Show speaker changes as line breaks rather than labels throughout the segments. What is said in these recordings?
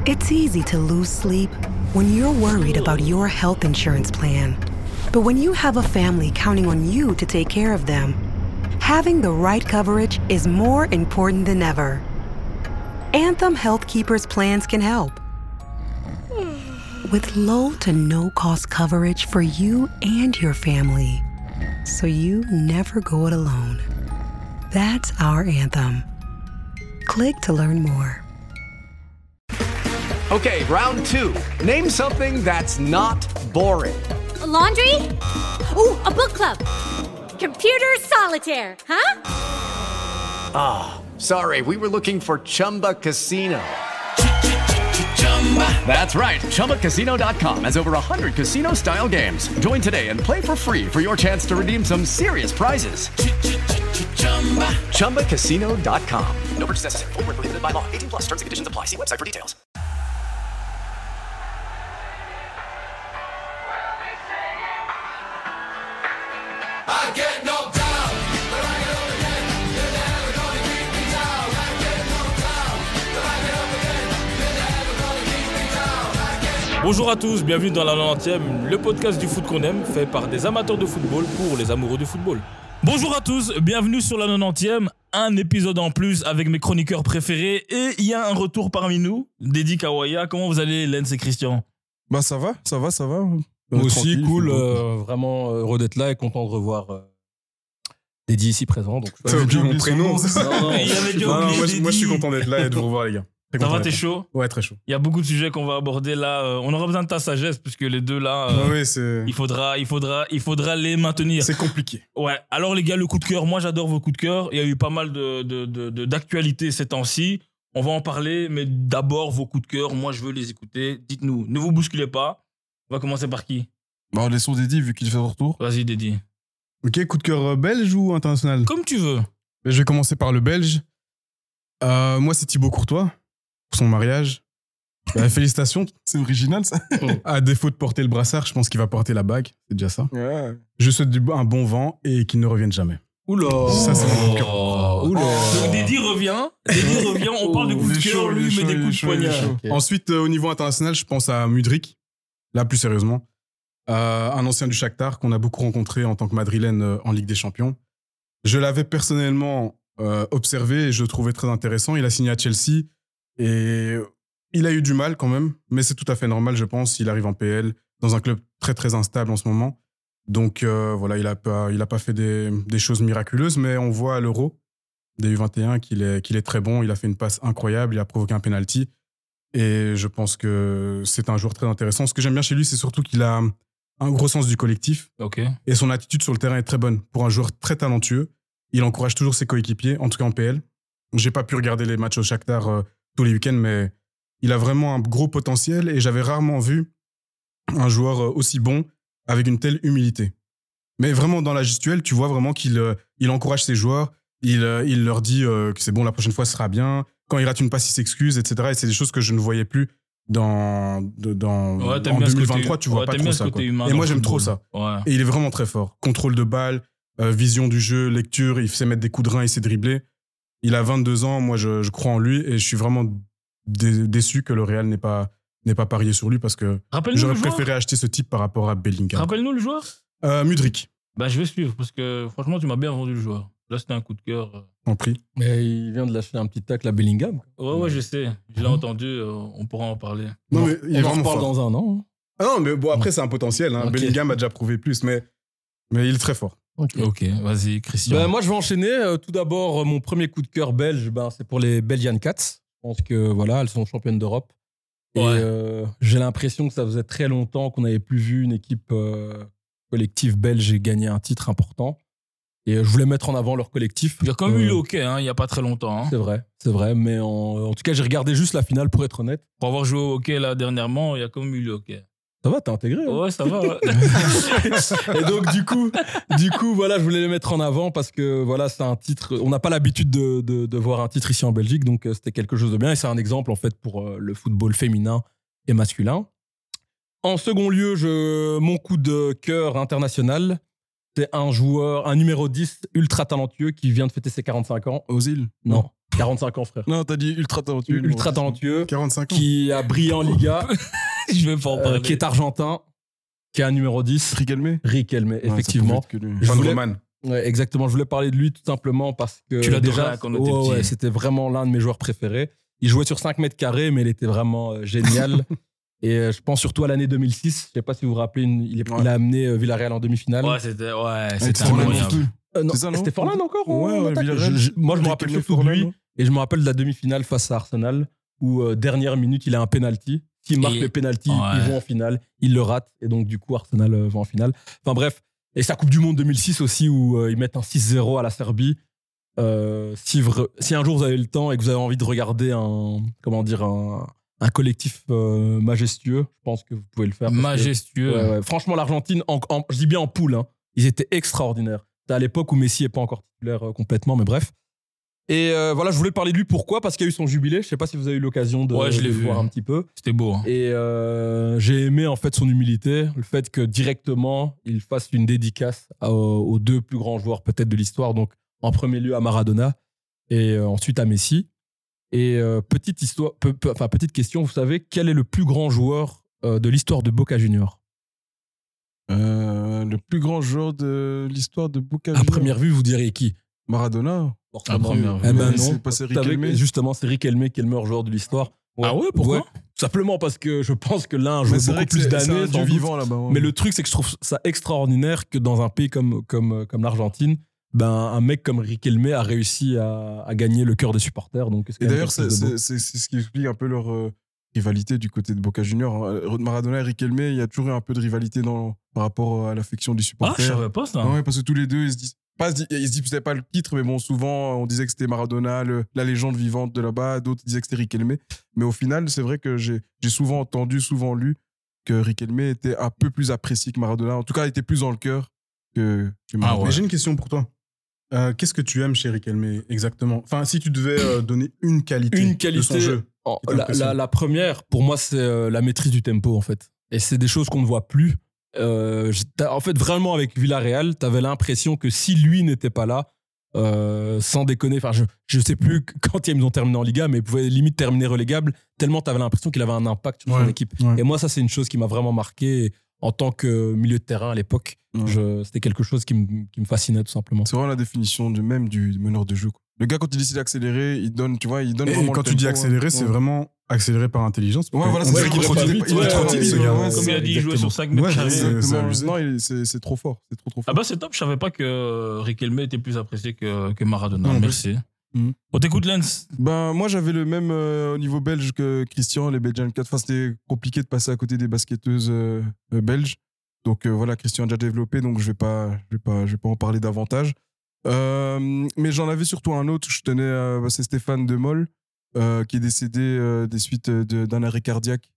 It's easy to lose sleep when you're worried about your health insurance plan. But when you have a family counting on you to take care of them, having the right coverage is more important than ever. Anthem Health Keepers plans can help. With low to no cost coverage for you and your family. So you never go it alone. That's our Anthem. Click to learn more.
Okay, round two. Name something that's not boring.
A laundry? Ooh, a book club. Computer solitaire, huh?
Ah, sorry, we were looking for Chumba Casino. That's right, ChumbaCasino.com has over 100 casino-style games. Join today and play for free for your chance to redeem some serious prizes. ChumbaCasino.com. No purchase necessary. Void where prohibited by law. 18 plus. Terms and conditions apply. See website for details.
I get knocked down, but I get up again. You're never gonna keep me down. I get knocked down, but I get up again. You're never gonna keep me down. I get...
Bonjour à tous, bienvenue dans la 90e, le podcast du foot qu'on aime, fait par des amateurs de football pour les amoureux du football. Bonjour à tous, bienvenue sur la 90e, un épisode en plus avec mes chroniqueurs préférés et il y a un retour parmi nous, Dédi Kawaya. Comment vous allez, Lens et Christian?
Bah ça va.
Moi aussi, cool, vraiment heureux d'être là et content de revoir Dédi ici présent. Donc,
T'as oublié mon prénom, c'est ça?
Non, il avait déjà oublié Dédi.
Moi je suis content d'être là et de vous revoir les gars.
Ça va, t'es chaud?
Ouais, très chaud.
Il y a beaucoup de sujets qu'on va aborder là. On aura besoin de ta sagesse puisque les deux là,
Ouais, c'est...
il faudra les maintenir.
C'est compliqué.
Ouais. Alors les gars, le coup de cœur. Moi, j'adore vos coups de cœur. Il y a eu pas mal d'actualités ces temps-ci. On va en parler, mais d'abord vos coups de cœur. Moi, je veux les écouter. Dites-nous. Ne vous bousculez pas. On va commencer par qui?
Bah laissons Dédi vu qu'il fait son retour.
Vas-y, Dédi.
Ok, coup de cœur belge ou international?
Comme tu veux.
Je vais commencer par le belge. Moi c'est Thibaut Courtois pour son mariage. Bah, félicitations. C'est original ça. À défaut de porter le brassard, je pense qu'il va porter la bague. C'est déjà ça.
Ouais.
Je souhaite un bon vent et qu'il ne revienne jamais.
Oula.
Ça c'est mon coup de cœur.
Oula. Donc Dédi revient. On parle de coups de cœur, lui met des coups de poignard.
Okay.
Ensuite, au niveau international, je pense à Mudryk. Là, plus sérieusement. Un ancien du Shakhtar qu'on a beaucoup rencontré en tant que Madrilène en Ligue des Champions. Je l'avais personnellement observé et je le trouvais très intéressant. Il a signé à Chelsea et il a eu du mal quand même, mais c'est tout à fait normal, je pense. Il arrive en PL dans un club très très instable en ce moment. Donc voilà, il a pas fait des choses miraculeuses, mais on voit à l'Euro des U21 qu'il est très bon. Il a fait une passe incroyable, il a provoqué un penalty. Et je pense que c'est un joueur très intéressant. Ce que j'aime bien chez lui, c'est surtout qu'il a un gros sens du collectif.
Ok.
Et son attitude sur le terrain est très bonne. Pour un joueur très talentueux, il encourage toujours ses coéquipiers, en tout cas en PL. J'ai pas pu regarder les matchs au Shakhtar tous les week-ends, mais il a vraiment un gros potentiel et j'avais rarement vu un joueur aussi bon avec une telle humilité. Mais vraiment, dans la gestuelle, tu vois vraiment qu'il encourage ses joueurs. Il leur dit que c'est bon, la prochaine fois, ce sera bien. Quand il rate une passe, il s'excuse, etc. Et c'est des choses que je ne voyais plus en 2023, tu vois pas trop ça. Quoi. Et moi, j'aime trop ça.
Ouais.
Et il est vraiment très fort. Contrôle de balle, vision du jeu, lecture, il sait mettre des coups de rein, il sait dribbler. Il a 22 ans, moi, je crois en lui et je suis vraiment déçu que le Real n'ait pas parié sur lui parce que j'aurais préféré acheter ce type par rapport à Bellingham.
Rappelle-nous le joueur.
Mudryk.
Bah, je vais suivre parce que franchement, tu m'as bien vendu le joueur. Là, c'était un coup de cœur.
En prix.
Mais il vient de lâcher un petit tacle à Bellingham.
Ouais, je sais. Je l'ai entendu. On pourra en parler.
Non, mais il est
on en
vraiment
reparle
fort.
dans un an.
Ah non, mais bon, après, c'est un potentiel. Hein.
Okay.
Bellingham a déjà prouvé plus, mais il est très fort.
Ok, vas-y, Christian.
Moi, je vais enchaîner. Tout d'abord, mon premier coup de cœur belge, c'est pour les Belgian Cats. Je pense que voilà, elles sont championnes d'Europe.
Ouais.
Et j'ai l'impression que ça faisait très longtemps qu'on n'avait plus vu une équipe collective belge gagner un titre important. Et je voulais mettre en avant leur collectif.
Il y a quand même eu le hockey, il n'y a pas très longtemps. Hein.
C'est vrai. Mais en tout cas, j'ai regardé juste la finale pour être honnête.
Pour avoir joué au hockey là dernièrement, il y a quand même eu le hockey.
Ça va, t'es intégré. Hein.
Ouais, ça va. Ouais.
Et donc, du coup, voilà, je voulais les mettre en avant parce que voilà, c'est un titre. On n'a pas l'habitude de voir un titre ici en Belgique, donc c'était quelque chose de bien. Et c'est un exemple en fait pour le football féminin et masculin. En second lieu, mon coup de cœur international, c'est un joueur, un numéro 10 ultra talentueux qui vient de fêter ses 45 ans.
Ozil.
Non, 45 ans, frère.
Non, t'as dit ultra talentueux.
Ultra talentueux,
45 ans.
qui a brillé en Liga,
Je vais pas en parler.
qui est argentin, qui est un numéro 10.
Riquelme.
Riquelme, effectivement. Je
Van
voulais-
Roman.
Ouais, exactement, je voulais parler de lui tout simplement parce que
Tu l'adorais
déjà,
quand on était petit.
ouais, c'était vraiment l'un de mes joueurs préférés. Il jouait sur 5 mètres carrés, mais il était vraiment génial. Et je pense surtout à l'année 2006. Je sais pas si vous vous rappelez, il a amené Villarreal en demi-finale.
Ouais, c'était
Forlan
incroyable.
Non,
c'est ça, non
c'était Forlan encore en
Ouais,
attaque
Villarreal.
Moi, je me rappelle
Riquelme,
surtout de lui.
Forlan,
Et je me rappelle de la demi-finale face à Arsenal où, dernière minute, il a un penalty. S'il marque
Et-
le penalty,
ouais.
ils vont en finale. Il le rate. Et donc, du coup, Arsenal va en finale. Enfin, bref. Et sa Coupe du Monde 2006 aussi où ils mettent un 6-0 à la Serbie. Si un jour vous avez le temps et que vous avez envie de regarder un collectif majestueux, je pense que vous pouvez le faire. parce que-
Majestueux.
Ouais. Franchement, l'Argentine, je dis bien en poule, hein, ils étaient extraordinaires. C'était à l'époque où Messi n'est pas encore titulaire complètement, mais bref. Et voilà, je voulais parler de lui. Pourquoi ? Parce qu'il y a eu son jubilé. Je sais pas si vous avez eu l'occasion de,
Ouais, je l'ai
de
vu.
voir un petit peu.
C'était beau. Hein.
Et j'ai aimé en fait son humilité, le fait que directement il fasse une dédicace aux deux plus grands joueurs peut-être de l'histoire. Donc en premier lieu à Maradona et ensuite à Messi. Et petite question, vous savez quel est le plus grand joueur de l'histoire de Boca Juniors ?
Le plus grand joueur de l'histoire de Boca
À
Juniors.
première vue, vous diriez qui ?
Maradona.
À première vue.
Eh ben
Mais
non.
c'est pas, c'est
Vous savez
Riquelme.
que, justement, c'est Riquelme qui est le meilleur joueur de l'histoire.
Ah ouais, pourquoi ?
Ouais. Simplement parce que je pense que l'un a joué
Mais c'est
beaucoup
vrai que
plus
c'est un
d'années.
dieu
sans doute.
vivant là-bas. ouais.
Mais le truc, c'est que je trouve ça extraordinaire que dans un pays comme l'Argentine, un mec comme Riquelme a réussi à gagner le cœur des supporters. Donc,
Et
quand même
d'ailleurs,
quelque chose de beau.
c'est ce qui explique un peu leur rivalité du côté de Boca Juniors. hein. Maradona et Riquelme, il y a toujours eu un peu de rivalité par rapport à l'affection des
Ah, je
supporters.
savais pas ça.
Ouais, parce que tous les deux, ils se disent c'était pas le titre, mais bon, souvent, on disait que c'était Maradona, la légende vivante de là-bas. D'autres disaient que c'était Riquelme. Mais au final, c'est vrai que j'ai souvent lu que Riquelme était un peu plus apprécié que Maradona. En tout cas, il était plus dans le cœur que Maradona.
ouais.
Mais
Mais j'ai une question pour toi. Qu'est-ce que tu aimes chez Riquelme exactement ? Enfin, si tu devais donner une qualité,
Une
de son
qualité,
jeu.
Oh,
qui t'impressionne.
la première, pour moi, c'est la maîtrise du tempo, en fait. Et c'est des choses qu'on ne voit plus. En fait, vraiment, avec Villarreal, tu avais l'impression que si lui n'était pas là, sans déconner, enfin, je sais plus quand ils ont terminé en Liga, mais ils pouvaient limite terminer relégable, tellement tu avais l'impression qu'il avait un impact sur son
Ouais,
équipe.
ouais.
Et moi, ça, c'est une chose qui m'a vraiment marqué en tant que milieu de terrain à l'époque.
Ouais.
C'était quelque chose qui me fascinait, tout simplement.
C'est vraiment la définition du meneur de jeu. quoi. Le gars, quand il décide d'accélérer, il donne
Et
vraiment
quand
le
tu dis
tempo,
accélérer,
ouais.
c'est vraiment accélérer par intelligence.
Ouais, voilà,
On
c'est
dirait
ça.
qu'il
Il
est
est
trop
trop
timide,
timide,
il est trop
ouais,
timide, ce
ouais,
gars.
ouais,
Comme il a dit, il jouait
exactement.
sur 5 mètres
Ouais,
carrés.
c'est
Exactement.
abusé.
Non, c'est trop fort. C'est trop
Ah
fort.
bah c'est top, je savais pas que Riquelme était plus apprécié que Maradona.
Non,
Merci.
Mhm.
On t'écoute, Lens.
Ben, moi, j'avais le même au niveau belge que Christian, les Belgian 4. Enfin, c'était compliqué de passer à côté des basketteuses belges. Donc voilà, Christian a déjà développé, donc je vais pas en parler davantage. Mais j'en avais surtout un autre, je tenais, c'est Stéphane Demol, qui est décédé des suites d'un arrêt cardiaque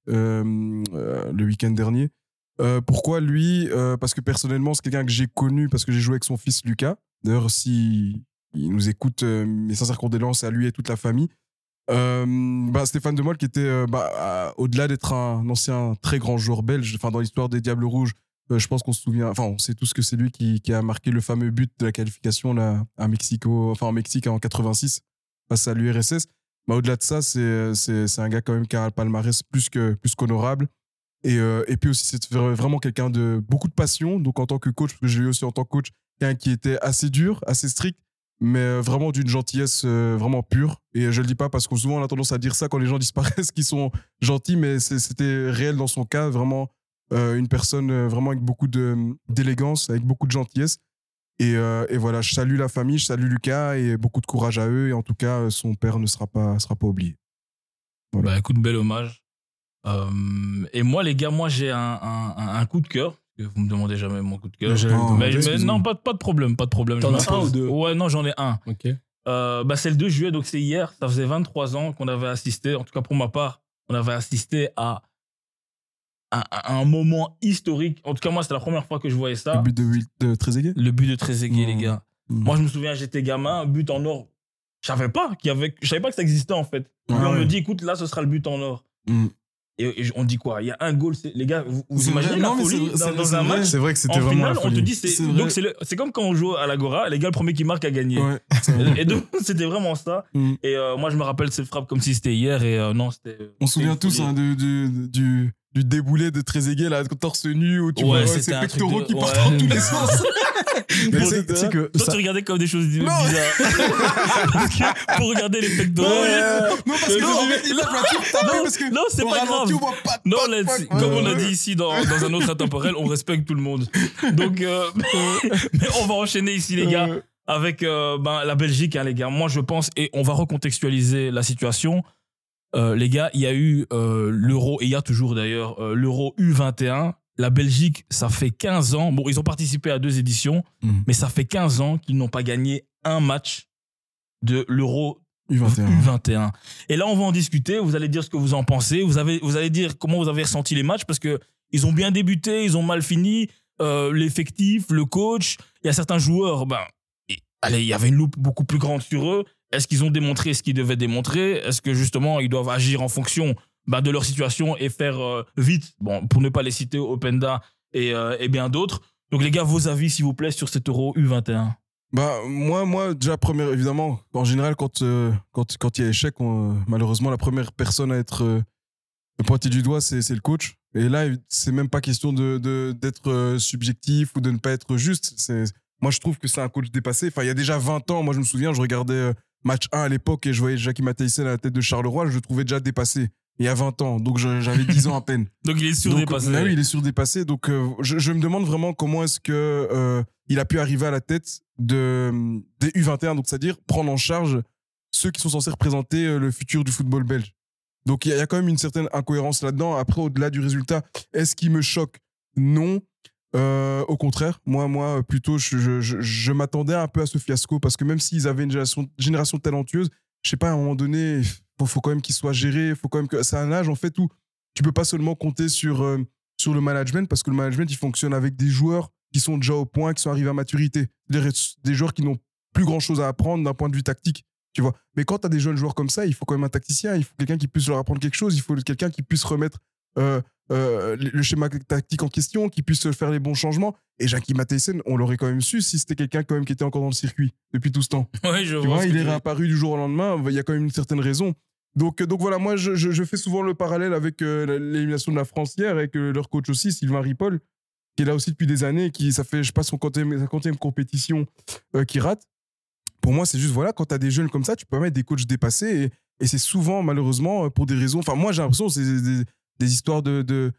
le week-end dernier. Pourquoi lui ? Parce que personnellement, c'est quelqu'un que j'ai connu parce que j'ai joué avec son fils Lucas. D'ailleurs, si il nous écoute, mes sincères condoléances à lui et toute la famille. Stéphane Demol qui était au-delà d'être un ancien très grand joueur belge, dans l'histoire des Diables Rouges, je pense qu'on se souvient, on sait tous que c'est lui qui a marqué le fameux but de la qualification là, en Mexique en 86 face à l'URSS. Au-delà de ça, c'est un gars quand même qui a un palmarès plus qu'honorable. Et puis aussi, c'est vraiment quelqu'un de beaucoup de passion. Donc en tant que coach, parce que j'ai eu aussi en tant que coach, quelqu'un qui était assez dur, assez strict, mais vraiment d'une gentillesse vraiment pure. Et je le dis pas parce que souvent on a tendance à dire ça quand les gens disparaissent, qu'ils sont gentils, mais c'était réel dans son cas, vraiment une personne vraiment avec beaucoup d'élégance, avec beaucoup de gentillesse. Et voilà, je salue la famille, je salue Lucas et beaucoup de courage à eux. Et en tout cas, son père ne sera pas oublié. Voilà.
Bah écoute, bel hommage. Et moi, les gars, j'ai un coup de cœur. Vous me demandez jamais mon coup de cœur. Mais non, pas de problème, pas de problème.
T'en
Je
as un
m'impose.
ou deux ?
Ouais, non, j'en ai un.
Ok.
C'est le 2 juillet, donc c'est hier. Ça faisait 23 ans qu'on avait assisté, en tout cas pour ma part, on avait assisté à un moment historique. En tout cas, moi, c'était la première fois que je voyais ça.
Le but de Trezeguet.
Le but de Trezeguet, les gars.
Mmh.
Moi, je me souviens, j'étais gamin, but en or. Je savais pas que ça existait, en fait.
Ah
Et on
ouais.
me dit, écoute, là, ce sera le but en or.
Mmh.
Et on dit quoi? Il y a un goal. Les gars, vous
C'est
imaginez
vrai.
la
Non, mais
folie
c'est
dans un
vrai.
match?
C'est vrai que c'était
En
vraiment
finale,
la
on te
folie.
dit,
C'est vrai.
donc c'est comme quand on joue à l'Agora, les gars, le premier qui marque a gagné.
Ouais, c'est vrai.
Et donc, c'était vraiment ça.
Mm.
Et moi, je me rappelle cette frappe comme si c'était hier. Et non, c'était.
On se souvient
c'était une
tous
folie.
du déboulé de Trezeguet, là, torse nu, où tu
Ouais,
vois
c'était
ses
un truc
pectoraux
de-
qui partent
ouais.
dans tous les sens.
Mais
Bon,
tu sais que
Toi,
ça-
tu regardais comme des choses bizarres. Parce que pour regarder les pectoraux.
Non, parce que en fait, il a tapé parce que
Non, c'est
au
pas grave.
ralenti, on voit pas.
Non,
pas-
let's-
pas-
comme on a dit ici dans un autre intemporel, on respecte tout le monde. Donc, mais on va enchaîner ici, les gars, avec la Belgique, hein, les gars. Moi, je pense, et on va recontextualiser la situation. Les gars, il y a eu l'Euro, et il y a toujours d'ailleurs l'Euro U21. La Belgique, ça fait 15 ans. Bon, ils ont participé à 2 éditions, mais ça fait 15 ans qu'ils n'ont pas gagné un match de l'Euro U21. Et là, on va en discuter. Vous allez dire ce que vous en pensez. Vous allez dire comment vous avez ressenti les matchs parce que ils ont bien débuté, ils ont mal fini. L'effectif, le coach, il y a certains joueurs, il y avait une loupe beaucoup plus grande sur eux. Est-ce qu'ils ont démontré ce qu'ils devaient démontrer? Est-ce que justement, ils doivent agir en fonction de leur situation et faire vite, pour ne pas les citer, Openda et bien d'autres. Donc les gars, vos avis, s'il vous plaît, sur cet Euro U21.
Moi, déjà, évidemment, en général, quand il y a échec, malheureusement, la première personne à être pointée du doigt, c'est le coach. Et là, c'est même pas question d'être subjectif ou de ne pas être juste. Moi, je trouve que c'est un coach dépassé. Enfin, il y a déjà 20 ans, moi, je me souviens, je regardais match 1 à l'époque et je voyais Jackie Matthijssen à la tête de Charleroi, je le trouvais déjà dépassé. Il y a 20 ans, donc j'avais 10 ans à peine.
Donc il est surdépassé.
Oui, il est surdépassé. Donc je me demande vraiment comment est-ce que il a pu arriver à la tête des U21, donc c'est-à-dire prendre en charge ceux qui sont censés représenter le futur du football belge. Donc il y a quand même une certaine incohérence là-dedans. Après, au-delà du résultat, est-ce qu'il me choque? Non. Au contraire, moi plutôt, je m'attendais un peu à ce fiasco parce que même s'ils avaient une génération talentueuse, je sais pas, à un moment donné, faut quand même qu'ils soient gérés, faut quand même que c'est un âge en fait où tu peux pas seulement compter sur le management parce que le management il fonctionne avec des joueurs qui sont déjà au point, qui sont arrivés à maturité, des joueurs qui n'ont plus grand chose à apprendre d'un point de vue tactique, tu vois. Mais quand tu as des jeunes joueurs comme ça, il faut quand même un tacticien, il faut quelqu'un qui puisse leur apprendre quelque chose, il faut quelqu'un qui puisse remettre le schéma tactique en question, qui puisse faire les bons changements. Et Jackie Matthijssen, on l'aurait quand même su si c'était quelqu'un quand même qui était encore dans le circuit depuis tout ce temps.
Ouais, je
Tu vois, il est réapparu du jour au lendemain, il y a quand même une certaine raison. Donc voilà, moi je fais souvent le parallèle avec l'élimination de la France hier, avec leur coach aussi, Sylvain Ripoll, qui est là aussi depuis des années, ça fait, je sais pas, sa 50e compétition qui rate. Pour moi, c'est juste, voilà, quand tu as des jeunes comme ça, tu peux mettre des coachs dépassés et c'est souvent, malheureusement, pour des raisons. Enfin, moi, j'ai l'impression que c'est des histoires de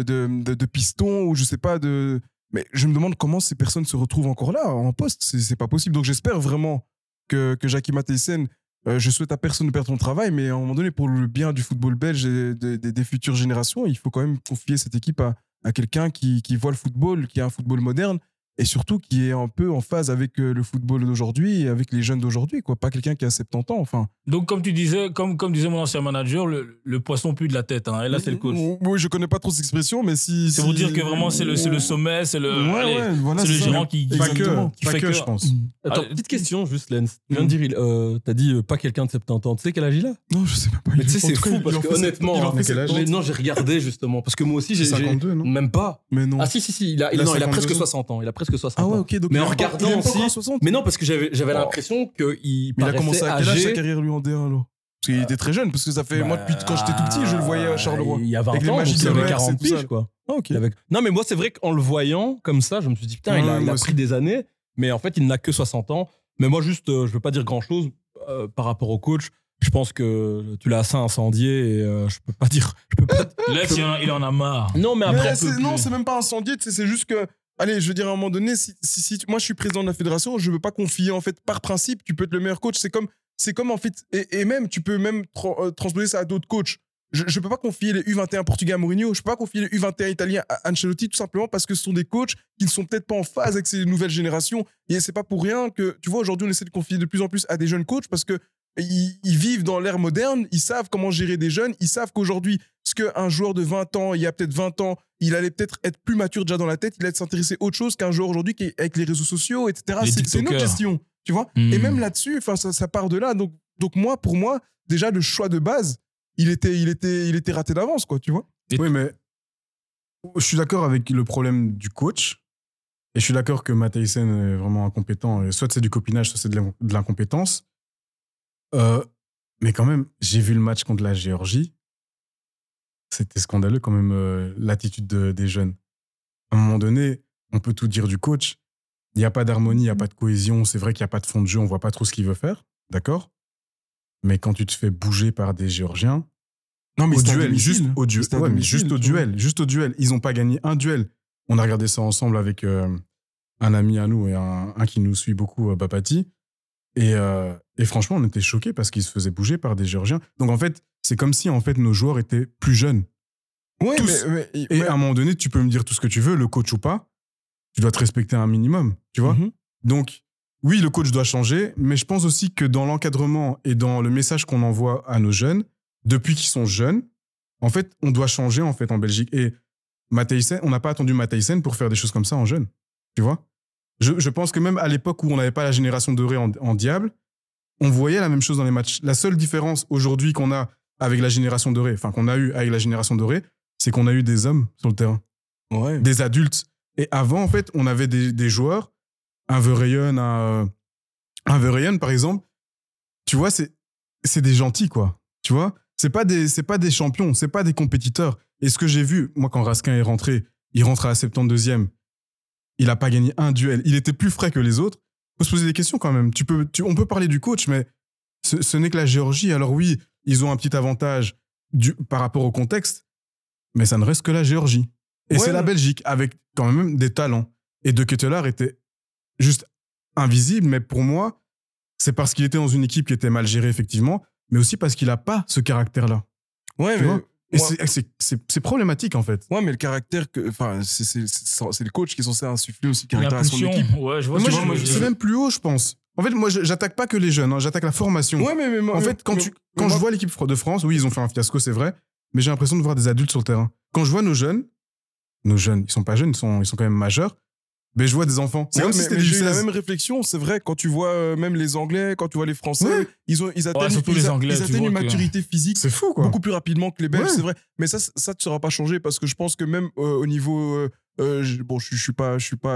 pistons ou je sais pas, mais je me demande comment ces personnes se retrouvent encore là, en poste. C'est pas possible. Donc, j'espère vraiment que Jackie Matthijssen, je souhaite à personne de perdre son travail, mais à un moment donné, pour le bien du football belge et des futures générations, il faut quand même confier cette équipe à quelqu'un qui voit le football, qui a un football moderne et surtout qui est un peu en phase avec le football d'aujourd'hui et avec les jeunes d'aujourd'hui, quoi. Pas quelqu'un qui a 70 ans, enfin.
Donc, comme tu disais, comme disait mon ancien manager, le poisson pue de la tête, hein, et là, c'est le coach.
Oui, je connais pas trop cette expression, mais
C'est pour dire que vraiment, c'est le sommet, c'est le,
voilà,
c'est le
ça.
gérant qui fait que,
je pense.
Attends, petite question, juste, Lens. Tu viens de dire, t'as dit pas quelqu'un de 70 ans. Tu sais quel âge il a?
Non, je sais même pas.
Mais tu sais,
En
c'est
tout cas,
fou
il
parce
en
que
fait
honnêtement,
il en fait
quel âge
70.
non, j'ai regardé justement parce que moi aussi j'ai
52, non?
même pas.
Mais non.
Ah si, il a
52
presque
ans.
60 ans. Il a presque 60
Ah
ans.
ouais, ok. Donc
Mais
il
en
est encore-
regardant
il est pas
aussi-
encore à 60.
Mais non, parce que j'avais l'impression qu'il
Mais il a commencé
paraissait
à quel âge sa
âgé.
carrière lui en D1 alors? Parce qu'il était très jeune, parce que ça fait moi depuis quand j'étais tout petit, je le voyais à Charleroi.
Il y a 20
Avec les
ans, donc
magies
il
de
avait
Merckx et
40
tout ça.
piges quoi.
Ah, ok.
Non, mais moi c'est vrai qu'en le voyant comme ça, je me suis dit putain, il
Ouais,
a
moi
pris
aussi.
des années, mais en fait il n'a que 60 ans. Mais moi juste, je veux pas dire grand chose par rapport au coach. Je pense que tu l'as assez incendié et je peux pas dire.
Laisse, il en a marre.
Non, mais après.
Non, c'est même pas incendié, tu sais, c'est juste que. Allez, je veux dire, à un moment donné, si moi je suis président de la fédération, je veux pas confier, en fait, par principe, tu peux être le meilleur coach. C'est comme en fait, et même, tu peux même transposer ça à d'autres coachs. Je peux pas confier les U21 portugais à Mourinho, je peux pas confier les U21 italiens à Ancelotti, tout simplement parce que ce sont des coachs qui ne sont peut-être pas en phase avec ces nouvelles générations. Et c'est pas pour rien que, tu vois, aujourd'hui, on essaie de confier de plus en plus à des jeunes coachs parce que ils vivent dans l'ère moderne, ils savent comment gérer des jeunes, ils savent qu'aujourd'hui, ce qu'un joueur de 20 ans, il y a peut-être 20 ans, il allait peut-être être plus mature déjà dans la tête, il allait s'intéresser à autre chose qu'un joueur aujourd'hui qui est avec les réseaux sociaux, etc.
Les
C'est une autre
TikTokers.
gestion, tu vois. Et même là-dessus, ça part de là. Donc moi, pour moi, déjà, le choix de base, il était raté d'avance, quoi, tu vois.
Oui, mais je suis d'accord avec le problème du coach. Et je suis d'accord que Matthijsen est vraiment incompétent. Et soit c'est du copinage, soit c'est de l'incompétence. Mais quand même, j'ai vu le match contre la Géorgie. C'était scandaleux quand même, l'attitude des jeunes. À un moment donné, on peut tout dire du coach. Il n'y a pas d'harmonie, il n'y a pas de cohésion. C'est vrai qu'il n'y a pas de fond de jeu, on ne voit pas trop ce qu'il veut faire. D'accord ? Mais quand tu te fais bouger par des Géorgiens,
Non, mais
au
c'était à
duel,
domicile.
juste au duel.
C'était à
Ouais, mais
domicile,
juste au
tu vois.
duel, juste au duel. Ils n'ont pas gagné un duel. On a regardé ça ensemble avec un ami à nous et un qui nous suit beaucoup, Bapati. Et franchement, on était choqués parce qu'ils se faisaient bouger par des Géorgiens. Donc en fait, c'est comme si en fait nos joueurs étaient plus jeunes.
Ouais,
Tous.
mais
Et à un moment donné, tu peux me dire tout ce que tu veux, le coach ou pas, tu dois te respecter un minimum, tu vois.
Mhm.
Donc oui, le coach doit changer, mais je pense aussi que dans l'encadrement et dans le message qu'on envoie à nos jeunes, depuis qu'ils sont jeunes, en fait, on doit changer en fait en Belgique. Et Matthijsen, on n'a pas attendu Matthijsen pour faire des choses comme ça en jeune, tu vois. Je pense que même à l'époque où on n'avait pas la génération dorée en diable, on voyait la même chose dans les matchs. La seule différence aujourd'hui qu'on a avec la génération dorée, enfin qu'on a eu avec la génération dorée, c'est qu'on a eu des hommes sur le terrain,
ouais.
des adultes. Et avant, en fait, on avait des joueurs, un Verheyen, un Verheyen, par exemple, tu vois, c'est des gentils, quoi. Tu vois, c'est pas des champions, c'est pas des compétiteurs. Et ce que j'ai vu, moi, quand Raskin est rentré, il rentre à la 72e, il a pas gagné un duel. Il était plus frais que les autres. Faut se poser des questions quand même. On peut parler du coach, mais ce n'est que la Géorgie. Alors oui, ils ont un petit avantage par rapport au contexte, mais ça ne reste que la Géorgie. Et
Ouais,
c'est la Belgique, avec quand même des talents. Et De Ketelaar était juste invisible, mais pour moi, c'est parce qu'il était dans une équipe qui était mal gérée, effectivement, mais aussi parce qu'il n'a pas ce caractère-là.
Ouais,
Tu
mais
vois Et
moi-
c'est problématique, en fait.
ouais, mais le caractère enfin, c'est le coach qui est censé insuffler aussi le caractère à son
L'impulsion.
équipe.
Ouais, je vois
Mais
ce
moi,
que tu veux
c'est
dire.
même plus haut, je pense. En fait, moi, j'attaque pas que les jeunes, hein, j'attaque la formation.
Ouais, mais
En fait, quand je vois l'équipe de France, oui, ils ont fait un fiasco, c'est vrai, mais j'ai l'impression de voir des adultes sur le terrain. Quand je vois nos jeunes, ils sont pas jeunes, ils sont quand même majeurs, mais je vois des enfants. C'est
Ouais,
comme si
mais
c'était du
j'ai eu la
16.
même réflexion, c'est vrai, quand tu vois même les Anglais, quand tu vois les Français,
Ouais.
ils atteignent,
surtout les Anglais,
ils
tu
atteignent
vois
une
que-
maturité physique
C'est fou, quoi.
beaucoup plus rapidement que les Belges,
Ouais.
c'est vrai. Mais ça ne sera pas changé parce que je pense que même au niveau, bon, je suis pas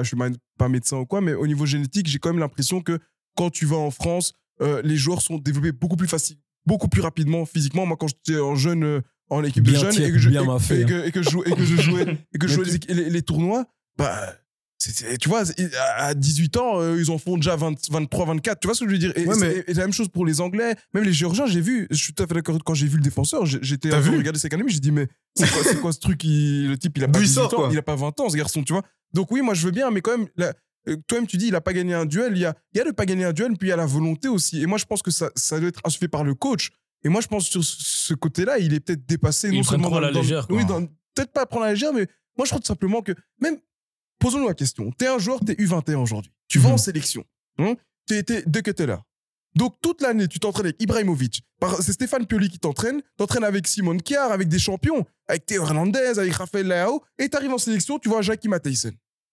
médecin ou quoi, mais au niveau génétique, j'ai quand même l'impression que quand tu vas en France, les joueurs sont développés beaucoup plus rapidement physiquement. Moi, quand j'étais en jeune, en équipe
Bien
de jeunes
tiède,
et que je
bien maffé,
et que je jouais les tournois, bah tu vois, à 18 ans, ils en font déjà 23, 24. Tu vois ce que je veux dire? Et
Ouais, mais-
c'est la même chose pour les Anglais. Même les Géorgiens, j'ai vu, je suis tout à fait d'accord, quand j'ai vu le défenseur, j'étais
T'as
un peu
vu
regarder ses académies, j'ai dit, mais c'est quoi ce truc? Le type, il a pas
D'où il
18
sort,
ans,
quoi.
il a pas 20 ans, ce garçon, tu vois. Donc oui, moi je veux bien, mais quand même, toi-même tu dis, il a pas gagné un duel. Il y a de pas gagner un duel, puis il y a la volonté aussi. Et moi je pense que ça doit être insuffisant par le coach. Et moi je pense sur ce côté-là, il est peut-être dépassé.
Il
non
prend
seulement
trop à la légère, quoi.
Oui, peut-être pas à prendre à la légère, mais moi je crois tout simplement que même. Posons-nous la question. T'es un joueur, t'es U21 aujourd'hui. Tu vas en sélection. T'es De Ketelaar. Donc toute l'année, tu t'entraînes avec Ibrahimovic. C'est Stéphane Pioli qui t'entraîne. T'entraînes avec Simon Kjær, avec des champions, avec Théo Hernandez, avec Raphaël Leao. Et t'arrives en sélection, tu vois Jackie Matthijsen.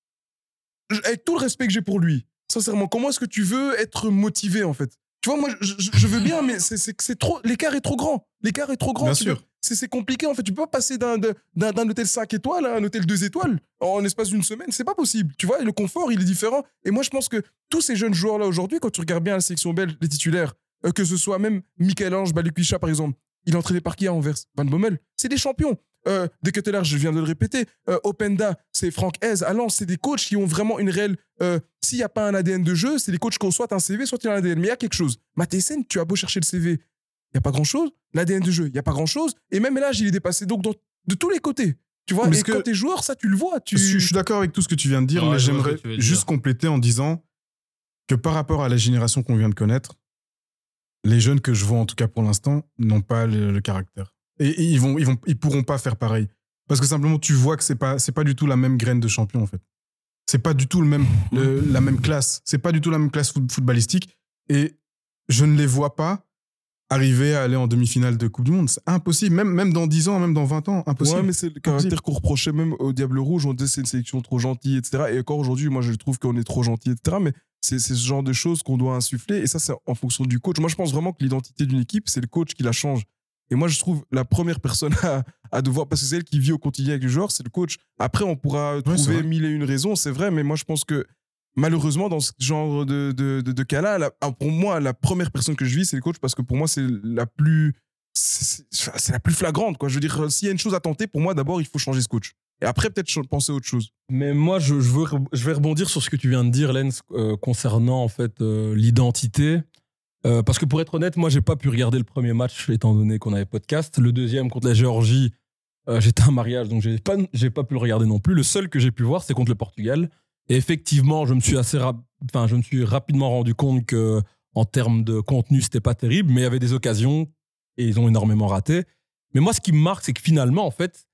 Avec tout le respect que j'ai pour lui, sincèrement, comment est-ce que tu veux être motivé en fait? Tu vois, moi, je veux bien, mais c'est trop. L'écart est trop grand. L'écart est trop grand.
Bien
Tu
sûr.
peux- C'est compliqué en fait. Tu peux pas passer d'un hôtel 5 étoiles à un hôtel 2 étoiles en espace d'une semaine. C'est pas possible. Tu vois, et le confort, il est différent. Et moi, je pense que tous ces jeunes joueurs-là aujourd'hui, quand tu regardes bien la sélection belge, les titulaires, que ce soit même Michel-Ange Balikwisha, par exemple, il est entraîné par qui à Anvers? Van Bommel. C'est des champions. De Ketelaar, je viens de le répéter. Openda, c'est Franck Hez. À Lens, c'est des coachs qui ont vraiment une réelle. S'il n'y a pas un ADN de jeu, c'est des coachs qui ont soit un CV, soit il y a un ADN. Mais il y a quelque chose. Matthijsen, tu as beau chercher le CV, il n'y a pas grand-chose. L'ADN de jeu, il n'y a pas grand-chose. Et même l'âge, il est dépassé. Donc, de tous les côtés. Tu vois,
Mais
et
est-ce que-
quand t'es joueur, ça, tu le vois.
Je suis d'accord avec tout ce que tu viens de dire,
Ouais,
mais
je vois
j'aimerais
ce que tu veux dire.
juste compléter en disant que par rapport à la génération qu'on vient de connaître, les jeunes que je vois, en tout cas pour l'instant, n'ont pas le caractère. Et ils pourront pas faire pareil. Parce que simplement, tu vois que c'est pas du tout la même graine de champion, en fait. C'est pas du tout la même classe. C'est pas du tout la même classe footballistique. Et je ne les vois pas arriver à aller en demi-finale de Coupe du Monde. C'est impossible. Même dans 10 ans, même dans 20 ans, impossible.
Ouais, mais c'est le caractère qu'on reprochait même au Diable Rouge. On disait c'est une sélection trop gentille, etc. Et encore aujourd'hui, moi, je trouve qu'on est trop gentil, etc. Mais c'est ce genre de choses qu'on doit insuffler. Et ça, c'est en fonction du coach. Moi, je pense vraiment que l'identité d'une équipe, c'est le coach qui la change. Et moi, je trouve la première personne à devoir, parce que c'est elle qui vit au quotidien avec les joueurs, c'est le coach. Après, on pourra
c'est
trouver
vrai.
1001 raisons, c'est vrai, mais moi, je pense que malheureusement, dans ce genre de cas-là, pour moi, la première personne que je vis, c'est le coach, parce que pour moi, c'est la plus flagrante, quoi. Je veux dire, s'il y a une chose à tenter, pour moi, d'abord, il faut changer ce coach. Et après, peut-être penser à autre chose.
Mais moi, je vais rebondir sur ce que tu viens de dire, Lens, concernant en fait l'identité. Parce que pour être honnête, moi, j'ai pas pu regarder le premier match, étant donné qu'on avait podcast. Le deuxième contre la Géorgie, j'étais à un mariage, donc j'ai pas pu le regarder non plus. Le seul que j'ai pu voir, c'est contre le Portugal. Et effectivement, je me suis rapidement rendu compte que en termes de contenu, c'était pas terrible, mais il y avait des occasions et ils ont énormément raté. Mais moi, ce qui me marque, c'est que finalement, en fait,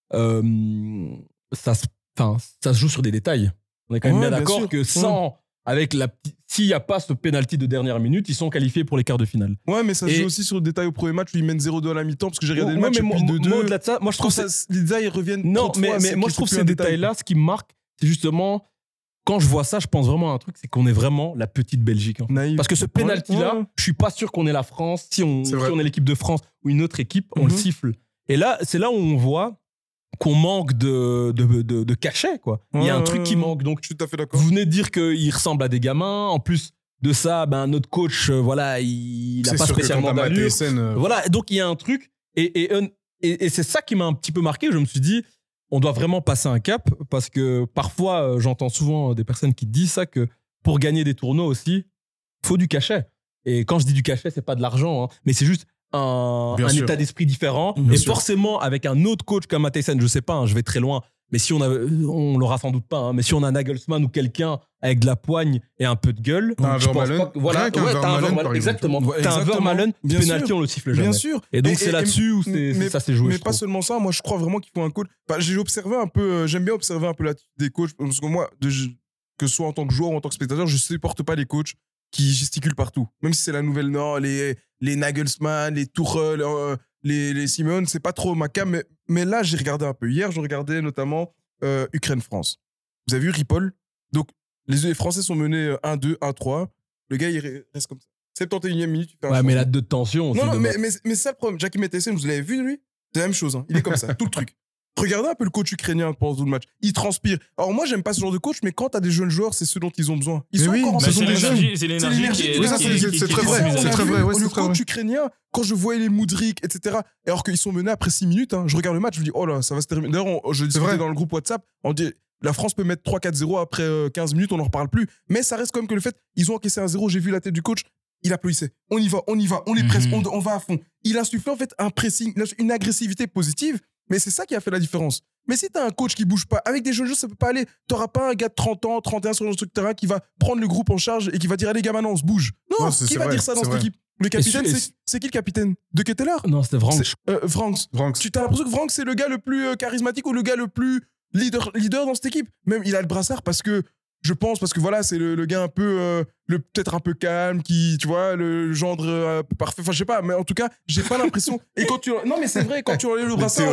ça se joue sur des détails. On est quand même
Ouais,
bien
bien
d'accord
sûr.
que s'il n'y a pas ce penalty de dernière minute, ils sont qualifiés pour les quarts de finale.
Ouais, mais ça se
Et-
joue aussi sur le détail au premier match où ils mènent 0-2 à la mi-temps, parce que j'ai regardé le
Ouais,
match
mais
et puis 2-2.
moi, au-delà de ça, moi, je
Quand
trouve
les détails reviennent
non,
trop de
mais,
fois,
mais
c'est
moi
que
je trouve
c'est
ces
plus un détail.
détails-là, ce qui me marque, c'est justement quand je vois ça, je pense vraiment à un truc, c'est qu'on est vraiment la petite Belgique. En fait.
Naïf.
Parce que ce penalty-là,
Ouais.
je suis pas sûr qu'on est la France. Si on
C'est vrai.
est l'équipe de France ou une autre équipe, on le
Mhm.
siffle. Et là, c'est là où on voit qu'on manque de cachet, quoi. Il y a un
Ouais,
truc qui
ouais.
manque. Donc,
Je suis tout à fait d'accord.
vous venez de dire qu'il ressemble à des gamins. En plus de ça, notre coach, voilà, il n'a
C'est
pas
sûr que
spécialement
quand t'as
d'allure.
Matthijsen,
Voilà, donc il y a un truc, et c'est ça qui m'a un petit peu marqué. Je me suis dit, on doit vraiment passer un cap, parce que parfois, j'entends souvent des personnes qui disent ça, que pour gagner des tournois aussi, faut du cachet. Et quand je dis du cachet, c'est pas de l'argent, hein, mais c'est juste un
Bien sûr.
état d'esprit différent.
Bien
et
sûr.
forcément, avec un autre coach comme Matthijsen, je sais pas, hein, je vais très loin, mais si on l'aura sans doute pas, hein, mais si on a Nagelsmann ou quelqu'un avec de la poigne et un peu de gueule,
T'as un
je pense
Vermaelen,
pas que- voilà,
rien qu'un
ouais, t'as un
Vermaelen,
Vermaelen,
par exemple.
exactement.
Ouais,
T'as un
exactement.
Vermaelen,
Bien
penalty,
sûr.
on le siffle jamais.
Bien sûr.
Et donc, c'est là-dessus où
mais-
ça s'est joué.
Mais
je
pas
trouve.
seulement ça, moi je crois vraiment qu'il faut un coach. Enfin, j'ai observé un peu, j'aime bien observer un peu l'attitude des coachs, parce que moi, que ce soit en tant que joueur ou en tant que spectateur, je supporte pas les coachs qui gesticulent partout. Même si c'est la nouvelle norme, les Nagelsmann, les Tuchel, les Simeone, c'est pas trop ma cam. Mais là, j'ai regardé un peu. Hier, je regardais notamment Ukraine-France. Vous avez vu Ripoll? Donc, les Français sont menés 1-2, 1-3. Le gars, il reste comme ça. 71e minute, il fait un
Ouais, mais
changement.
la de tension aussi.
Non, non,
de
mais c'est ça le problème. Jackie Matthijsen, vous l'avez vu, lui? C'est la même chose. Hein. Il est comme ça, tout le truc. Regardez un peu le coach ukrainien pendant tout le match. Il transpire. Alors, moi, j'aime pas ce genre de coach, mais quand t'as des jeunes joueurs, c'est ce dont ils ont besoin. Ils
Mais
sont
oui,
encore en
mais
saison
c'est
des jeunes.
l'énergie, c'est l'énergie qui est.
Oui, ça,
qui-
c'est-
qui-
c'est
qui-
très
qui-
vrai,
qui-
c'est
On
très
a vu,
vrai, ouais, c'est
le
très
coach
vrai.
ukrainien, quand je voyais les Moudrik, etc., alors qu'ils sont menés après 6 minutes, hein, je regarde le match, je me dis, oh là, ça va se terminer. D'ailleurs, je discutais
vrai.
dans le groupe WhatsApp, on dit, la France peut mettre 3-4-0 après 15 minutes, on n'en reparle plus. Mais ça reste quand même que le fait, ils ont encaissé un 0, j'ai vu la tête du coach, il applaudissait. On y va, on les presse, on va à fond. Il insufflait en fait un pressing, une agressivité positive, mais c'est ça qui a fait la différence. Mais si t'as un coach qui bouge pas, avec des jeunes joueurs, ça peut pas aller. T'auras pas un gars de 30 ans, 31 sur le truc de terrain qui va prendre le groupe en charge et qui va dire, allez gars, maintenant on se bouge. Non,
Ouais, c'est
qui va
vrai,
dire ça dans
c'est
cette
vrai.
équipe? Le capitaine,
Et
c'est qui le capitaine? De Ketteler?
Non, c'était vraiment.
Franks.
Franks.
Tu as l'impression que Franks, c'est le gars le plus charismatique ou le gars le plus leader dans cette équipe. Même, il a le brassard parce que, je pense, parce que voilà, c'est le gars un peu, peut-être un peu calme, qui, tu vois, le gendre parfait. Enfin, je sais pas, mais en tout cas, j'ai pas l'impression. Et quand non, mais c'est vrai, quand tu enlèves le brassard,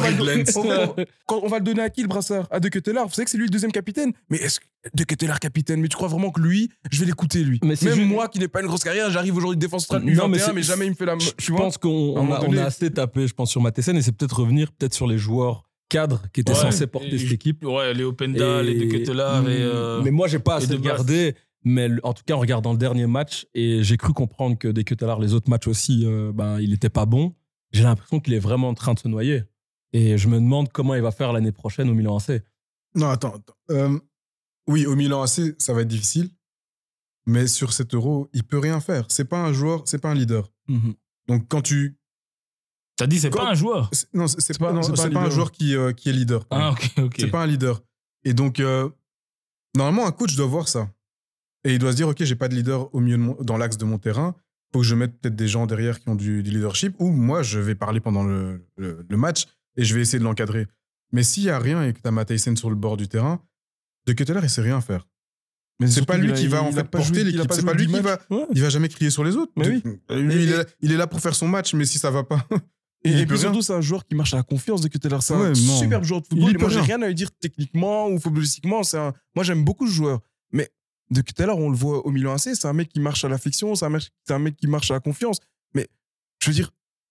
on va le donner à qui le brassard? À De Ketteler. Vous savez que c'est lui le deuxième capitaine. Mais est-ce que De Ketteler capitaine? Mais tu crois vraiment que lui, je vais l'écouter, lui?
Mais c'est
Même
juste-
moi qui n'ai pas une grosse carrière, j'arrive aujourd'hui de défense centrale
Non, mais
U21,
c'est-
mais jamais il me fait la.
Je
tu vois
pense qu'on
à un moment
on
donné.
a assez tapé, je pense, sur Matthijsen, et c'est peut-être revenir sur les joueurs cadres qui étaient
Ouais,
censés porter
et
cette équipe.
Ouais, Léo Penda, les De Ketteler et.
Mais moi, j'ai pas
et
assez
De Bast.
regardé. Mais en tout cas, en regardant le dernier match, et j'ai cru comprendre que dès que tout à l'heure, les autres matchs aussi, il n'était pas bon. J'ai l'impression qu'il est vraiment en train de se noyer. Et je me demande comment il va faire l'année prochaine au Milan AC.
Non, attends. Oui, au Milan AC, ça va être difficile. Mais sur cet Euro, il peut rien faire. C'est pas un joueur, c'est pas un leader. Donc quand tu...
T'as dit, c'est
Quand-
pas un joueur.
Non, c'est pas,
c'est pas un
pas un
leader.
joueur qui est leader.
Ah, ok, ok.
C'est pas un leader. Et donc, normalement, un coach doit voir ça. Et il doit se dire, OK, j'ai pas de leader au milieu dans l'axe de mon terrain. Faut que je mette peut-être des gens derrière qui ont du leadership. Ou moi, je vais parler pendant le match et je vais essayer de l'encadrer. Mais s'il y a rien et que tu as Matthijsen sur le bord du terrain, De Ketteler, il sait rien faire.
Mais
C'est
surtout
pas lui
qu'il a-
qui va en
il a
fait
pas
porter
joué- il a
l'équipe.
pas
C'est
joué
pas lui
10
qui va...
matchs. Ouais.
Il va jamais crier sur les autres.
Mais oui.
Lui, il est là pour faire son match, mais si ça va pas...
Et
il
puis
peut rien.
surtout, c'est un joueur qui marche à la confiance de Ketteler. C'est
Ouais,
un
non.
superbe joueur de
Il
football.
y
Et moi,
peut
j'ai
rien.
rien à lui dire techniquement ou footballistiquement. Moi, j'aime beaucoup ce joueur. Mais de Ketteler, on le voit au Milan AC, c'est un mec qui marche à l'affection, c'est un mec qui marche à la confiance. Mais je veux dire,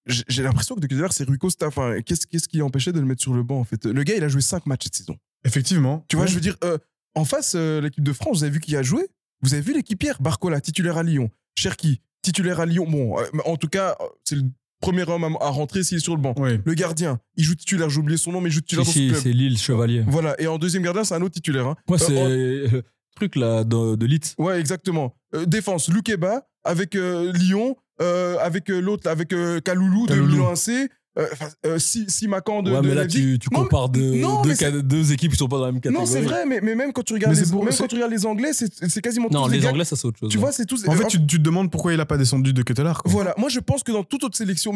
j'ai l'impression que De Ketelaere, c'est Rui Costa. Enfin, qu'est-ce qui empêchait de le mettre sur le banc, en fait? Le gars, il a joué 5 matchs cette saison.
Effectivement.
Tu vois, je veux dire, en face, l'équipe de France, vous avez vu qui a joué? Vous avez vu l'équipière? Barcola, titulaire à Lyon. Cherki, titulaire à Lyon. Bon, en tout cas, c'est le premier homme à rentrer s'il est sur le banc.
Oui.
Le gardien, il joue titulaire, j'ai oublié son nom, mais il joue titulaire dans son club.
c'est Lille Chevalier.
Voilà, et en deuxième gardien, c'est un autre titulaire. Hein.
Moi, c'est le truc là de Leeds.
Ouais, exactement. Défense, Loukeba, avec Lyon, avec l'autre, avec Kaloulou de
Kaloulou.
Milan AC. Simakan de
Ouais, mais là,
Leipzig.
tu
Non,
compares
non, mais
deux équipes qui sont pas dans la même catégorie.
Non, c'est vrai, mais même quand tu regardes,
Mais c'est pour-
quand tu regardes les Anglais, c'est quasiment
Non,
tous
les
gars-
Anglais, ça, c'est autre chose.
Tu vois, c'est tous.
En fait, tu te demandes pourquoi il a pas descendu De Ketelaere. quoi.
Voilà, moi je pense que dans toute autre sélection,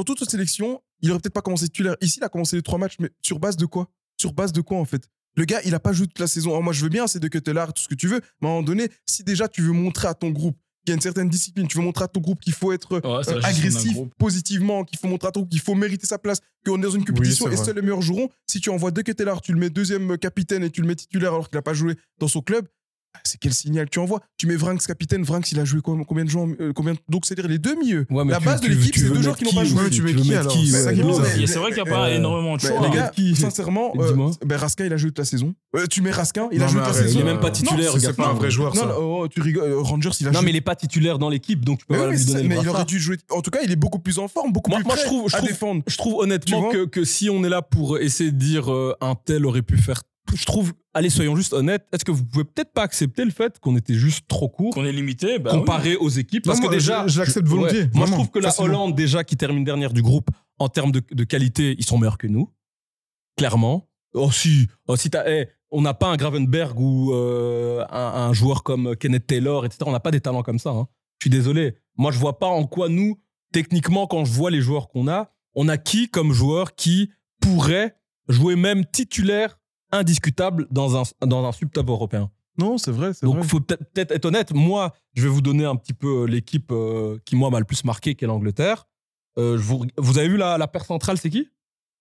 il aurait peut-être pas commencé titulaire. Ici, il a commencé les 3 matchs, mais sur base de quoi? Sur base de quoi en fait? Le gars, il a pas joué toute la saison. Alors, moi, je veux bien, c'est De Ketelaere, tout ce que tu veux, mais à un moment donné, si déjà tu veux montrer à ton groupe qu'il y a une certaine discipline, tu veux montrer à ton groupe qu'il faut être
Ouais, c'est la gestion d'un
agressif
groupe.
positivement, qu'il faut montrer à ton groupe qu'il faut mériter sa place, qu'on est dans une compétition
c'est
et
vrai.
seuls les meilleurs joueront. Si tu envoies De Ketelaere, tu le mets deuxième capitaine et tu le mets titulaire alors qu'il a pas joué dans son club, c'est quel signal tu envoies? Tu mets Vranks capitaine, Vranks il a joué combien de joueurs, donc c'est-à-dire les deux milieux.
Ouais, mais
la base de
tu
l'équipe,
veux
c'est deux
mettre
joueurs qui n'ont
qui
pas
aussi?
joué.
Ouais, tu mets
veux
qui,
mettre
alors
qui,
C'est ça qui est
ouais.
bizarre.
Et c'est vrai qu'il n'y a pas énormément de choix.
Les
hein.
gars,
qui-
sincèrement,
Dis-moi.
Raska, il a joué toute la saison. Tu mets Raskin, il a
Non,
joué
mais
toute la
arrête,
saison.
Il est même pas titulaire,
C'est
regarde.
pas un vrai joueur,
Non,
ça.
non, oh, tu rigoles. Rangers, il a
Non,
joué.
mais il est pas titulaire dans l'équipe, donc tu peux
Mais
pas
oui,
lui
mais
donner le
il aurait
brassard.
dû jouer. En tout cas, il est beaucoup plus en forme, beaucoup
Moi,
plus
je
prêt
trouve,
à défendre.
je trouve honnêtement
Tu vois
que si on est là pour essayer de dire un tel aurait pu faire. Je trouve, allez, soyons juste honnêtes, est-ce que vous pouvez peut-être pas accepter le fait qu'on était juste trop court
Qu'on est limité, bah
comparé aux équipes? Parce
Non,
que
moi,
déjà.
je l'accepte volontiers,
Moi, je
vraiment,
trouve que la
facilement.
Hollande, déjà, qui termine dernière du groupe, en termes de qualité, ils sont meilleurs que nous. Clairement. Oh, si on n'a pas un Gravenberg ou un joueur comme Kenneth Taylor, etc. On n'a pas des talents comme ça. Hein. Je suis désolé. Moi, je vois pas en quoi nous, techniquement, quand je vois les joueurs qu'on a, on a qui comme joueur qui pourrait jouer même titulaire indiscutable dans un sub-top européen.
Non, c'est vrai, c'est
Donc,
vrai.
il faut peut-être être honnête. Moi, je vais vous donner un petit peu l'équipe qui, moi, m'a le plus marqué, qui est l'Angleterre. Vous avez vu la paire centrale, c'est qui?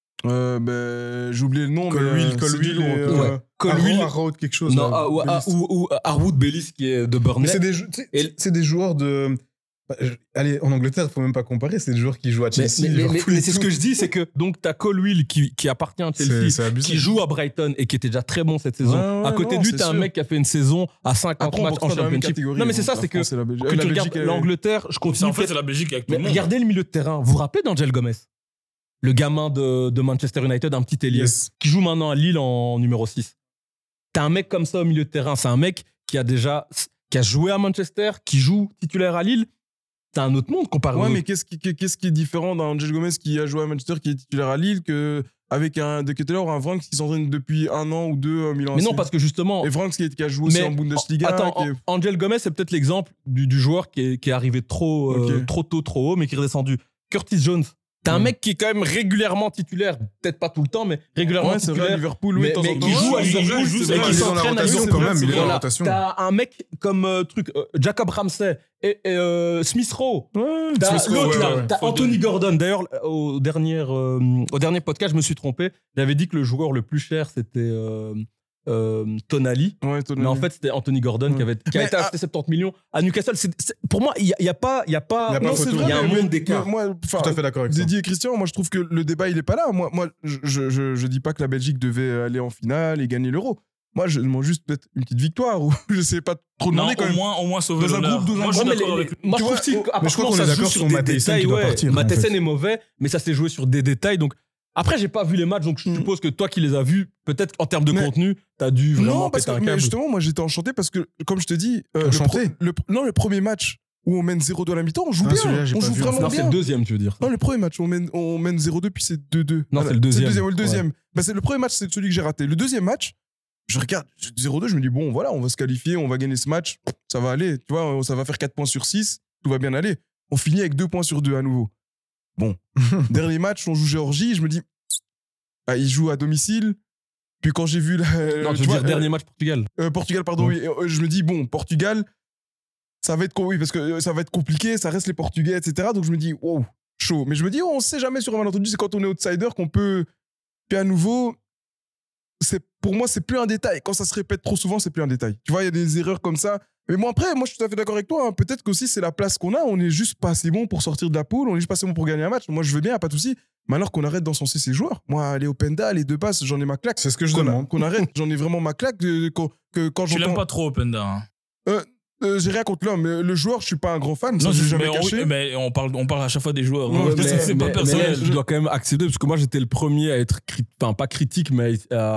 J'ai oublié le nom,
Colwill,
c'est
Colwill
du lourd, en tout
et
cas.
Ouais. Colwill.
Harroud, quelque chose.
Non,
là.
ou Harwood Bellis, qui est de
Mais
Burnley.
c'est des, tu sais, c'est des joueurs de. Allez, en Angleterre, il faut même pas comparer. C'est des joueurs qui jouent à
Mais,
Chelsea.
mais
Liverpool et
c'est ce
tout.
que je dis, c'est que donc t'as Colwill qui appartient à Chelsea,
C'est abusé.
qui joue à Brighton et qui était déjà très bon cette saison.
Ouais,
à côté
non,
de lui,
c'est
t'as un
sûr.
mec qui a fait une saison à 50
Après, on
matchs
rentre
en
pas dans la même
championship.
catégorie,
Non, mais c'est
hein.
ça,
La
c'est que
France et la Belgique.
que
La
tu
Belgique,
regardes
elle-
l'Angleterre, je
C'est
continue.
en fait, c'est la Belgique avec tout
Mais
le monde.
regardez le milieu de terrain. Vous vous rappelez d'Angel Gomez, le gamin de Manchester United, un petit ailier,
Yes.
qui joue maintenant à Lille en numéro 6. T'as un mec comme ça au milieu de terrain. C'est un mec qui a joué à Manchester, qui joue titulaire à Lille. C'est un autre monde comparé
Ouais,
aux
mais qu'est-ce qui est différent d'un Angel Gomez qui a joué à Manchester, qui est titulaire à Lille, qu'avec un De Ketelaere ou un Vranks qui s'entraîne depuis 1 an ou 2 à Milan
Mais non,
AC.
parce que justement.
Et Vranks qui a joué aussi
Mais
en Bundesliga.
Attends,
qui est-
Angel Gomez, c'est peut-être l'exemple du joueur qui est arrivé trop
Ok.
tôt, trop haut, mais qui est redescendu. Curtis Jones, t'as un mec qui est quand même régulièrement titulaire, peut-être pas tout le temps, mais régulièrement
Ouais, c'est vrai,
titulaire.
Liverpool, oui, de temps en
mais
temps.
qui joue à
Ouais,
Liverpool,
il joue,
et
c'est vrai,
qui
il est dans la
s'entraîne à
rotation
Liverpool.
quand même, il est dans la
Voilà.
rotation.
T'as un mec comme Jacob Ramsey et Smith Rowe. T'as
Smith Rowe,
l'autre,
ouais,
là,
ouais.
t'as Anthony Gordon. D'ailleurs, au dernier podcast, je me suis trompé. J'avais dit que le joueur le plus cher, c'était Tonali.
Ouais, Tonali.
Mais en fait, c'était Anthony Gordon qui a
Mais,
été acheté 70 millions à Newcastle. Pour moi, il n'y a pas.
Il y a pas
Non, c'est
photo.
vrai,
Il y a un
mais-
monde d'écart.
mais Moi, enfin,
Tout à fait d'accord avec ça.
Dédié et Christian, moi je trouve que le débat il est pas là. Moi je dis pas que la Belgique devait aller en finale et gagner l'Euro. Moi je demande juste peut-être une petite victoire ou je sais pas trop
Non,
demander quand même.
au moins sauver
Dans un
l'honneur.
groupe, dans un
Moi, je suis
Ouais, mais
d'accord
les-
avec lui.
moi,
Tu
je trouve
vois,
que
mais je crois qu'on est d'accord sur Matheisen qui doit partir, en
Matheisen
fait.
est mauvais, mais ça s'est joué sur des détails. Donc, après, j'ai pas vu les matchs, donc je suppose que toi qui les as vus, peut-être en termes de
Mais-
contenu, t'as dû vraiment
Non, parce
péter
que
un
mais
câble.
justement, moi j'étais enchanté parce que, comme je te dis,
Enchanté
le premier match où on mène 0-2 à la mi-temps, on joue
Ah, celui-là,
bien.
j'ai
On
pas
joue
vu, en
vraiment
Non, c'est
bien.
le deuxième, tu veux dire.
Non, le premier match, on mène 0-2 puis c'est 2-2.
Non, c'est le deuxième.
C'est le deuxième. Bah, c'est le premier match, c'est celui que j'ai raté. Le deuxième match, je regarde 0-2, je me dis, bon, voilà, on va se qualifier, on va gagner ce match, ça va aller. Tu vois, ça va faire 4 points sur 6, tout va bien aller. On finit avec 2 points sur 2 à nouveau. Bon, dernier match, on joue Géorgie, je me dis, ah, ils jouent à domicile. Puis quand j'ai vu.
Non, tu veux dire dernier match Portugal.
Portugal, pardon, oui. Je me dis, bon, Portugal, ça va être, oui, parce que ça va être compliqué, ça reste les Portugais, etc. Donc je me dis, wow, chaud. Mais je me dis, on sait jamais sur un malentendu, c'est quand on est outsider qu'on peut. Puis à nouveau, pour moi, c'est plus un détail. Quand ça se répète trop souvent, c'est plus un détail. Tu vois, il y a des erreurs comme ça. Mais moi, après, moi, je suis tout à fait d'accord avec toi. Hein. Peut-être qu'aussi, c'est la place qu'on a. On est juste pas assez bon pour sortir de la poule. On est juste pas assez bon pour gagner un match. Moi, je veux bien, pas de souci. Mais alors qu'on arrête d'encenser ces joueurs. Moi, les Openda, les deux passes, j'en ai ma claque.
C'est ce que je demande.
Qu'on arrête. J'en ai vraiment ma claque. Quand
Tu l'aimes
j'entends.
pas trop, Openda. Hein.
J'ai rien contre l'homme. Mais le joueur, je suis pas un grand fan. Ça,
Non,
j'ai jamais
mais
caché.
mais on parle à chaque fois des joueurs.
Ouais,
Donc,
mais-
c'est pas personnel.
je dois quand même accepter, parce que moi, j'étais le premier à être, enfin, pas critique, mais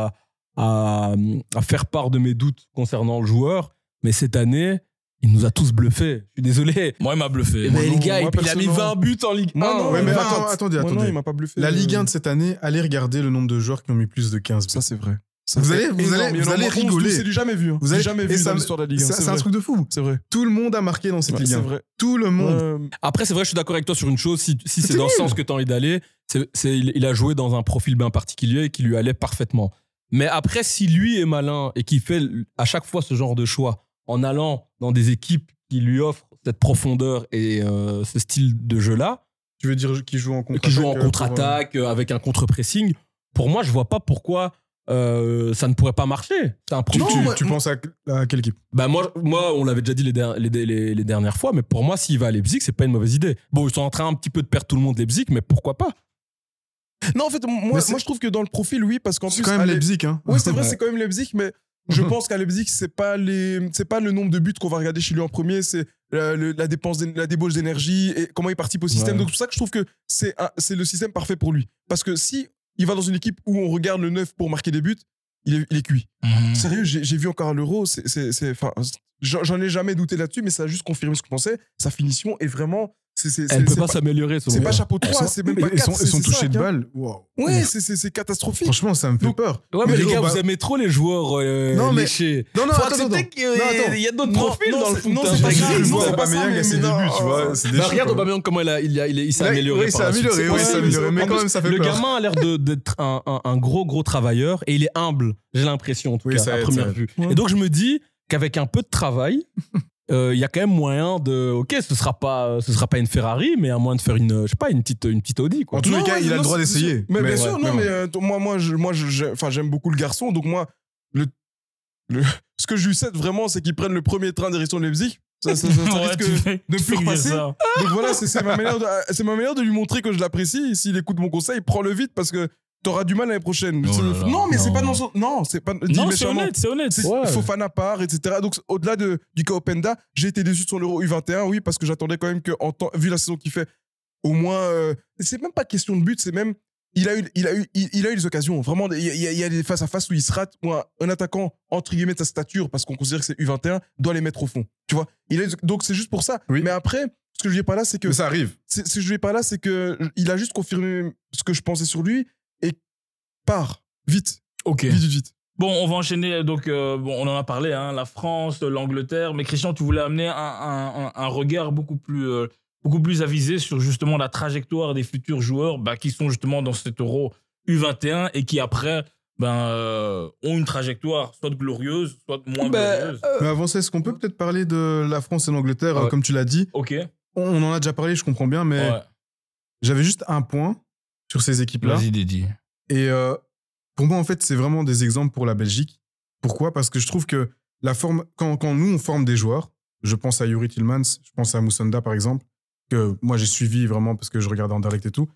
à faire part de mes doutes concernant le joueur. Mais cette année, il nous a tous bluffés. Je suis désolé.
Moi, il m'a bluffé.
Mais les
non,
gars,
moi,
il a mis
personnellement.
20 buts en Ligue 1.
Moi, non,
Ouais, mais
moi,
attendez.
moi, non, il m'a pas bluffé.
La Ligue 1 de cette année, allez regarder le nombre de joueurs qui ont mis plus de 15 buts.
Ça, c'est vrai. Ça,
Vous
c'est
allez
énorme. Il y en a
rigoler.
11, c'est du jamais vu. Hein.
Vous
C'est
allez-
jamais
et
vu
ça-
dans l'histoire de la Ligue 1.
C'est un
vrai.
truc de fou.
C'est vrai.
Tout le monde a marqué dans cette
Ouais,
Ligue 1.
c'est vrai.
Tout le monde.
Après, c'est vrai, je suis d'accord avec toi sur une chose. Si c'est
C'est
dans le
nul.
sens que tu as envie d'aller, il a joué dans un profil bien particulier qui lui allait parfaitement. Mais après, si lui est malin et qu'il fait à chaque fois ce genre de choix en allant dans des équipes qui lui offrent cette profondeur et ce style de jeu-là,
Tu veux dire qu'il joue en contre-attaque
qui joue en
pour,
contre-attaque avec un contre-pressing, pour moi, je vois pas pourquoi ça ne pourrait pas marcher. C'est un profil.
Tu penses à quelle équipe?
Bah moi, on l'avait déjà dit les dernières fois, mais pour moi, s'il va à Leipzig, c'est pas une mauvaise idée. Bon, ils sont en train un petit peu de perdre tout le monde Leipzig, mais pourquoi pas?
Non, en fait, moi, je trouve que dans le profil, oui, parce qu'en
C'est
plus.
quand même
allez-
Leipzig, hein.
Oui, c'est vrai, c'est quand même Leipzig, mais je pense qu'à Leipzig, c'est pas le nombre de buts qu'on va regarder chez lui en premier, c'est la débauche d'énergie et comment il participe au système.
Ouais.
Donc, c'est pour ça que je trouve que c'est le système parfait pour lui. Parce que si il va dans une équipe où on regarde le 9 pour marquer des buts, il est cuit. Sérieux, j'ai vu encore à l'Euro, enfin, j'en ai jamais douté là-dessus, mais ça a juste confirmé ce que je pensais. Sa finition est vraiment.
Elle peut pas s'améliorer.
C'est pas chapeau 3, c'est même pas 4.
Ils sont
c'est
touchés
5,
de
hein.
balles. Wow.
Ouais, c'est catastrophique.
Franchement, ça me fait
Donc-
peur.
Ouais, mais les gars,
bah-
vous aimez trop les joueurs
Non, mais-
léchés.
Non,
Faut
attends,
accepter
attends.
qu'il
Non, attends.
y a d'autres
Non,
profils
non,
dans le
c'est-
foot.
non,
hein.
c'est pas
J'ai
grave.
cru
Non,
voir
c'est pas ça,
Aubameyang
mais-
à ses
mais non.
débuts, tu vois. C'est des
Bah,
choses,
regarde
quoi.
Aubameyang comment il s'est
Ouais,
amélioré.
oui, il
par
s'est
la suite.
amélioré,
C'est
oui, il s'est
possible.
amélioré, mais
En
quand
plus,
même, ça fait
le
peur.
gamin a l'air d'être un gros travailleur et il est humble. J'ai l'impression, en tout
Oui,
cas,
ça
à
aide,
première
ça aide.
vue.
Ouais.
Et donc, je me dis qu'avec un peu de travail, il y a quand même moyen de. Ok, ce sera pas une Ferrari, mais à moins de faire une petite Audi, quoi.
En tous les
Non,
cas,
ouais,
il a
non,
le droit
c'est
d'essayer.
sûr. Mais bien
ouais,
sûr, non,
bon.
mais moi, j'aime beaucoup le garçon. Donc, moi, ce que je lui souhaite vraiment, c'est qu'il prenne le premier train direction de Leipzig. Ça
Ouais,
risque
tu fais-
de
tu
plus
fais dire
repasser.
ça.
Donc voilà, c'est ma manière de lui montrer que je l'apprécie. S'il écoute mon conseil, prends-le vite parce que t'auras du mal l'année prochaine.
Oh là là,
non, mais c'est
non.
pas dans son. Non, c'est pas. Dit
Non, c'est
méchamment.
honnête, c'est honnête.
C'est
Ouais.
Fofana part, etc. Donc, au-delà du cas Openda, j'ai été déçu de son Euro U21, oui, parce que j'attendais quand même que, vu la saison qu'il fait, au moins. C'est même pas question de but, c'est même. Il a eu des occasions. Vraiment, il y a des face-à-face où il se rate, où un attaquant, entre guillemets, de sa stature, parce qu'on considère que c'est U21, doit les mettre au fond. Tu vois, donc c'est juste pour ça.
Oui.
Mais après, ce que je dis pas là, c'est que.
Mais ça arrive.
Ce que je dis pas là, c'est que il a juste confirmé ce que je pensais sur lui et part. Vite.
Ok.
Vite.
Bon, on va enchaîner. Donc, on en a parlé, hein, la France, l'Angleterre. Mais Christian, tu voulais amener un regard beaucoup plus avisé sur justement la trajectoire des futurs joueurs qui sont justement dans cet Euro U21 et qui après ont une trajectoire soit glorieuse, soit moins glorieuse.
Mais avant ça, est-ce qu'on peut peut-être parler de la France et l'Angleterre,
Ouais.
comme tu l'as dit?
Ok.
On en a déjà parlé, je comprends bien, mais
Ouais.
j'avais juste un point sur ces équipes-là.
Vas-y, Dédi.
Et pour moi, en fait, c'est vraiment des exemples pour la Belgique. Pourquoi? Parce que je trouve que quand nous, on forme des joueurs, je pense à Yuri Tillmans, je pense à Moussonda, par exemple, que moi, j'ai suivi vraiment parce que je regardais en direct et tout.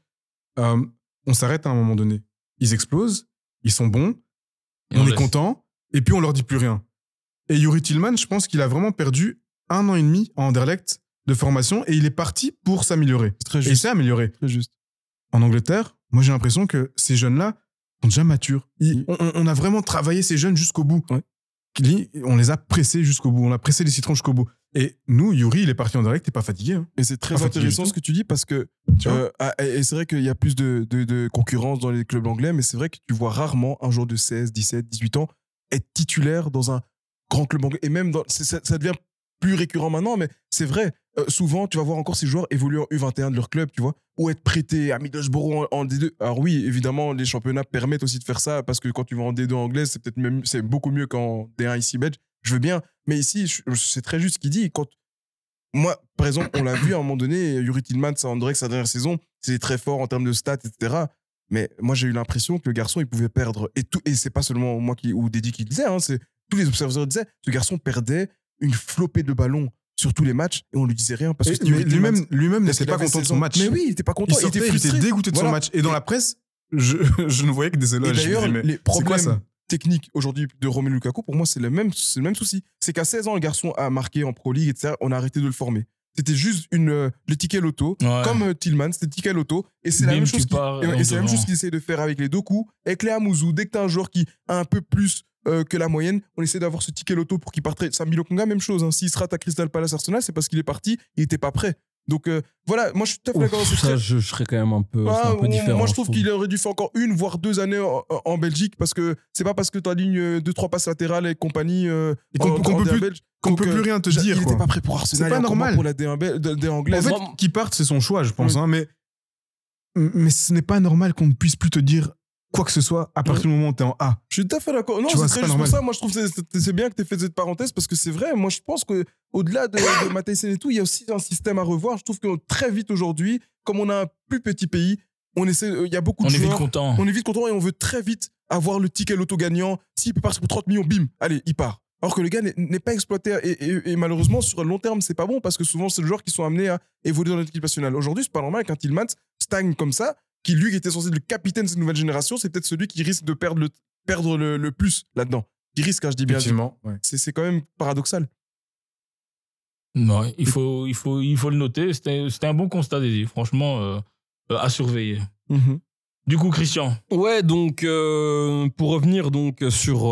On s'arrête à un moment donné. Ils explosent, ils sont bons,
Et
on est
laisse.
content, et puis on leur dit plus rien. Et Yuri Tillmans, je pense qu'il a vraiment perdu 1 an et demi en Anderlecht de formation et il est parti pour s'améliorer.
C'est très
Et il
juste.
s'est amélioré.
Très juste.
En Angleterre, moi j'ai l'impression que ces jeunes-là sont déjà matures. On a vraiment travaillé ces jeunes jusqu'au bout.
Ouais.
On les a pressés jusqu'au bout. On a pressé les citrons jusqu'au bout. Et nous, Yuri, il est parti en direct, t'es pas fatigué. Hein.
Et c'est très
Pas fatigué
intéressant
du
ce que tu dis parce que
Tu vois
et c'est vrai qu'il y a plus de concurrence dans les clubs anglais, mais c'est vrai que tu vois rarement un joueur de 16, 17, 18 ans être titulaire dans un grand club anglais. Et même ça devient plus récurrent maintenant, mais c'est vrai. Souvent, tu vas voir encore ces joueurs évoluer en U21 de leur club, tu vois, ou être prêtés à Middlesbrough en D2. Alors oui, évidemment, les championnats permettent aussi de faire ça parce que quand tu vas en D2 anglaise, c'est beaucoup mieux qu'en D1 ici belge. Je veux bien, mais ici, c'est très juste ce qu'il dit. Moi, par exemple, on l'a vu à un moment donné, Yuri Tillmans à Anderlecht sa dernière saison, c'était très fort en termes de stats, etc. Mais moi, j'ai eu l'impression que le garçon, il pouvait perdre. Et c'est pas seulement moi ou Dédi qui le disait, hein, c'est tous les observateurs disaient, ce garçon perdait une flopée de ballons sur tous les matchs et on lui disait rien parce que
Mais lui-même
parce
n'était
qu'il
pas
avait
content de
saison.
son match.
Mais oui, il était pas content,
Il sortait, il
frustré.
était dégoûté de son
Voilà.
match. Et dans la presse, je ne voyais que des
Et
éloges. Je me
d'ailleurs,
disais, mais
les
c'est quoi
problèmes
ça?
techniques aujourd'hui de Romelu Lukaku, pour moi, c'est le même souci. C'est qu'à 16 ans, le garçon a marqué en Pro League, etc. On a arrêté de le former. C'était juste le ticket loto,
Ouais.
comme Tillman, c'était ticket loto. Et c'est la
Bim,
même
tu
chose
pars
et
en
c'est la même
devant.
chose qu'il essaie de faire avec les Doku, avec les Amouzou. Dès que tu as un joueur qui a un peu plus que la moyenne, on essaie d'avoir ce ticket loto pour qu'il parte. Sami Lokonga, même chose. Hein. S'il se rate à Crystal Palace Arsenal, c'est parce qu'il est parti, il n'était pas prêt. Donc voilà, moi je suis tout à fait d'accord. C'est
Ça,
très-
je serais quand même un peu, c'est un peu différent.
Moi, je trouve qu'il aurait dû faire encore 1 voire 2 années en Belgique parce que c'est pas parce que tu alignes 2-3 passes latérales et compagnie
Et qu'on peut plus rien te dire.
Il
quoi.
n'était pas prêt pour Arsenal.
C'est pas
et encore moins
normal.
pour la D anglaise.
En fait, qu'il parte, c'est son choix, je pense.
Oui.
Hein, mais ce n'est pas normal qu'on ne puisse plus te dire quoi que ce soit à partir du moment où tu es en A.
Je suis tout à fait d'accord. Non,
Tu vois,
c'est
c'est
très
pas
juste pour
normal.
ça. Moi, je trouve que c'est bien que tu aies fait cette parenthèse parce que c'est vrai. Moi, je pense qu'au-delà de Matthijsen et tout, il y a aussi un système à revoir. Je trouve que très vite aujourd'hui, comme on a un plus petit pays, il y a beaucoup
On
de
est vite
joueurs.
content.
On est vite content et on veut très vite avoir le ticket loto gagnant. S'il peut partir pour 30 millions, bim, allez, il part. Alors que le gars n'est pas exploité et malheureusement, sur le long terme, c'est pas bon parce que souvent, c'est le joueur qui sont amenés à évoluer dans l'équipe nationale. Aujourd'hui, c'est pas normal qu'un Tillmans stagne comme ça, qui lui était censé être le capitaine de cette nouvelle génération, c'est peut-être celui qui risque de perdre le plus là-dedans. Qui risque, hein, je dis bien.
Effectivement. Ouais.
C'est quand même paradoxal.
Non, il faut le noter. C'était un bon constat, Dédi. Franchement, à surveiller. Du coup, Christian.
Ouais, donc pour revenir donc sur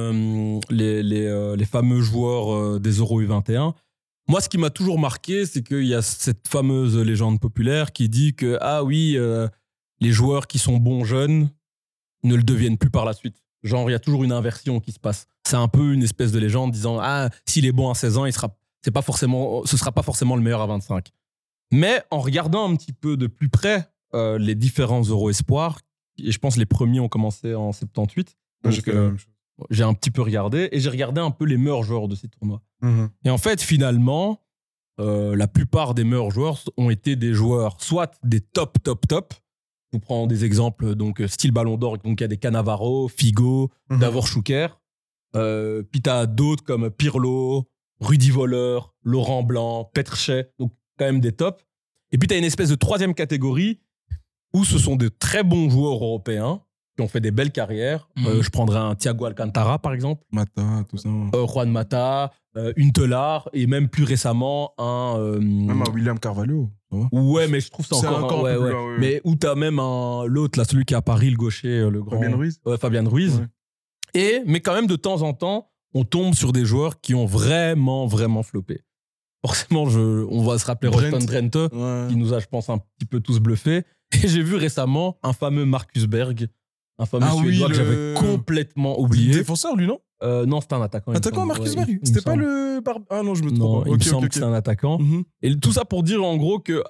les fameux joueurs des Euro U21, moi ce qui m'a toujours marqué, c'est qu'il y a cette fameuse légende populaire qui dit que ah oui, les joueurs qui sont bons jeunes ne le deviennent plus par la suite. Genre il y a toujours une inversion qui se passe. C'est un peu une espèce de légende disant ah s'il est bon à 16 ans, ce sera pas forcément le meilleur à 25. Mais en regardant un petit peu de plus près les différents Euro Espoirs, et je pense les premiers ont commencé en 78.
Moi, j'ai
Donc,
fait la même chose.
j'ai un petit peu regardé et j'ai regardé un peu les meilleurs joueurs de ces tournois. Et en fait, finalement, la plupart des meilleurs joueurs ont été des joueurs, soit des top. Je vous prends des exemples, donc style Ballon d'Or, donc il y a des Cannavaro, Figo, Davor Schuker. Puis t'as d'autres comme Pirlo, Rudy Voleur, Laurent Blanc, Petrchet, donc quand même des tops. Et puis t'as une espèce de troisième catégorie où ce sont de très bons joueurs européens qui ont fait des belles carrières. Je prendrais un Thiago Alcantara, par exemple.
Mata, tout ça.
Juan Mata, Huntelaar, et même plus récemment
Même un William Carvalho. ça va.
Ouais, mais je trouve ça
C'est
encore...
encore
ouais,
plus
ouais.
loin, ouais.
Mais où t'as même l'autre, là, celui qui est à Paris, le gaucher, le grand...
Fabien Ruiz.
Ouais, Fabien Ruiz.
Ouais.
Mais quand même, de temps en temps, on tombe sur des joueurs qui ont vraiment floppé. Forcément, on va se rappeler
Brent.
Roston Drenthe,
Ouais.
qui nous a, je pense, un petit peu tous bluffés. Et j'ai vu récemment un fameux Marcus Berg, un fameux
Ah oui,
Suédois que
le-
j'avais complètement oublié.
Défenseur, lui, non
Non, c'était un attaquant. il me
Attaquant,
semble.
Marcus
Ouais,
Berg.
il me
C'était pas
semble.
le. Ah non, je me
Non,
trompe.
il me semble que c'est un attaquant. Et tout ça pour dire en gros que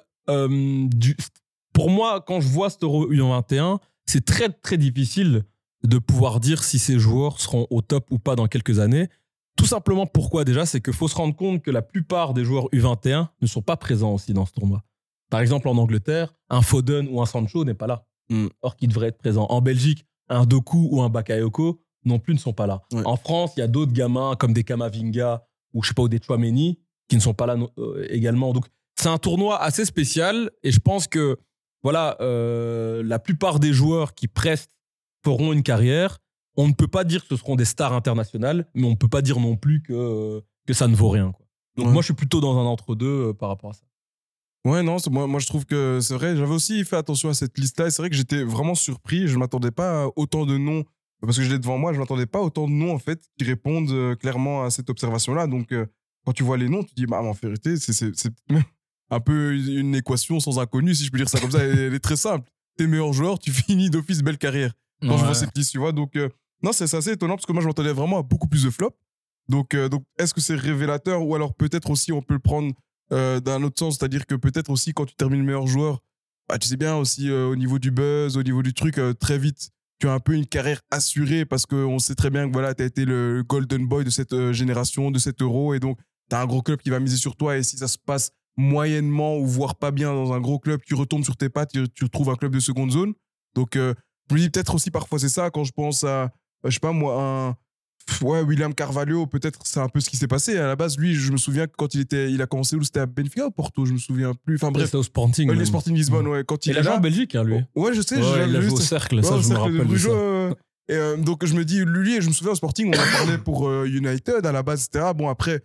pour moi, quand je vois cet Euro U21, c'est très très difficile de pouvoir dire si ces joueurs seront au top ou pas dans quelques années. Tout simplement pourquoi déjà, c'est qu'il faut se rendre compte que la plupart des joueurs U21 ne sont pas présents aussi dans ce tournoi. Par exemple, en Angleterre, un Foden ou un Sancho n'est pas là, or qu'il devrait être présent. En Belgique, un Doku ou un Bakayoko non plus ne sont pas là.
Ouais.
En France, il y a d'autres gamins comme des Kamavinga ou je sais pas, ou des Chouameni qui ne sont pas là également. Donc c'est un tournoi assez spécial et je pense que voilà, la plupart des joueurs qui prestent feront une carrière. On ne peut pas dire que ce seront des stars internationales, mais on ne peut pas dire non plus que ça ne vaut rien, quoi. Donc
Ouais.
moi, je suis plutôt dans un entre-deux par rapport à ça.
Ouais, non, moi je trouve que c'est vrai. J'avais aussi fait attention à cette liste-là et c'est vrai que j'étais vraiment surpris. Je ne m'attendais pas à autant de noms, parce que je l'ai devant moi, je ne m'attendais pas à autant de noms en fait qui répondent clairement à cette observation-là. Donc quand tu vois les noms, tu te dis, bah, en vérité, c'est même un peu une équation sans inconnu, si je peux dire ça comme ça. Elle est très simple. Tes meilleurs joueurs, tu finis d'office belle carrière. Quand je vois cette liste, tu vois. Donc, non, c'est assez étonnant parce que moi, je m'attendais vraiment à beaucoup plus de flops. Donc est-ce que c'est révélateur ou alors peut-être aussi on peut le prendre d'un autre sens, c'est-à-dire que peut-être aussi quand tu termines meilleur joueur, bah, tu sais bien aussi au niveau du buzz, au niveau du truc, très vite, tu as un peu une carrière assurée parce qu'on sait très bien que voilà, tu as été le golden boy de cette génération, de cet Euro, et donc tu as un gros club qui va miser sur toi et si ça se passe moyennement ou voire pas bien dans un gros club, tu retombes sur tes pattes, tu retrouves un club de seconde zone. Donc je me dis peut-être aussi parfois c'est ça quand je pense à, je sais pas moi, Ouais, William Carvalho, peut-être c'est un peu ce qui s'est passé. À la base, lui, je me souviens que quand il a commencé où, c'était à Benfica ou Porto, je me souviens plus. Enfin bref,
C'était au Sporting.
les
même.
Sporting Lisbonne, ouais. Quand il
Il a
est
joué
là,
en Belgique, hein, lui.
ouais, je sais,
Ouais,
j'ai
il a
vu
joué au
ça.
cercle,
Ouais,
ça,
au
je me
cercle de
rappelle de
Bruges,
ça.
donc je me dis, lui, je me souviens au Sporting, on en parlait pour United à la base, etc. Bon, après,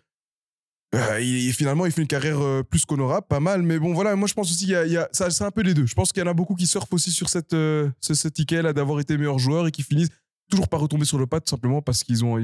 finalement, il fait une carrière plus qu'honorable, pas mal. Mais bon, voilà, moi je pense aussi ça, c'est un peu les deux. Je pense qu'il y en a beaucoup qui surfent aussi sur ce ticket là d'avoir été meilleur joueur et qui finissent toujours par retomber sur le pas, tout simplement parce qu'ils ont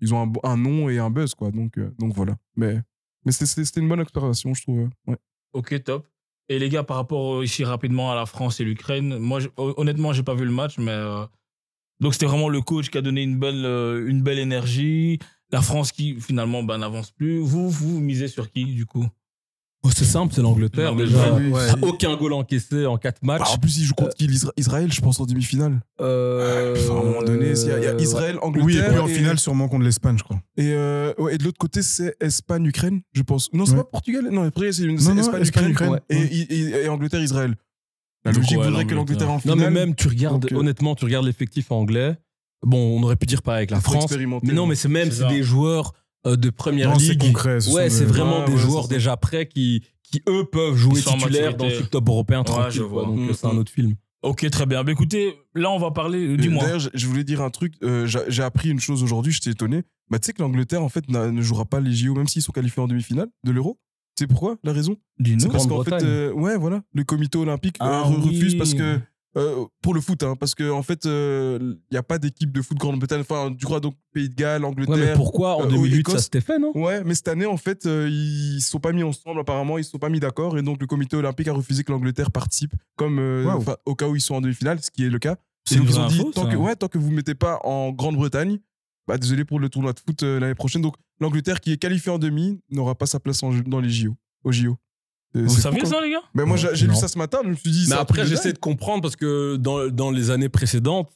un nom et un buzz, quoi. Donc voilà. Mais c'était une bonne observation, je trouve. Ouais.
Ok, top. Et les gars, par rapport ici rapidement à la France et l'Ukraine, moi, honnêtement, j'ai pas vu le match, mais donc c'était vraiment le coach qui a donné une belle énergie. La France qui finalement n'avance plus. Vous misez sur qui du coup?
Oh, c'est simple, c'est l'Angleterre déjà.
Oui, ouais.
Aucun goal encaissé en 4 matchs.
Bah, en plus, il joue contre qui? Israël, je pense, en demi-finale. Enfin, à un moment donné, il y a Israël, Angleterre.
Oui, et puis en finale, sûrement contre l'Espagne, je crois.
Et de l'autre côté, c'est Espagne-Ukraine, je pense. Non, c'est
Ouais.
pas Portugal. Non, après, c'est
Espagne-Ukraine.
Espagne-Ukraine.
Ouais.
Et Angleterre-Israël. La logique
Ouais,
voudrait que l'Angleterre en
Non,
finale.
mais même, tu regardes,
Donc,
honnêtement, tu regardes l'effectif anglais. Bon, on aurait pu dire pareil avec la
faut
France.
expérimenter,
Mais non,
ouais.
mais c'est
ça.
des joueurs de première
Non, c'est
ligue.
concret, ce
Ouais,
sont
c'est
des-
vraiment
Ouais,
des
ouais,
joueurs
c'est ça.
déjà prêts qui eux peuvent jouer
Ils sont en
titulaire dans
maturité.
le top européen
Ouais,
tranquille.
je
quoi.
vois.
Donc c'est un autre film.
Ok, très bien. Bah, écoutez, là on va parler. Dis-moi.
D'ailleurs, je voulais dire un truc. J'ai appris une chose aujourd'hui, j'étais étonné. Bah, tu sais que l'Angleterre, en fait, ne jouera pas les JO, même s'ils sont qualifiés en demi-finale de l'Euro. Tu sais pourquoi? La raison?
Dis-nous.
C'est parce qu'en
Grande-Bretagne.
fait, ouais, voilà, le comité olympique
Ah
refuse
oui.
parce que pour le foot, hein, parce que en fait, il y a pas d'équipe de foot Grande-Bretagne. Enfin, tu crois donc Pays de Galles, Angleterre.
Ouais, mais pourquoi en 2008
Écosse.
ça s'était fait, non?
Ouais, mais cette année, en fait, ils se sont pas mis ensemble. Apparemment, ils se sont pas mis d'accord, et donc le comité olympique a refusé que l'Angleterre participe, comme
Waouh.
enfin, au cas où ils sont en demi-finale, ce qui est le cas.
C'est
Et donc
une
ils ont
vraie
dit
info, ça.
tant que vous mettez pas en Grande-Bretagne, bah désolé pour le tournoi de foot l'année prochaine. Donc l'Angleterre qui est qualifiée en demi n'aura pas sa place dans les JO, aux JO.
Vous
C'est
saviez
fou, quoi.
ça, les gars?
Mais moi j'ai lu
Non.
ça ce matin, je me suis dit.
Mais
c'est un
après,
truc de
j'essaie
dingue.
de comprendre parce que dans les années précédentes,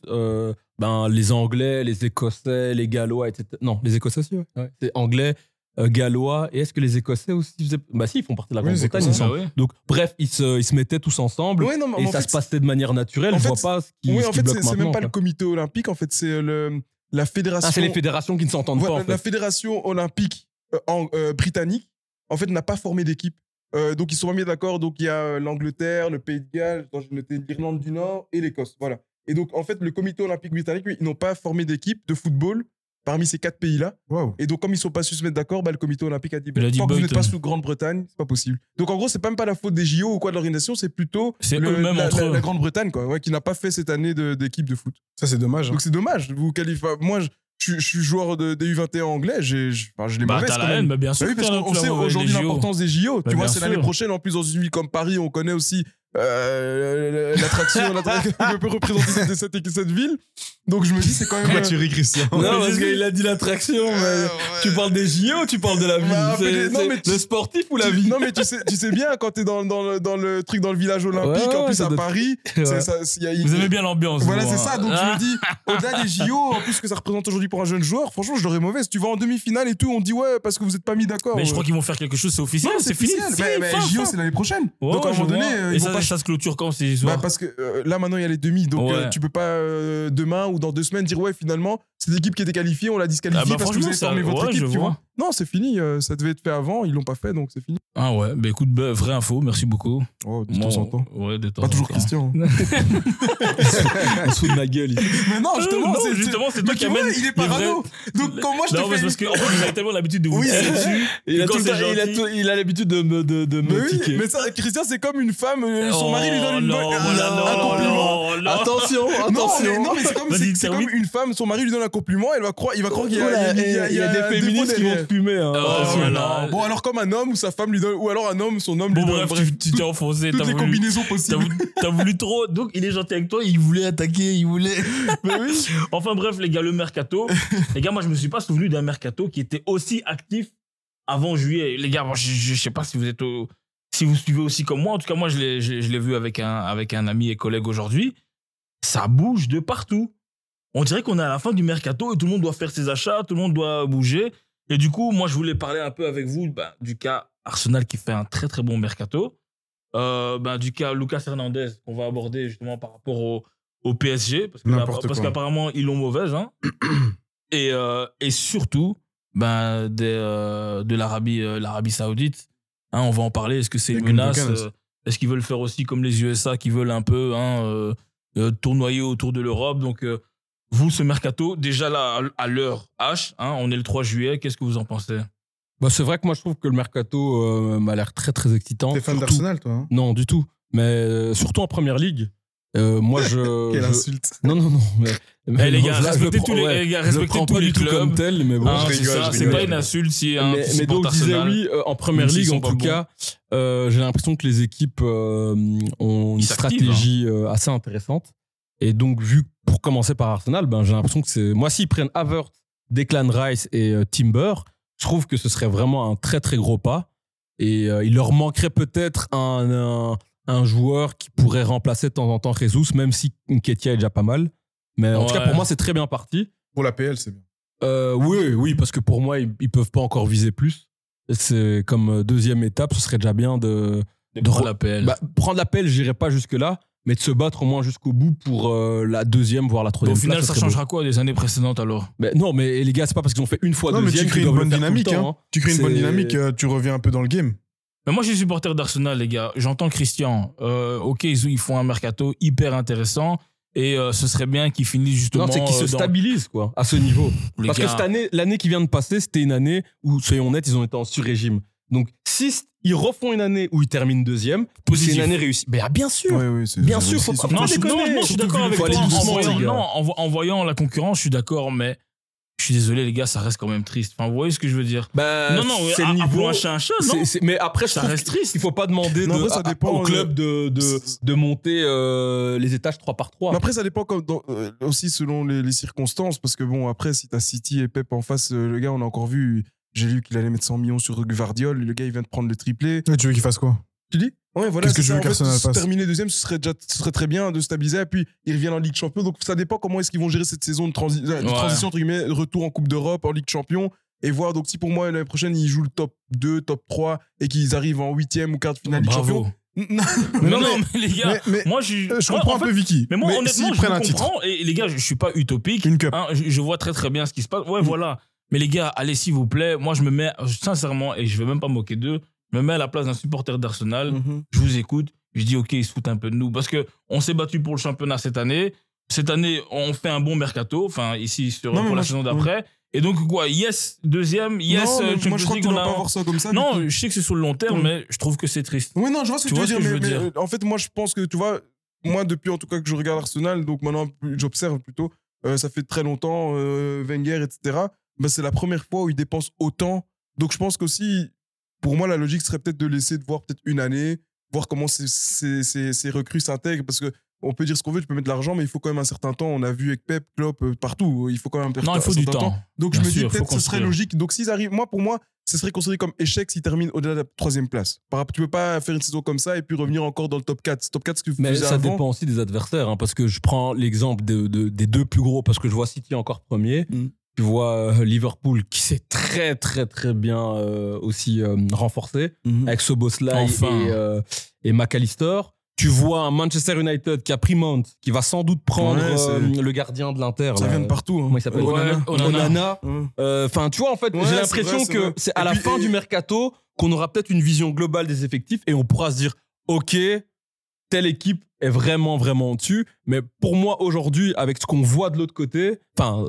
les Anglais, les Écossais, les Gallois, etc. Non, les Écossais aussi, ouais. C'est Anglais, Gallois. Et est-ce que les Écossais aussi faisaient... Bah si, ils font partie de la
Oui, les
Grande-Bretagne.
Écossais,
il me
Ah
semble.
ouais.
Donc, bref, ils se mettaient tous ensemble.
Ouais, non, mais
et
en
ça
fait,
se passait de manière naturelle.
en
Je
fait,
vois pas ce qui,
Oui,
ce
en
qui
fait,
bloque
c'est même
maintenant,
pas
quoi.
le comité olympique, en fait, c'est la fédération.
Ah, c'est les fédérations qui ne s'entendent
Voilà,
pas, en fait.
La fédération olympique britannique, en fait, n'a pas formé d'équipe. Donc, ils sont pas mis d'accord. Donc, il y a l'Angleterre, le Pays de Galles, j'ai noté l'Irlande du Nord et l'Écosse. Voilà. Et donc, en fait, le comité olympique britannique, lui, ils n'ont pas formé d'équipe de football parmi ces 4 pays-là.
Waouh.
Et donc, comme ils sont pas su se mettre d'accord, le comité olympique a dit,
Il a dit
tant que vous
Bolt.
n'êtes pas sous Grande-Bretagne, c'est pas possible. Donc, en gros, c'est même pas la faute des JO ou quoi de l'organisation, c'est plutôt
C'est eux-mêmes entre eux.
la Grande-Bretagne, quoi, ouais, qui n'a pas fait cette année d'équipe de foot.
Ça, c'est dommage. hein.
Donc, c'est dommage. Vous qualifiez. Moi, je suis joueur des U21 anglais, je les
Bah,
mauvaise
t'as
quand
la
même.
haine, bah, bien
Bah
sûr.
oui, parce
que
qu'on
tu
sait
l'as
aujourd'hui
les JO.
l'importance des JO.
Bah,
Tu vois,
bien
c'est l'année
sûr.
prochaine, en plus, dans une ville comme Paris, on connaît aussi l'attraction que peut représenter cette ville. Donc, je me dis, c'est quand même.
Pourquoi tu ris, Christian?
Non, parce qu'il a dit l'attraction. Mais tu parles des JO ou tu parles de la ville?
Bah,
C'est
non, mais
le sportif ou la vie?
Non, mais tu sais bien, quand t'es dans le truc, dans le village olympique,
Ouais,
en plus
ça
à
doit-
Paris,
Ouais.
Vous aimez bien l'ambiance.
Voilà,
vous,
c'est
hein.
ça. Donc, je me dis, au-delà des JO, en plus que ça représente aujourd'hui pour un jeune joueur, franchement, je l'aurais mauvaise. Tu vas en demi-finale et tout, on dit ouais, parce que vous êtes pas mis d'accord.
Mais je crois qu'ils vont faire quelque chose, c'est officiel.
Non,
c'est fini.
officiel. Mais JO, c'est l'année prochaine.
Ouais,
Donc, à un
je
moment donné,
vois. Et
ils vont
ça,
pas.
ça se clôture quand ces
Bah,
histoires?
parce que là maintenant il y a les demi, donc
Ouais.
tu peux pas demain ou dans 2 semaines dire ouais finalement cette équipe qui était qualifiée on l'a disqualifiée
Ah bah,
parce que vous avez
franchement,
formé
ça-
votre
ouais,
équipe,
je
tu
vois.
vois. Non, c'est fini, ça devait être fait avant, ils l'ont pas fait donc c'est fini.
Ah ouais, bah écoute, vraie info, merci beaucoup.
Oh, de temps en temps.
Ouais, de temps
Pas
en
toujours
temps.
Christian.
On se fout de ma gueule ici.
Mais non, justement,
Non,
c'est
justement, c'est toi
mais
qui
tu vois,
amène
il est
les
parano. Donc quand moi je
Non,
te
mais
fais
c'est parce que en fait, vous avez tellement l'habitude de vous
Oui,
tirer
c'est-
dessus.
Il a,
que quand
tout le
c'est
temps-
gentil-
il a l'habitude de me
Mais oui,
tiquer.
mais ça, Christian, c'est comme une femme, son mari lui donne une
non,
bonne,
voilà,
un
non,
compliment.
non, non.
Attention,
Non,
attention.
mais c'est comme,
Vas-y,
c'est
termine.
comme une femme, son mari lui donne un compliment, il va croire qu'il y a,
Voilà, il y a des
un
féministes
défaut
qui vont
derrière.
fumer. Hein.
Oh,
Attention.
voilà.
Bon, alors comme un homme ou sa femme lui donne, ou alors un homme, son homme
Bon,
lui donne.
bref, tu t'es enfoncé.
toutes
t'as
les
voulu-
combinaisons
T'as
possibles.
t'as voulu trop, donc il est gentil avec toi, il voulait attaquer, il voulait.
Mais oui.
Enfin bref, les gars, le mercato. Les gars, moi je me suis pas souvenu d'un mercato qui était aussi actif avant juillet. Les gars, moi, je sais pas si vous êtes si vous suivez aussi comme moi. En tout cas, moi je l'ai vu avec un ami et collègue aujourd'hui. Ça bouge de partout. On dirait qu'on est à la fin du mercato et tout le monde doit faire ses achats, tout le monde doit bouger. Et du coup, moi je voulais parler un peu avec vous du cas Arsenal qui fait un très très bon mercato. Du cas Lucas Hernandez qu'on va aborder justement par rapport au PSG parce
N'importe quoi.
qu'apparemment ils l'ont mauvaise hein. et surtout de l'Arabie Saoudite. Hein, on va en parler. Est-ce que c'est une menace Est-ce qu'ils veulent faire aussi comme les USA qui veulent un peu tournoyer autour de l'Europe? Donc, vous, ce mercato, déjà là, à l'heure H, on est le 3 juillet, qu'est-ce que vous en pensez?
Bah, c'est vrai que moi, je trouve que le mercato m'a l'air très, très excitant.
T'es fan
Surtout-
d'Arsenal, toi hein?
Non, du tout. Mais surtout en première ligue. Moi,
Quelle insulte.
Non. Mais
Les gars,
je le
respectez
prends-
tous les,
ouais,
les gars,
je le
respectez
prends
tous
pas
les
du tout
clubs.
comme tel, mais bon.
Hein,
je
c'est
rigole,
ça,
je
c'est
rigole.
pas une insulte si un
Mais donc, je disais oui, en première
Même s'ils
ligue,
sont
en
pas
tout
bons.
cas, j'ai l'impression que les équipes ont une
Ils s'activent,
stratégie assez intéressante. Et donc, pour commencer par Arsenal, j'ai l'impression que c'est. Moi, s'ils prennent Havertz, Declan Rice et Timber, je trouve que ce serait vraiment un très, très gros pas. Et il leur manquerait peut-être un joueur qui pourrait remplacer de temps en temps Jesus, même si Nketiah est déjà pas mal. Mais en tout cas,
Ouais.
pour moi, c'est très bien parti.
Pour la PL, c'est bien.
Oui, parce que pour moi, ils peuvent pas encore viser plus. C'est comme deuxième étape, ce serait déjà bien de
prendre la PL.
prendre l'appel, j'irai pas jusque-là, mais de se battre au moins jusqu'au bout pour la deuxième, voire la
Donc,
troisième
au final,
place,
ça
serait beau.
changera quoi des années précédentes alors?
Mais non, mais les gars, c'est pas parce qu'ils ont fait une fois
Non, mais
deuxième
tu crées
qu'ils
une
doivent
bonne
le faire tout le
dynamique.
temps,
Hein. Tu crées une bonne
C'est-
dynamique, tu reviens un peu dans le game.
Mais moi, je suis supporter d'Arsenal, les gars. J'entends Christian. Ok, ils font un mercato hyper intéressant. Et ce serait bien qu'ils finissent justement.
Non, c'est qu'ils se
dans-
stabilisent, quoi, à ce niveau.
Les
Parce
gars,
que cette année, l'année qui vient de passer, c'était une année où, soyons honnêtes, ils ont été en sur-régime. Donc, si ils refont une année où ils terminent deuxième,
Positif.
c'est une année réussie. Ben, bien sûr.
Ouais, c'est
Bien
c'est
sûr,
aussi,
faut
surtout-
pas
Non,
déconner.
je suis d'accord avec
Faut
toi.
aller doucement,
En voyant,
les gars.
non, en voyant la concurrence, je suis d'accord, mais je suis désolé, les gars, ça reste quand même triste. Enfin, vous voyez ce que je veux dire? Non,
c'est le niveau.
appelons un chat un chat, non?
Mais après, je
Ça
trouve
reste
qu'il-
triste.
Il faut pas demander
Non, après, ça dépend,
au club de monter les étages 3 par 3.
Mais après, ça dépend aussi selon les circonstances. Parce que bon, après, si t'as City et Pep en face, le gars, on a encore vu. J'ai lu qu'il allait mettre 100 millions sur Gvardiol. Le gars, il vient de prendre le triplé.
Ouais, tu veux qu'il fasse quoi?
Tu dis? Ouais, voilà.
Qu'est-ce que
c'est
je veux
ça, en fait,
qu'Arsenal fasse?
terminer deuxième, ce serait très bien de stabiliser. Et puis, ils reviennent en Ligue Champion. Donc, ça dépend comment est-ce qu'ils vont gérer cette saison de transition, entre guillemets, retour en Coupe d'Europe, en Ligue Champion. Et voir, donc, si pour moi, l'année prochaine, ils jouent le top 2, top 3 et qu'ils arrivent en 8e ou quart de finale Ligue
Bravo.
Champion.
Mais non, mais les gars,
mais
moi,
je
moi,
comprends
en
un
fait,
peu Vicky.
Mais moi,
s'ils
honnêtement, je
prennent un titre,
comprends. Et les gars, je suis pas utopique.
une cup.
Hein, je vois très très bien ce qui se passe. Ouais, voilà. Mais les gars, allez, s'il vous plaît, moi, je me mets, sincèrement, et je vais même pas me moquer d'eux, je me mets à la place d'un supporter d'Arsenal. Je vous écoute. Je dis, OK, ils se foutent un peu de nous. Parce qu'on s'est battu pour le championnat cette année. Cette année, on fait un bon mercato. Enfin, ici,
Non, mais
pour
moi,
la
je-
saison d'après. Et donc, quoi, yes, deuxième, yes,
Non, mais
Champions
moi, je crois que
League,
tu
on
dois
a-
pas voir ça comme ça.
Non,
Vicky.
je sais que c'est sur le long terme, mais je trouve que c'est triste.
Oui, non, je vois ce que
Tu
tu veux
vois
dire.
ce que je veux
mais,
dire.
en fait, moi, je pense que, tu vois, moi, depuis en tout cas que je regarde Arsenal, donc maintenant, j'observe plutôt, ça fait très longtemps, Wenger, etc. Bah, c'est la première fois où ils dépensent autant. Donc, je pense qu'aussi, pour moi, la logique serait peut-être de laisser de voir peut-être une année, voir comment ces recrues s'intègrent. Parce que on peut dire ce qu'on veut, tu peux mettre de l'argent, mais il faut quand même un certain temps. On a vu avec Pep, Klopp, partout. Il faut quand même
Non, il faut
un
du
certain
temps.
Donc,
Bien
je me dis
sûr, faut
peut-être que ce serait
construire.
logique. Donc, s'ils arrivent, moi, pour moi, ce serait considéré comme échec s'ils terminent au-delà de la 3e place. Tu peux pas faire une saison comme ça et puis revenir encore dans le top 4. Top 4, ce que vous
Mais
faisiez
ça
avant.
dépend aussi des adversaires, hein, parce que je prends l'exemple des deux plus gros, parce que je vois City encore premier. Tu vois Liverpool qui s'est très très très bien aussi renforcé avec Soboslai
Enfin.
et McAllister. Tu vois un Manchester United qui a pris Mount, qui va sans doute prendre
Ouais, c'est-
le gardien de l'Inter.
Ça
là.
vient de partout. Hein.
Comment il s'appelle
Ouais, Onana.
Ouais.
Enfin, tu vois, en fait,
Ouais,
j'ai
c'est
l'impression
vrai, c'est
que
vrai.
c'est à
Et
la
puis-
fin du mercato qu'on aura peut-être une vision globale des effectifs et on pourra se dire, OK, telle équipe est vraiment, vraiment au-dessus. Mais pour moi, aujourd'hui, avec ce qu'on voit de l'autre côté, enfin,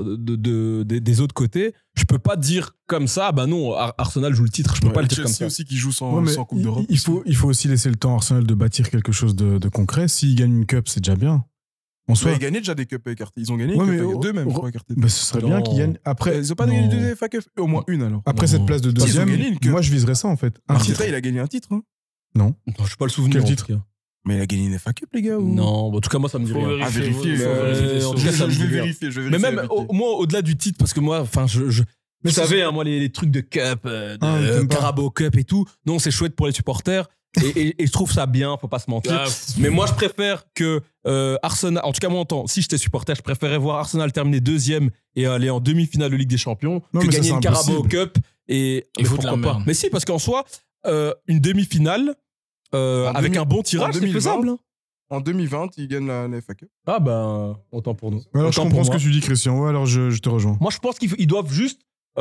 des autres côtés, je peux pas dire comme ça, bah non, Arsenal joue le titre, je peux
Ouais,
pas le
et
dire comme
Chelsea
ça.
aussi qui joue sans,
Ouais, mais
sans Coupe d'Europe.
il faut aussi laisser le temps à Arsenal de bâtir quelque chose de concret. S'ils gagnent une cup, c'est déjà bien. En soi,
Ils gagnaient déjà des cups écartés. Ils ont gagné
Ouais,
une
mais
cup,
oh,
deux même,
oh,
je crois, écartés.
bah, ce serait bien
Non.
qu'ils gagnent. Après,
Ils ont pas
Non.
gagné deux FA Cup. Au moins une alors.
après
Non.
cette place de
Ils ont
deuxième,
gagné une cup.
moi je viserais ça en fait. Un titre.
Arteta, il a gagné un titre. Hein.
Non, je suis pas le souvenir.
Quel
en
titre
tout cas.
Mais il a gagné une FA Cup, les gars. ou-
Non, bon, en tout cas, moi, ça me dit
Faut
rien.
vérifier.
vérifier,
faut
mais,
vérifier les
en tout
sources.
cas, ça me
je
dit
vais
rien.
vérifier. Je vais
Mais
vérifier.
même,
Vicky.
moi, au-delà du titre, parce que moi, enfin, vous savez, hein, moi, les trucs de cup,
t'aimes pas.
Carabao Cup et tout, non, c'est chouette pour les supporters. Et je trouve ça bien, faut pas se mentir.
Ah,
Mais moi, je préfère que Arsenal, en tout cas, moi, si j'étais supporter, je préférais voir Arsenal terminer deuxième et aller en demi-finale de Ligue des Champions
Non,
que
mais ça,
gagner
c'est
une Carabao
impossible.
Cup et
Il faut de la
pourquoi pas.
merde.
Mais si, parce qu'en soi, une demi-finale avec un bon tirage, c'est
2020,
faisable. hein.
En 2020, ils gagnent la FA Cup.
Ah ben, autant pour nous.
Alors, je
Autant
comprends
pour
ce que
moi.
tu dis, Christian. Ouais, alors je te rejoins.
Moi, je pense qu'ils doivent juste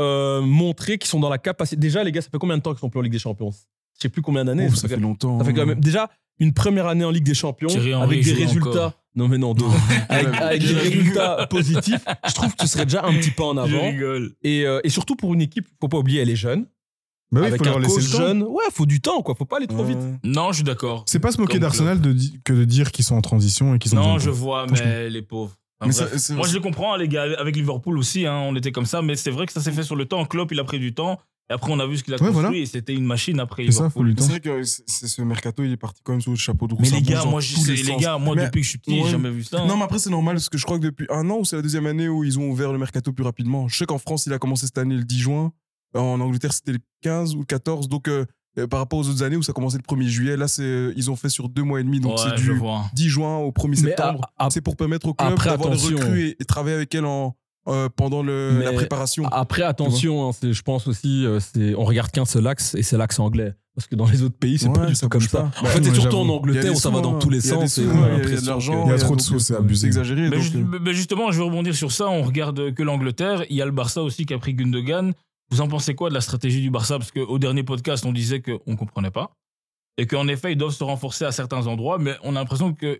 montrer qu'ils sont dans la capacité. Déjà, les gars, ça fait combien de temps qu'ils sont plus en Ligue des Champions? Je sais plus combien d'années.
Ouf, ça fait longtemps.
Ça fait quand même déjà une première année en Ligue des Champions
Thierry Henry
avec des
joue
résultats.
encore.
Non mais non, avec des résultats positifs. Je trouve que ce serait déjà un petit pas en
Je
avant.
rigole.
Et surtout pour une équipe, faut pas oublier, elle est jeune.
Bah oui, il
avec
faut leur
un
laisser
coach
le temps.
jeune, ouais, faut du temps, quoi. Faut pas aller trop vite.
Non, je suis d'accord.
C'est pas se moquer
Comme
d'Arsenal que de dire qu'ils sont en transition et qu'ils ont
Non,
besoin de
je
temps.
vois,
Franchement.
mais les pauvres. Enfin,
Mais
bref.
ça, c'est-
Moi, je les comprends, les gars. Avec Liverpool aussi, hein, on était comme ça. Mais c'est vrai que ça s'est fait sur le temps. Klopp, il a pris du temps. Et après, on a vu ce qu'il a
Ouais,
construit.
voilà.
Et c'était une machine après
C'est ça,
Liverpool.
faut lui
C'est
temps.
vrai que ce mercato, il est parti quand même sous le chapeau de roue.
Mais
Ça
les gars,
bouge dans
moi,
tous les sens. Mais-
depuis que je suis petit,
Ouais.
j'ai jamais vu ça.
Non, mais après, c'est normal parce que je crois que depuis 1 an ou c'est la 2e année où ils ont ouvert le mercato plus rapidement. Je sais qu'en France, il a commencé cette année le 10 juin. En Angleterre, c'était le 15 ou le 14. Donc, par rapport aux autres années où ça commençait le 1er juillet, là, ils ont fait sur 2 mois et demi. Donc,
Ouais,
c'est
je
du
vois.
10 juin au 1er
Mais
septembre. C'est pour permettre au club
après,
d'avoir des
attention.
recrues et travailler avec elles pendant
Mais
la préparation.
Après, attention, hein, je pense aussi, on regarde qu'un seul axe et c'est l'axe anglais. Parce que dans les autres pays, c'est
Ouais,
pas du
ça
tout comme
bouge
ça.
pas.
En
Bah,
fait, c'est
ouais,
surtout
j'avoue.
en
Il y a
Angleterre
des
où ça va
sous,
dans tous les
il y a des
sens.
sous,
et
ouais,
on a
il y a de
l'impression
l'argent.
que-
Il y a trop de
donc,
sous, c'est abusé.
C'est exagéré.
Mais,
donc,
mais justement, je vais rebondir sur ça. On regarde que l'Angleterre. Il y a le Barça aussi qui a pris Gundogan. Vous en pensez quoi de la stratégie du Barça? Parce qu'au dernier podcast, on disait qu'on ne comprenait pas. Et qu'en effet, ils doivent se renforcer à certains endroits. Mais on a l'impression qu'il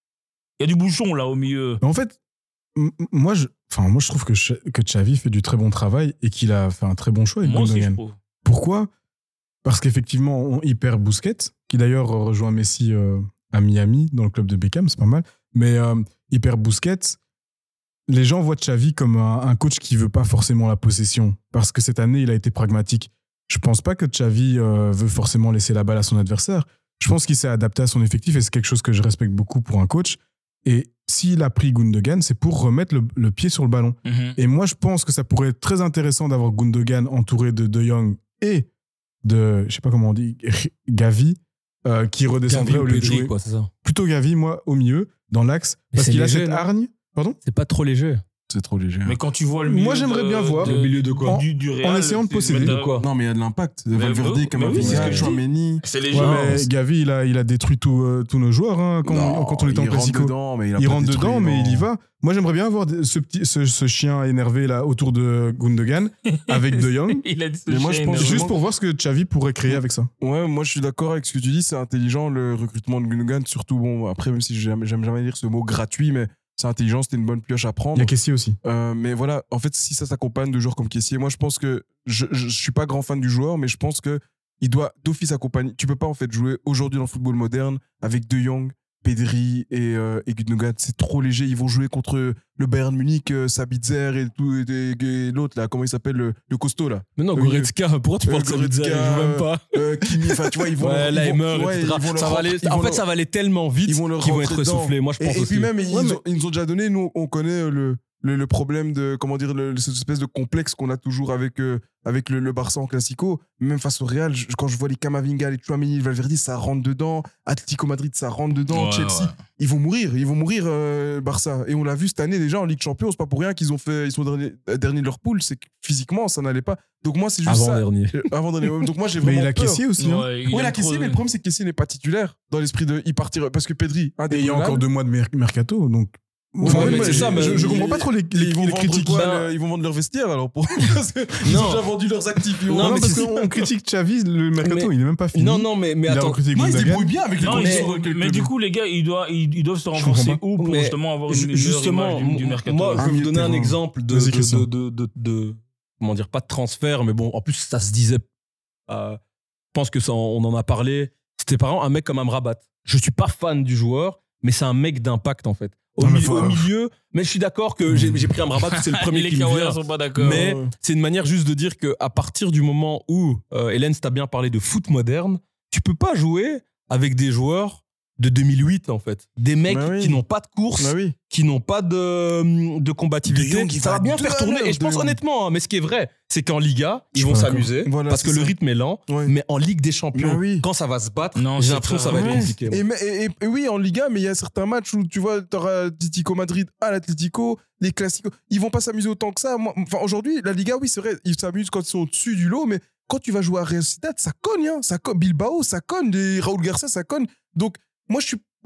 y a du bouchon là au milieu.
En fait, moi, je trouve que Xavi fait du très bon travail et qu'il a fait un très bon choix avec
Moi aussi, je
Gundogan.
trouve.
Pourquoi? Parce qu'effectivement, il perd Busquets, qui d'ailleurs rejoint Messi à Miami, dans le club de Beckham, c'est pas mal. Mais il perd Busquets. Les gens voient Xavi comme un coach qui veut pas forcément la possession, parce que cette année, il a été pragmatique. Je pense pas que Xavi veut forcément laisser la balle à son adversaire. Je pense qu'il s'est adapté à son effectif et c'est quelque chose que je respecte beaucoup pour un coach. Et s'il a pris Gundogan, c'est pour remettre le pied sur le ballon.
Mhm.
Et moi, je pense que ça pourrait être très intéressant d'avoir Gundogan entouré de De Jong et de, je sais pas comment on dit, Gavi, qui redescendrait
Gavi
au
ou
lieu de
Pedri,
jouer.
quoi, c'est ça.
Plutôt Gavi, moi, au milieu, dans l'axe,
Mais
parce
c'est
qu'il a
léger,
cette
non
hargne. Pardon?
C'est pas trop léger.
C'est trop léger.
Mais quand tu vois le milieu.
Moi, j'aimerais bien voir.
Le milieu de quoi
Du Real,
En essayant de
tu
posséder.
mets
De quoi
Non, mais il y a de l'impact.
Mais
Valverde,
oui,
Camavinga,
c'est ce que je dis.
Chouameni.
C'est
Ouais,
léger.
mais Gavi, il a détruit tous nos joueurs hein, quand on était en
il rentre
Classico.
dedans, mais
Il rentre dedans, mais il y va. Moi, j'aimerais bien avoir ce chien énervé là autour de Gundogan avec De Jong.
Il a dit ce
Mais moi, je
chien
pense
énervé.
Juste pour voir ce que Xavi pourrait créer avec ça.
Ouais, moi je suis d'accord avec ce que tu dis, c'est intelligent le recrutement de Gundogan, surtout bon, après même si j'aime jamais dire ce mot gratuit, mais c'est intelligent, c'était une bonne pioche à
Il
prendre.
y a Kessie aussi.
Mais voilà, en fait, si ça s'accompagne de joueurs comme Kessié, moi je pense que je suis pas grand fan du joueur, mais je pense que il doit d'office accompagner. Tu peux pas en fait jouer aujourd'hui dans le football moderne avec De Jong, Pedri et Gundogan, c'est trop léger. Ils vont jouer contre le Bayern Munich, Sabitzer et tout et l'autre là, comment il s'appelle le costaud là.
Mais non,
Oui.
Goretzka, pourquoi tu parles de Sabitzer? Il
Goretzka,
joue même pas.
Kimi, enfin tu vois, ils vont
Ouais, Leimer,
ouais,
etc.
ils vont leur
Ça va aller-
rentrer- ils
en
vont
fait,
leur-
ça va aller tellement vite
ils vont leur
qu'ils vont
rentrer
être
dedans.
essoufflés. Moi, je pense
Et
aussi.
puis même,
Ouais,
ils nous ont déjà donné, nous, on connaît le problème de, comment dire, cette espèce de complexe qu'on a toujours avec le Barça en Classico. Même face au Real, quand je vois les Camavinga, les Chouameni, les Valverde, ça rentre dedans. Atlético Madrid, ça rentre dedans.
Ouais,
Chelsea,
ouais.
ils vont mourir, Barça. Et on l'a vu cette année déjà en Ligue Champions, c'est pas pour rien qu'ils sont derniers de leur poule, c'est que physiquement, ça n'allait pas. Donc moi, c'est juste ça.
Avant-dernier.
Avant-dernier. Donc moi, j'ai
Mais
vraiment
il a
peur.
Kessie aussi. hein.
Ouais, il
Oui, il
aime
a Kessie,
trop-
mais le problème, c'est que Kessie n'est pas titulaire dans l'esprit de. Il partira. Parce que Pedri,
Et il y a encore 2 mois de mercato, donc.
Ouais,
Ouais, mais
mais
c'est ça, mais
je comprends pas trop les
ils vont vendre
critiques.
quoi,
Ben-
ils vont vendre leur vestiaire alors pour parce que ils
Non.
ont déjà vendu leurs actifs. Ils vont
Non,
vendre-
mais
parce
c'est-
qu'on critique Xavi, le mercato,
Mais-
il est même pas fini.
Non, mais
Il a
attends.
recruté
Non, ils se
Gundogan.
débrouillent bien avec les
Non,
conditions.
mais du coup, les gars, ils doivent se
comprends
renforcer
pas.
où pour
Mais
justement avoir une meilleure
justement,
image du mercato.
moi, je vais
milieu
vous donner
de
un
terrain.
exemple
Vas-y, Christian.
de comment dire, pas de transfert, mais bon, en plus, ça se disait. Je pense que ça, on en a parlé. C'était par exemple un mec comme Amrabat. Je suis pas fan du joueur, mais c'est un mec d'impact en fait.
Non, mais faut-
Au milieu, mais je suis d'accord que j'ai pris Amrabat, parce que c'est le premier
les
qui me
Kawaii
vient.
sont pas d'accord.
Mais c'est une manière juste de dire qu'à partir du moment où, Hélène, t'as bien parlé de foot moderne, tu peux pas jouer avec des joueurs de 2008 en fait. Des mecs
Bah oui.
qui n'ont pas de course,
Bah oui.
qui n'ont pas de
De
combativité.
Jong, il
Ça
va
va bien
à
faire
deux
tourner.
à l'heure,
Et je
De
pense
Jong.
honnêtement, mais ce qui est vrai, c'est qu'en Liga,
Je
ils
suis
vont
pas d'accord.
s'amuser
Voilà,
parce
c'est
que le
ça.
rythme est lent.
Ouais.
Mais en Ligue des Champions,
Bah oui.
quand ça va se battre,
Non,
j'ai
c'est
l'impression que ça
très-
va être
Ouais.
compliqué. moi.
Et oui, en Liga, mais il y a certains matchs où tu vois, t'auras Atlético Madrid à l'Atlético, les Classicos. Ils vont pas s'amuser autant que ça. Enfin, aujourd'hui, la Liga, oui, c'est vrai, ils s'amusent quand ils sont au-dessus du lot, mais quand tu vas jouer à Real Sociedad, ça cogne, hein. Ça cogne. Bilbao, ça cogne. Les Raúl Garcia, ça cogne. Donc, moi,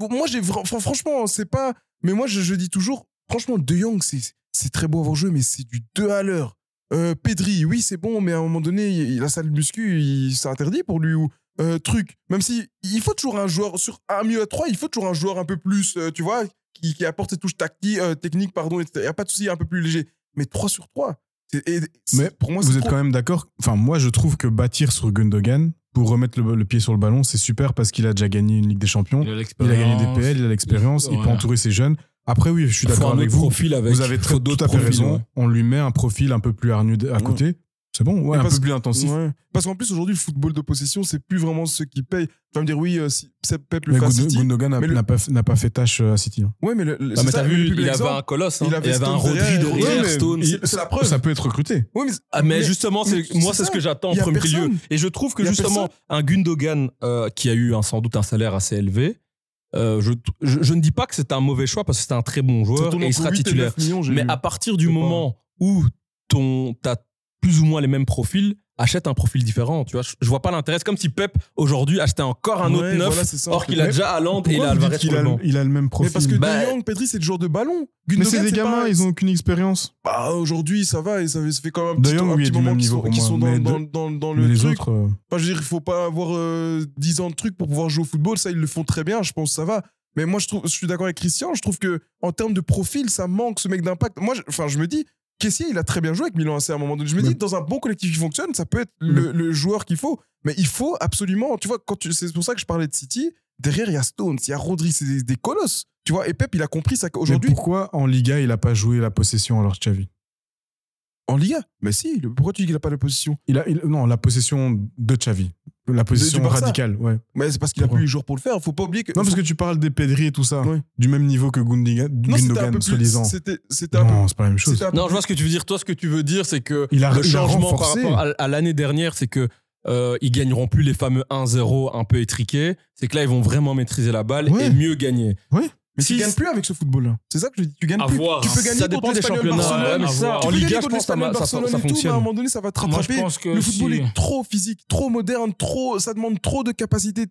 moi, franchement, c'est pas. Mais moi, je dis toujours, franchement, De Jong, c'est très beau à voir jouer, mais c'est du 2 à l'heure. Pedri, oui, c'est bon, mais à un moment donné, la salle de muscu, c'est interdit pour lui. Ou truc. Même si il faut toujours un joueur, sur un milieu à 3, il faut toujours un joueur un peu plus, tu vois, qui apporte ses touches techniques, pardon, etc. Il n'y a pas de souci, un peu plus léger. Mais 3 sur 3.
Mais
pour moi,
vous êtes quand même d'accord. Enfin, moi, je trouve que bâtir sur Gundogan pour remettre le pied sur le ballon, c'est super parce qu'il a déjà gagné une Ligue des Champions. Il a gagné des PL, il a l'expérience, il peut entourer ses jeunes. Après, oui, je suis d'accord avec vous. Vous avez tout à fait raison. Ouais. On lui met un profil un peu plus hargneux à côté. C'est bon, ouais, un peu plus intensif.
Ouais. Parce qu'en plus, aujourd'hui, le football de possession, c'est plus vraiment ceux qui payent. Tu vas me dire, oui, si Pep le fait à City.
Gundogan n'a pas fait tâche à City. Hein.
Ouais, mais
mais t'as vu, il avait un colosse. Hein. Il avait un Rodri derrière, Stones.
C'est la preuve.
Ça peut être recruté.
Ouais,
mais justement, moi, c'est ce que j'attends en premier lieu. Et je trouve que justement, un Gundogan qui a eu sans doute un salaire assez élévé, je ne dis pas que c'est un mauvais choix parce que c'est un très bon joueur et il sera titulaire. Mais à partir du moment où t'as plus ou moins les mêmes profils, achète un profil différent, tu vois. Je vois pas l'intérêt. C'est comme si Pep, aujourd'hui, achetait encore un autre neuf, or qu'il a déjà Haaland et il a Alvarez sur le banc.
Il a le même profil.
Mais parce que De Jong, Pedri, c'est le joueur de ballon.
Mais c'est des gamins, ils ont aucune expérience.
Bah, aujourd'hui, ça va, et ça fait quand même
un petit moment
qu'ils sont dans le
les
truc.
Autres,
Enfin, je veux dire, il faut pas avoir 10 ans de trucs pour pouvoir jouer au football. Ça, ils le font très bien, je pense que ça va. Mais moi, je suis d'accord avec Christian, je trouve que en termes de profil, ça manque ce mec d'impact. Moi, je me dis, Kessié, il a très bien joué avec Milan AC à un moment donné. Je me dis, dans un bon collectif qui fonctionne, ça peut être le joueur qu'il faut. Mais il faut absolument, tu vois, c'est pour ça que je parlais de City. Derrière, il y a Stones, il y a Rodri, c'est des colosses. Tu vois, et Pep, il a compris ça qu'aujourd'hui.
Mais pourquoi en Liga, il n'a pas joué la possession alors Xavi?
En Liga? Mais si, pourquoi tu dis qu'il n'a pas la possession?
Non, la possession de Xavi. La position radicale, ouais.
Mais c'est parce qu'il a plus les joueurs pour le faire. Faut pas oublier que.
Non, parce que tu parles des Pedri et tout ça. Ouais. Du même niveau que Gundogan, soi-disant. Non, c'est pas la même chose.
Non, je vois ce que tu veux dire. Toi, ce que tu veux dire, c'est que le changement par rapport à l'année dernière, c'est que ils gagneront plus les fameux 1-0 un peu étriqués. C'est que là, ils vont vraiment maîtriser la balle et mieux gagner.
Ouais.
Mais tu gagnes plus avec ce football-là. C'est ça que je dis. Tu gagnes plus. Tu peux gagner
ça dépend des championnats.
En
Liga, je pense que ça fonctionne.
À un moment donne, ça va te rattraper.
Moi, je pense que
le football est trop physique, trop moderne, ça demande trop de capacité,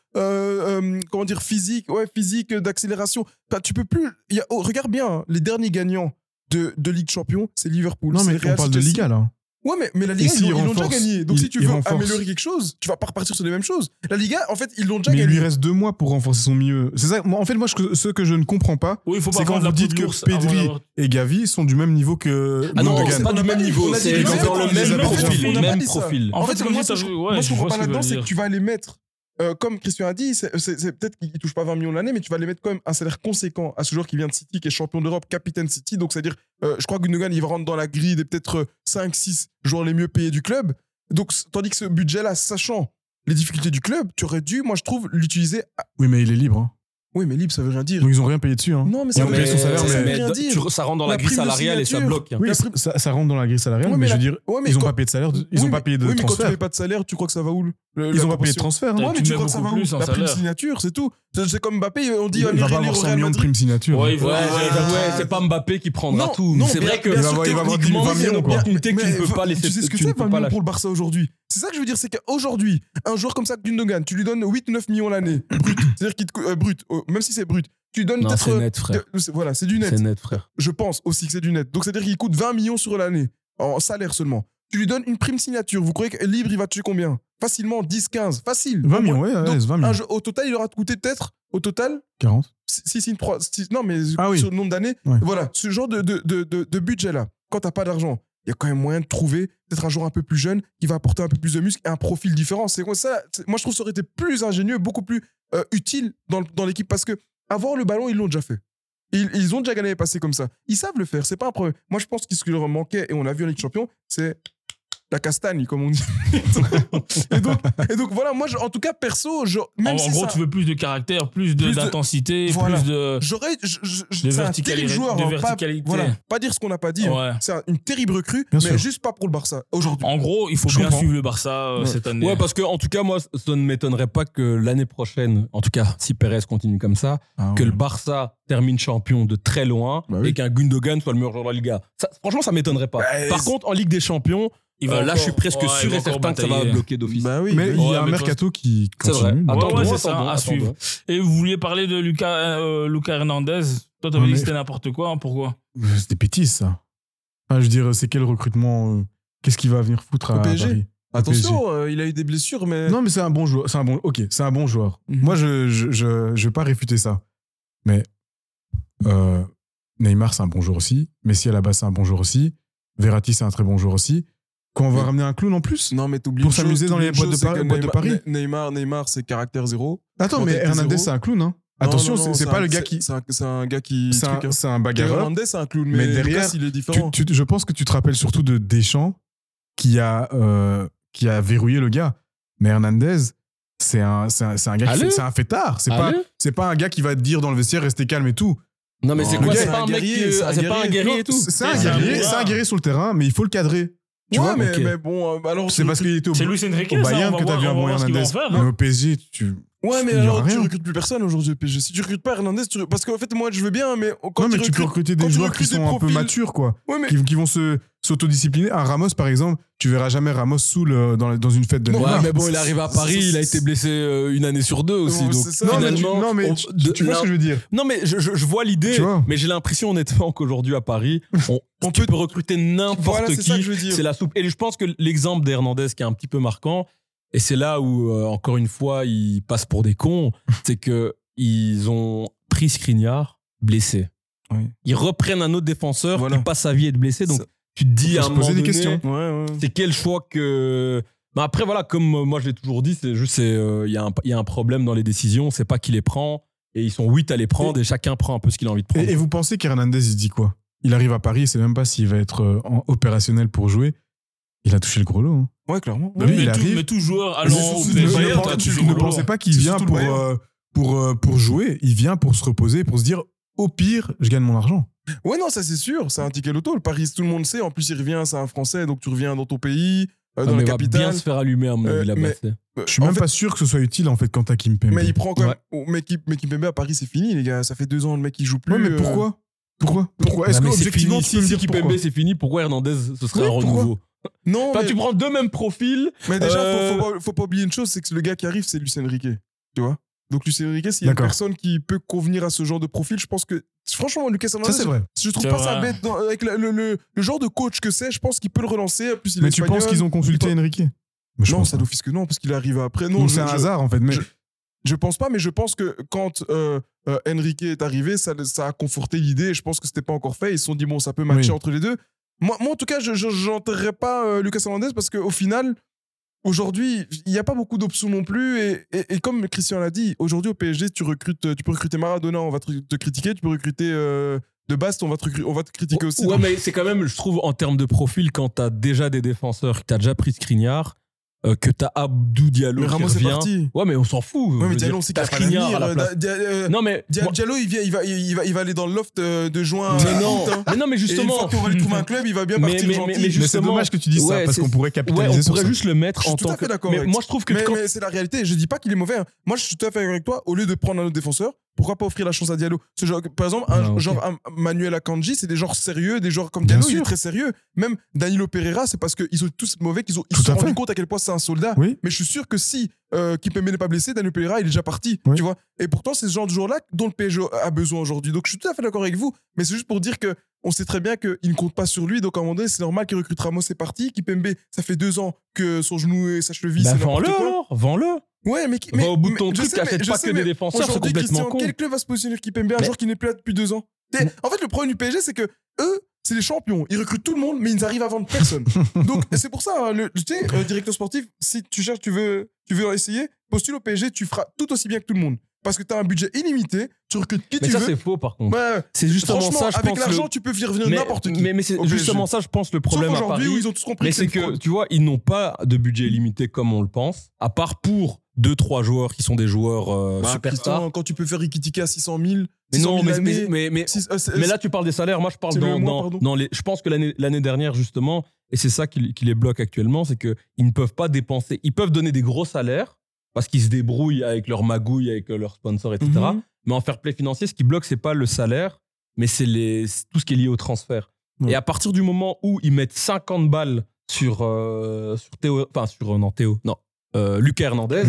comment dire, physique, d'accélération. Enfin, tu peux plus. Regarde bien, les derniers gagnants de Ligue Champion, c'est Liverpool.
Non, mais on parle de Liga là.
Ouais, mais la Liga, ils l'ont déjà gagné. Donc, si tu veux améliorer quelque chose, tu vas pas repartir sur les mêmes choses. La Liga, en fait, ils l'ont déjà gagné.
Mais il lui reste 2 mois pour renforcer son milieu. C'est ça. En fait, moi, ce que je ne comprends pas, c'est quand vous dites que Pedri et Gavi sont du même niveau que.
Ah non, c'est pas du même niveau. C'est dans le même profil.
En fait, moi, je comprends pas là-dedans, c'est que tu vas les mettre. Comme Christian a dit, c'est peut-être qu'il ne touche pas 20 millions l'année, mais tu vas les mettre quand même un salaire conséquent à ce joueur qui vient de City, qui est champion d'Europe, capitaine City. Donc, c'est-à-dire, je crois que Gundogan, il va rentrer dans la grille des peut-être 5-6 joueurs les mieux payés du club. Donc, tandis que ce budget-là, sachant les difficultés du club, tu aurais dû, moi, je trouve, l'utiliser.
Oui, mais il est libre. Hein.
Oui, mais libre, ça veut rien dire.
Donc, ils n'ont rien payé dessus. Hein.
Non, mais ça veut
rien dire. Ça rentre dans la grille salariale et ça bloque.
Oui, ça rentre dans la grille salariale, mais je veux dire, ils n'ont pas payé de salaire, ils n'ont pas payé de transfert.
Oui, mais quand tu payes pas de salaire, tu crois que ça va où?
Ils n'ont pas payé de transfert.
Ouais, mais tu crois que ça va où? La prime signature, c'est tout. C'est comme Mbappé, on dit
il va pas avoir 100 millions de prime signature.
Ouais, c'est pas Mbappé qui prendra tout. C'est vrai qu'il
va avoir 20 millions.
Opportunité que tu ne peux pas laisser.
Tu sais ce que c'est 20 millions pour le Barça aujourd'hui? C'est ça que je veux dire, c'est qu'aujourd'hui, un joueur comme ça, Gundogan, tu lui donnes 8-9 millions l'année, brut. C'est-à-dire qu'il brut, même si c'est brut. Tu donnes peut-être.
C'est net, frère.
Voilà, c'est du net.
C'est net, frère.
Je pense aussi que c'est du net. Donc, c'est-à-dire qu'il coûte 20 millions sur l'année, en salaire seulement. Tu lui donnes une prime signature. Vous croyez que libre, il va tuer combien? Facilement, 10, 15. Facile.
20 millions, ouais,
donc,
20 millions.
Au total, il aura coûté peut-être, au total
40.
6, non, mais sur le nombre d'années.
Ouais.
Voilà, ce genre de budget-là, quand t'as pas d'argent, il y a quand même moyen de trouver peut-être un joueur un peu plus jeune qui va apporter un peu plus de muscle et un profil différent. C'est ça. Moi, je trouve que ça aurait été plus ingénieux, beaucoup plus utile dans l'équipe parce que avoir le ballon, ils l'ont déjà fait. Ils ont déjà gagné et passé comme ça. Ils savent le faire, c'est pas un problème. Moi, je pense que ce qui leur manquait, et on l'a vu en Ligue des Champions, c'est la castagne, comme on dit. et donc voilà, moi, en tout cas, perso, même
en gros, tu veux plus de caractère, plus d'intensité,
voilà.
plus de.
C'est un terrible joueur.
De verticalité.
Pas dire ce qu'on n'a pas dit.
Ouais.
Hein. C'est une terrible recrue,
bien
mais
sûr.
juste pas pour le Barça aujourd'hui.
En gros, il faut bien suivre le Barça cette année.
Ouais, parce que en tout cas, moi, ça ne m'étonnerait pas que l'année prochaine, en tout cas, si Pérez continue comme ça, que le Barça termine champion de très loin et qu'un Gundogan soit le meilleur joueur de la Liga. Ça, franchement, ça m'étonnerait pas. Par contre, en Ligue des Champions,
Il va
Là, je suis presque
ouais,
sûr
il va
et certain
encore
que ça va
batailler.
bloquer d'office.
Bah oui.
Mais il y
Ouais,
a un
mais
mercato qui
C'est vrai.
continue.
Attends,
Ouais,
Attendons,
c'est ça,
attendons,
à suivre.
attendons.
Et vous vouliez parler de Lucas Hernandez. Toi, t'avais
Ouais,
dit
mais-
que c'était n'importe quoi. Pourquoi?
C'est des bêtises, ça. Enfin, je veux dire, c'est quel recrutement qu'est-ce qu'il va venir foutre
Au
à
PSG?
Paris?
Attention, il a eu des blessures, mais.
Non, mais c'est un bon joueur. C'est un bon joueur.
Mhm.
Moi, je vais pas réfuter ça. Mais Neymar, c'est un bon joueur aussi. Messi, à la base, c'est un bon joueur aussi. Verratti, c'est un très bon joueur aussi. Quand on va
Mais-
ramener un clown en plus
Non, mais t'oublies
Pour
une chose,
s'amuser dans
t'oublies
les
une
boîtes de
chose, c'est
Paris-
que
boîtes de Paris.
Neymar, c'est caractère zéro.
Attends, mais
Mentalité
Hernandez,
zéro.
c'est un clown, hein.
Non,
Attention,
non, non,
c'est pas
un-
le gars qui.
C'est un gars qui.
C'est
truc, hein.
un bagarreur.
Hernandez, c'est un clown,
Mais
mais
derrière,
Lucas, il est différent.
Je pense que tu te rappelles surtout de Deschamps qui a verrouillé le gars. Mais Hernandez, c'est un gars qui
Allez.
c'est un fêtard.
Allez.
C'est pas un gars qui va te dire dans le vestiaire, restez calme et tout.
Non, mais c'est
Le
quoi?
gars,
C'est
c'est
pas
un
un mec
guerrier, c'est un
c'est pas un
guerrier.
guerrier et tout.
C'est un
C'est un
guerrier,
bourrard.
c'est un guerrier sur le terrain, mais il faut le cadrer. Tu
Ouais,
vois,
mais,
ok.
mais bon, alors.
c'est parce qu'il était
C'est Luis Enrique,
au
ça,
Bayern
on va
que t'as
voir-
vu un
on va
bon
voir ce qu'il va en
Hernandez.
faire.
Mais au PSG,
Ouais, mais
il y aura
alors tu
rien.
recrutes plus personne aujourd'hui au PSG. Si tu recrutes pas Hernandez, parce qu'en fait, moi, je veux bien, mais quand
Non, mais tu peux
recrutes-
recruter
quand
des
tu
joueurs qui
recrutes des
sont un peu
profils-
matures, quoi.
Ouais, mais.
Qui vont s'autodiscipliner. Un Ramos, par exemple, tu verras jamais Ramos dans une fête de
Non,
Ouais,
Neymar.
mais bon, il arrive à Paris, il a été blessé une année sur deux aussi.
Non,
Donc
c'est ça.
Non, mais
finalement,
non, mais tu vois ce que je veux dire.
Non, mais je vois l'idée,
Tu vois.
mais j'ai l'impression honnêtement qu'aujourd'hui à Paris, tu peux recruter n'importe
Voilà, c'est
qui.
ça que je veux dire.
C'est la soupe. Et je pense que l'exemple d'Hernandez qui est un petit peu marquant, et c'est là où, encore une fois, ils passent pour des cons, c'est que ils ont pris Skriniar blessé.
Oui.
Ils reprennent un autre défenseur
Voilà.
qui passe sa vie à être blessé. Donc
Ça-
tu te dis
Faut
à un
se
moment
poser des
donné,
questions.
Ouais, ouais.
c'est quel choix que. Mais après, voilà, comme moi je l'ai toujours dit, c'est juste il y a un problème dans les décisions, c'est pas qui les prend, et ils sont 8 à les prendre, et chacun prend un peu ce qu'il a envie de prendre.
Et vous pensez qu'Hernandez, il dit quoi? Il arrive à Paris, il sait même pas s'il va être opérationnel pour jouer. Il a touché le gros lot. Hein.
Ouais, clairement.
Bah oui,
mais,
il
tout,
arrive.
mais tout joueur
Mais
allant
c'est
au
surtout
PSG,
le Bayern,
t'as
tu
touché
joues
le
Ne
gros
gros.
pensez pas qu'il
C'est
vient
surtout le
pour jouer, il vient pour se reposer, pour se dire au pire, je gagne mon argent.
Ouais, non, ça c'est sûr. C'est un ticket loto. Le Paris, tout le monde sait. En plus, il revient, c'est un Français, donc tu reviens dans ton pays, dans
mais
la
il va bien
capitale.
se faire allumer à mon avis là-bas.
mais-
c'est-
Je suis même pas sûr que ce soit utile en fait quand t'as Kimpembe.
Mais il prend quand même.
Ouais.
Oh, mais Kimpembe à Paris, c'est fini, les gars. Ça fait 2 ans, le mec, il joue plus.
Ouais, mais pourquoi Pourquoi Est-ce
Non,
que
mais c'est
objectivement
fini.
tu peux me
Si
dire
Kimpembe
pourquoi
c'est fini, pourquoi Hernandez ce serait
Ouais,
un
pourquoi
renouveau?
Non,
Enfin,
mais,
tu prends deux mêmes profils.
mais déjà,
Euh,
faut pas oublier une chose, c'est que le gars qui arrive, c'est Luis Enrique. Tu vois. Donc Luis Enrique, s'il y a une
D'accord.
personne qui peut convenir à ce genre de profil, je pense que. Franchement, Lucas Hernandez,
Ça c'est vrai.
je trouve
C'est
pas ça
vrai.
bête. Avec le genre de coach que c'est, je pense qu'il peut le relancer. En plus, il est
Mais tu penses
espagnol.
qu'ils ont consulté Enrique Mais je
Non,
pense
ça
pas.
d'office que non, parce qu'il arrive après. Non,
Donc c'est un hasard en fait. Mais
Je pense pas, mais je pense que quand Enrique est arrivé, ça a conforté l'idée. Et je pense que c'était pas encore fait. Ils se sont dit, bon, ça peut matcher
Oui.
entre les deux. Moi, en tout cas, je n'enterrerai pas Lucas Hernandez parce qu'au final, aujourd'hui, il n'y a pas beaucoup d'options non plus. Et comme Christian l'a dit, aujourd'hui au PSG, tu peux recruter Maradona, on va te critiquer. Tu peux recruter De Bast, on va te critiquer aussi.
Ouais,
Donc,
mais c'est quand même, je trouve, en termes de profil, quand t'as déjà des défenseurs, que t'as déjà pris Skriniar, que t'as Abdou Diallo
mais
qui
Ramos est
revient.
parti.
Ouais, mais on s'en fout.
Ouais,
Je
mais
veux
Diallo,
dire,
on sait qu'il
t'as
a pas
Skriniar
d'avenir.
à la place. Non, mais. moi-
Diallo, il va aller dans le loft de juin.
Mais non, mais non, mais
Et une
justement.
fois qu'on va lui trouver un club, il va bien partir gentil.
mais c'est
justement-
dommage que tu dises ça
Ouais,
parce
c'est-
qu'on pourrait
Ouais,
capitaliser
on
sur
pourrait
ça.
juste le mettre
Je suis
en
tout
tant
à fait
que.
d'accord
Mais
avec
moi, je trouve que
mais,
quand.
mais c'est la réalité. Je dis pas qu'il est mauvais. Hein. Moi, je suis tout à fait d'accord avec toi. Au lieu de prendre un autre défenseur, pourquoi pas offrir la chance à Diallo? Ce genre, par exemple,
Ah, ok.
genre un Manuel Akanji, c'est des genres sérieux, des genres comme
Bien
Diallo, il est
sûr.
très sérieux. Même Danilo Pereira, c'est parce qu'ils sont tous mauvais qu'ils
Tout
se sont
à
rendus
fait.
compte à quel point c'est un soldat.
Oui.
Mais je suis sûr que si Kimpembe n'est pas blessé, Danilo Pereira, il est déjà parti.
Oui.
Tu vois. Et pourtant, c'est ce genre de joueur-là dont le PSG a besoin aujourd'hui. Donc, je suis tout à fait d'accord avec vous. Mais c'est juste pour dire que on sait très bien qu'il ne compte pas sur lui. Donc, à un moment donné, c'est normal qu'il recrute Ramos, c'est parti. Kimpembe, ça fait 2 ans que son genou et sa cheville,
Bah,
c'est n'importe
vends-le
quoi.
alors, vends-le.
Ouais, mais,
Va au bout de ton
je
truc,
sais,
achète
mais-
pas
je sais,
que des
mais
défenseurs, c'est
aujourd'hui,
complètement
Christian,
con.
quel club va se positionner Kimpembe un
Mais-
joueur qui n'est plus là depuis 2 ans? En fait, le problème du PSG, c'est que eux, c'est les champions. Ils recrutent tout le monde, mais ils n'arrivent à vendre personne. Donc, c'est pour ça, hein, tu sais, directeur sportif, si tu cherches, tu veux essayer, postule au PSG, tu feras tout aussi bien que tout le monde. Parce que tu as un budget illimité, tu recrutes qui
Mais
tu
ça,
veux.
c'est faux, par contre.
Ouais,
C'est justement
franchement,
ça, je
avec
pense.
l'argent, tu peux faire venir n'importe qui.
Mais c'est
au PSG.
justement ça, je pense, le
Sauf
problème à
aujourd'hui
Paris.
où ils ont tous compris
Mais
que
c'est
une
que,
fraude.
tu vois, ils n'ont pas de budget illimité comme on le pense, à part pour 2-3 joueurs qui sont des joueurs
Bah,
superstars.
Christian, quand tu peux faire Ikitika à 600 000,
Mais
600
non,
000 années,
mais
c'est-
mais là, tu parles des salaires. Moi, je parle
c'est le mois, pardon.
dans les. Je pense que l'année dernière, justement, et c'est ça qui les bloque actuellement, c'est qu'ils ne peuvent pas dépenser. Ils peuvent donner des gros salaires parce qu'ils se débrouillent avec leur magouille, avec leurs sponsors, etc.
Mhm.
Mais en fair play financier, ce qui bloque, c'est pas le salaire, mais c'est tout ce qui est lié au transfert.
Ouais.
Et à partir du moment où ils mettent 50 balles sur Théo, enfin sur Théo, non, Lucas Hernandez.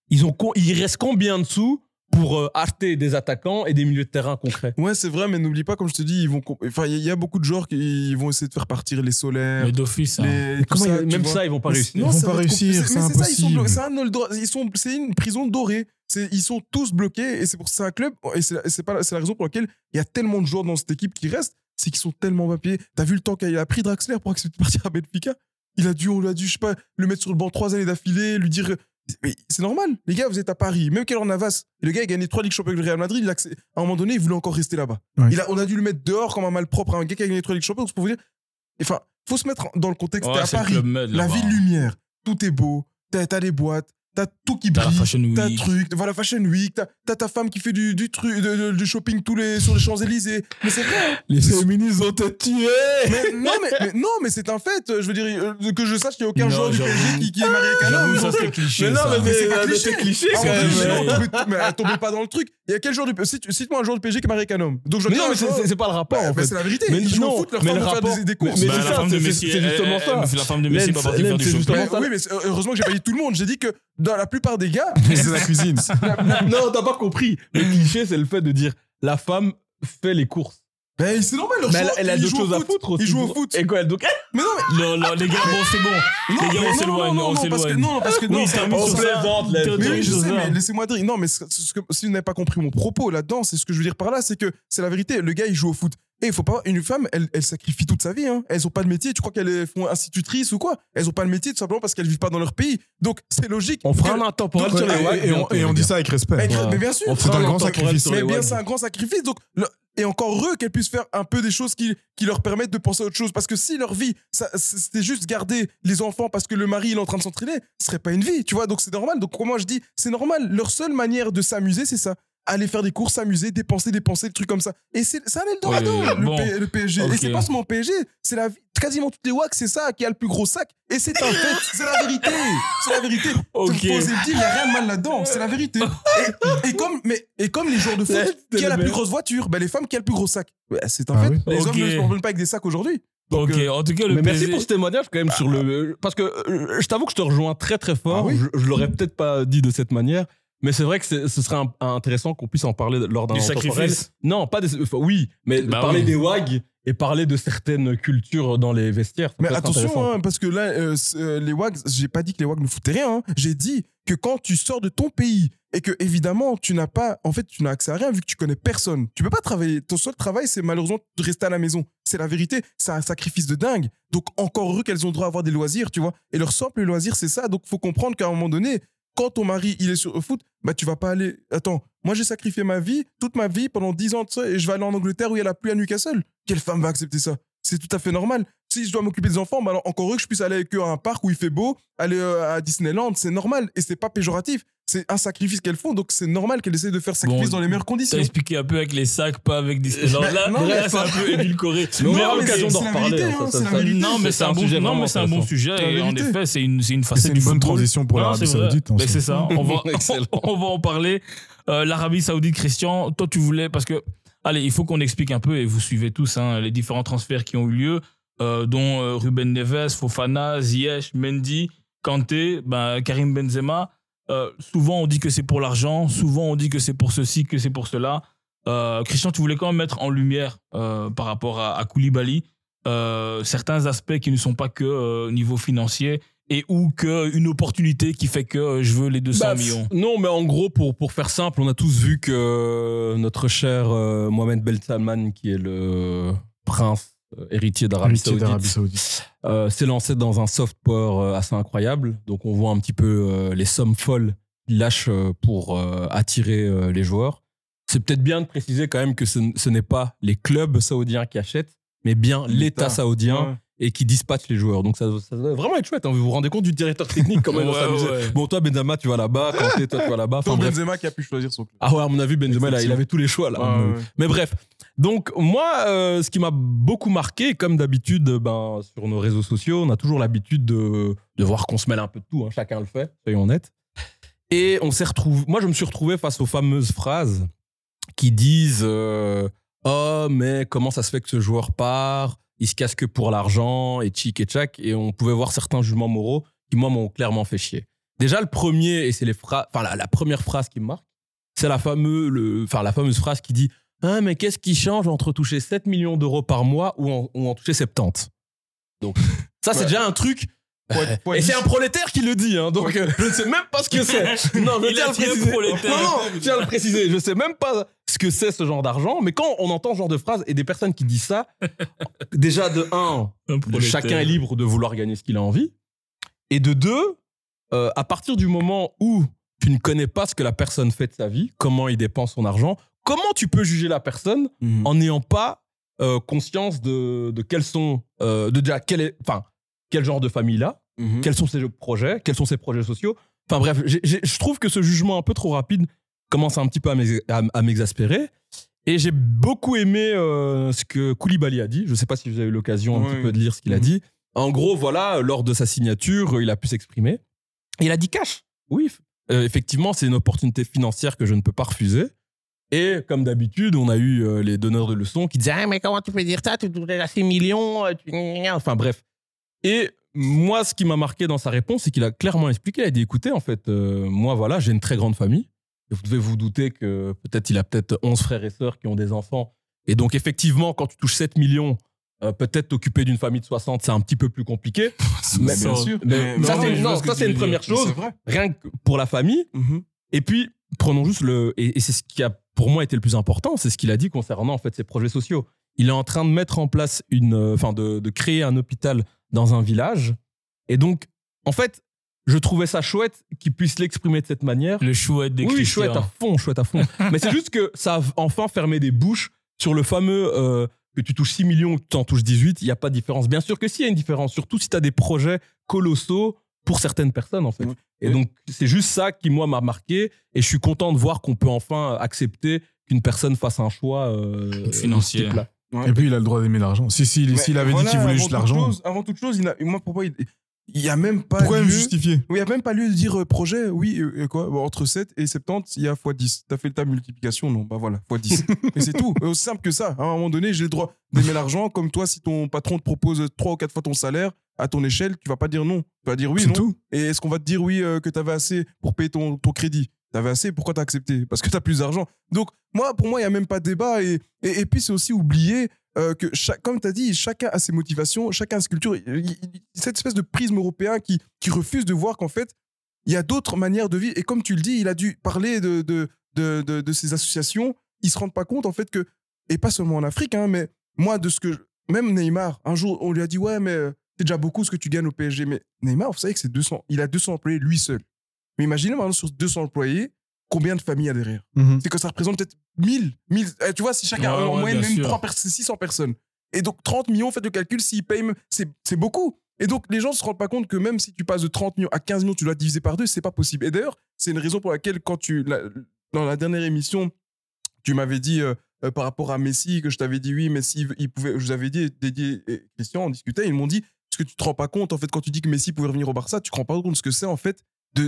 Il reste combien de sous pour acheter des attaquants et des milieux de terrain concrets?
Ouais, c'est vrai, mais n'oublie pas, comme je te dis, il y a beaucoup de joueurs qui vont essayer de faire partir les Solaires.
Mais d'office,
même ça, ils vont pas réussir.
Ils vont pas réussir, c'est impossible.
C'est une prison dorée. Ils sont tous bloqués et c'est pour ça un club. Et c'est la raison pour laquelle il y a tellement de joueurs dans cette équipe qui restent, c'est qu'ils sont tellement papiers. T'as vu le temps qu'il a pris Draxler pour accepter de partir à Benfica? On a dû, je sais pas, le mettre sur le banc 3 années d'affilée, lui dire. Mais c'est normal, les gars, vous êtes à Paris, même Keylor Navas, et le gars, il a gagné 3 Ligues Champions avec le Real Madrid, à un moment donné, il voulait encore rester là-bas.
Ouais.
On a dû le mettre dehors comme un malpropre, un gars qui a gagné 3 Ligues Champions, pour vous dire. Enfin, faut se mettre dans le contexte, t'es à Paris, la ville lumière, tout est beau, t'as les boîtes, t'as tout qui brille, t'as truc, voilà, Fashion Week, t'as ta femme qui fait du shopping sur les Champs-Élysées. Mais c'est vrai. Hein.
Les féministes ont été tués.
Mais c'est un fait. Je veux dire, que je sache qu'il n'y a aucun joueur du PSG qui est marié avec un homme.
Ça, c'est cliché.
Mais non,
ça.
mais c'est pas cliché.
cliché quand même.
Mais tombez pas dans le truc. Il y a quel joueur cite-moi un joueur du PSG qui est marié avec un homme. Donc je
Mais non, mais c'est pas le rapport. En fait.
C'est la vérité.
Mais
Ils jouent
non,
au foot, leur
mais
femme
le
va
rapport-
faire des courses.
mais
Bah,
c'est
la
ça,
femme de
c'est
Messi,
justement ça.
La femme de Messi va partir faire du
c'est
shopping.
justement ça.
Oui, mais heureusement que j'ai pas dit tout le monde. J'ai dit que dans la plupart des gars,
C'est la cuisine.
Non, t'as pas compris. Le cliché, c'est le fait de dire la femme fait les courses.
ben c'est normal.
Mais elle a d'autres choses à foutre aussi.
Ils jouent au foot.
Et quoi, donc
Mais non,
Non, les gars, bon, c'est bon. Les gars, on s'éloigne.
Non, parce que
Oui,
non,
ça termine sur ça.
plaisante, là.
Termine
Mais oui, je
sur
sais,
ça.
mais laissez-moi dire. Non, mais si vous n'avez pas compris mon propos là-dedans, c'est ce que je veux dire par là, c'est que c'est la vérité. Le gars, il joue au foot. Et il faut pas. Une femme, elle sacrifie toute sa vie. Hein. Elles ont pas de métier. Tu crois qu'elles font institutrices ou quoi? Elles ont pas de métier tout simplement parce qu'elles vivent pas dans leur pays. Donc c'est logique.
on fera un intemporel sur les WAG.
Et on dit ça avec respect.
Mais bien sûr.
On
C'est
fera
un grand
intemporel
sacrifice.
sur
Mais
les
bien,
WAG.
c'est un grand sacrifice. Donc, et encore heureux qu'elles puissent faire un peu des choses qui leur permettent de penser à autre chose. Parce que si leur vie, c'était juste garder les enfants parce que le mari il est en train de s'entraîner, ce serait pas une vie, tu vois. Donc c'est normal. Donc moi je dis, c'est normal. Leur seule manière de s'amuser, c'est ça. Aller faire des courses, s'amuser, dépenser, des trucs comme ça. Et c'est ça l'Eldorado, le PSG.
Ok.
Et c'est pas seulement PSG, c'est quasiment toutes les WAC, c'est ça qui a le plus gros sac. Et c'est un fait, c'est la vérité. C'est la vérité.
Ok.
Faut oser le dire, il n'y a rien de mal là-dedans, c'est la vérité. Et comme les joueurs de foot, qui a la plus grosse voiture? Ben, les femmes qui a le plus gros sac. Ouais, c'est un
Ah
fait.
oui.
Les
Ok.
hommes ne se promènent pas avec des sacs aujourd'hui. Donc,
Ok, en tout cas, le
Mais merci
PSG.
pour ce témoignage quand même sur le... Parce que je t'avoue que je te rejoins très très fort.
Ah oui.
Je l'aurais peut-être pas dit de cette manière. Mais c'est vrai que ce serait intéressant qu'on puisse en parler lors d'un
Du
intemporel.
sacrifice.
Non, pas des... Enfin, oui, mais
Bah
parler
oui.
des WAG et parler de certaines cultures dans les vestiaires. ça
Mais
peut être intéressant.
attention, hein, parce que là, les WAG, j'ai pas dit que les WAG ne foutaient rien. Hein. J'ai dit que quand tu sors de ton pays et que évidemment tu n'as accès à rien vu que tu connais personne. Tu peux pas travailler. Ton seul travail, c'est malheureusement de rester à la maison. C'est la vérité. C'est un sacrifice de dingue. Donc encore heureux qu'elles ont le droit à avoir des loisirs, tu vois. Et leur simple loisir, c'est ça. Donc faut comprendre qu'à un moment donné, quand ton mari il est sur le foot, bah tu vas pas aller. Attends, moi j'ai sacrifié ma vie, toute ma vie pendant 10 ans de ça, et je vais aller en Angleterre où il y a la pluie à Newcastle. Quelle femme va accepter ça? C'est tout à fait normal. Si je dois m'occuper des enfants, bah alors encore heureux que je puisse aller avec eux à un parc où il fait beau, aller à Disneyland, c'est normal et c'est pas péjoratif. C'est un sacrifice qu'elles font, donc c'est normal qu'elles essayent de faire sacrifice dans les meilleures
T'as
conditions.
expliqué un peu avec les sacs, pas avec des. Là,
non, mais
là c'est un peu édulcoré.
Mais on
Non,
aura
mais
l'occasion
c'est
d'en
la
reparler.
vérité,
hein,
hein,
ça-
c'est la
ça-
vérité.
Non, mais c'est un bon
sujet vraiment
sujet.
intéressant.
Et en
vérité.
effet, c'est une
C'est
facette
une
du
bonne
football.
transition pour
Non,
l'Arabie
c'est vrai.
Saoudite. en
Mais
soi.
c'est ça.
Excellent.
On va en parler. L'Arabie Saoudite, Christian, toi, tu voulais. Parce que, allez, il faut qu'on explique un peu, et vous suivez tous hein, les différents transferts qui ont eu lieu, dont Ruben Neves, Fofana, Ziyech, Mendy, Kanté, Karim Benzema. Souvent, on dit que c'est pour l'argent. Souvent, on dit que c'est pour ceci, que c'est pour cela. Christian, tu voulais quand même mettre en lumière par rapport à Koulibaly certains aspects qui ne sont pas que niveau financier et ou qu'une opportunité qui fait que je veux les 200 millions.
Non, mais en gros, pour faire simple, on a tous vu que notre cher Mohamed Ben Salman, qui est le prince héritier d'Arabie Saoudite, s'est lancé dans un soft power assez incroyable. Donc on voit un petit peu les sommes folles qu'il lâche pour attirer les joueurs. C'est peut-être bien de préciser quand même que ce n'est pas les clubs saoudiens qui achètent, mais bien l'État saoudien.
Ouais.
Et qui dispatche les joueurs. Donc ça doit vraiment être chouette. Hein. Vous vous rendez compte du directeur technique comment il va s'amuser.
Ouais.
Bon, toi, Benzema, tu vas là-bas. Kanté, toi, tu vas là-bas. Enfin,
Tant
bref.
Benzema qui a pu choisir son club.
Ah ouais, à mon avis, Benzema, il avait tous les choix là.
Ouais, ouais.
Mais bref. Donc moi, ce qui m'a beaucoup marqué, comme d'habitude, sur nos réseaux sociaux, on a toujours l'habitude de voir qu'on se mêle un peu de tout. Hein. Chacun le fait, soyons honnêtes. Et on s'est retrouvé. Moi, je me suis retrouvé face aux fameuses phrases qui disent oh, mais comment ça se fait que ce joueur part? il se casse que pour l'argent et tchic et tchac. Et on pouvait voir certains jugements moraux qui, moi, m'ont clairement fait chier. Déjà, le premier, et c'est la première phrase qui me marque, c'est la fameuse phrase qui dit « Ah, mais qu'est-ce qui change entre toucher 7 millions d'euros par mois ou en toucher 70 ?» Donc, ça, c'est déjà un truc... Et c'est un prolétaire qui le dit, hein, donc je ne sais même pas ce que c'est. Non, je tiens à le préciser. Non, je tiens à le préciser. Je sais même pas ce que c'est ce genre d'argent, mais quand on entend ce genre de phrase et des personnes qui disent ça, déjà de un, chacun est libre de vouloir gagner ce qu'il a envie, et de deux, à partir du moment où tu ne connais pas ce que la personne fait de sa vie, comment il dépense son argent, comment tu peux juger la personne en n'ayant pas conscience de quels sont, quel genre de famille il a, quels sont ses projets, quels sont ses projets sociaux. Enfin bref, je trouve que ce jugement un peu trop rapide commence un petit peu à m'exaspérer. Et j'ai beaucoup aimé ce que Koulibaly a dit. Je ne sais pas si vous avez eu l'occasion un petit peu de lire ce qu'il a dit. En gros, voilà, lors de sa signature, il a pu s'exprimer. Et il a dit cash. Oui, effectivement, c'est une opportunité financière que je ne peux pas refuser. Et comme d'habitude, on a eu les donneurs de leçons qui disaient « Ah, mais comment tu peux dire ça? Tu touches à 6 millions. » Enfin bref. Et moi, ce qui m'a marqué dans sa réponse, c'est qu'il a clairement expliqué. Il a dit, écoutez, en fait, moi, voilà, j'ai une très grande famille. Et vous devez vous douter que il a peut-être 11 frères et sœurs qui ont des enfants. Et donc, effectivement, quand tu touches 7 millions, peut-être t'occuper d'une famille de 60, c'est un petit peu plus compliqué.
Mais bien sûr.
Mais ça, c'est une première chose. Rien que pour la famille. Et puis, prenons juste et c'est ce qui a, pour moi, été le plus important. C'est ce qu'il a dit concernant, en fait, ses projets sociaux. Il est en train de mettre en place de créer un hôpital dans un village. Et donc, en fait, je trouvais ça chouette qu'il puisse l'exprimer de cette manière.
Le chouette des
Oui, chouette à fond. Mais c'est juste que ça a enfin fermé des bouches sur le fameux que tu touches 6 millions ou que tu en touches 18, il n'y a pas de différence. Bien sûr que si, il y a une différence, surtout si tu as des projets colossaux pour certaines personnes, en fait. Et donc, c'est juste ça qui, moi, m'a marqué. Et je suis content de voir qu'on peut enfin accepter qu'une personne fasse un choix
financier.
Et puis, il a le droit d'aimer l'argent. S'il avait dit qu'il voulait juste l'argent.
Avant toute chose, pour moi, il n'y a même pas
pourquoi
lieu...
me justifier?
Oui, il n'y a même pas lieu de dire projet, oui, quoi, bon, entre 7 et 70, il y a x10. T'as fait ta multiplication? Non, bah voilà, x10. Et c'est tout. Aussi simple que ça. À un moment donné, j'ai le droit d'aimer l'argent. Comme toi, si ton patron te propose 3 ou 4 fois ton salaire, à ton échelle, tu vas pas dire non. Tu vas dire oui, non.
Tout.
Et est-ce qu'on va te dire oui, que tu avais assez pour payer ton crédit? T'avais assez, pourquoi t'as accepté? Parce que t'as plus d'argent. Donc, pour moi, il n'y a même pas de débat. Et puis, c'est aussi oublier que, comme tu as dit, chacun a ses motivations, chacun a ses cultures. Cette espèce de prisme européen qui refuse de voir qu'en fait, il y a d'autres manières de vivre. Et comme tu le dis, il a dû parler de ces associations. Ils ne se rendent pas compte, en fait, que, et pas seulement en Afrique, hein, mais moi, même Neymar, un jour, on lui a dit, ouais, mais c'est déjà beaucoup ce que tu gagnes au PSG. Mais Neymar, vous savez que il a 200 employés lui seul. Mais imaginez maintenant sur 200 employés, combien de familles il y a derrière. C'est que ça représente peut-être 1000. Tu vois, si chacun en moyenne même 600 personnes. Et donc 30 millions, faites le calcul, s'ils payent, c'est beaucoup. Et donc les gens ne se rendent pas compte que même si tu passes de 30 millions à 15 millions, tu dois diviser par 2, c'est pas possible. Et d'ailleurs, c'est une raison pour laquelle dans la dernière émission, tu m'avais dit par rapport à Messi, que je t'avais dit oui, Messi, je vous avais dit, dédié Christian, on discutait, ils m'ont dit, parce que tu te rends pas compte, en fait, quand tu dis que Messi pouvait revenir au Barça, tu te rends pas compte de ce que c'est, en fait,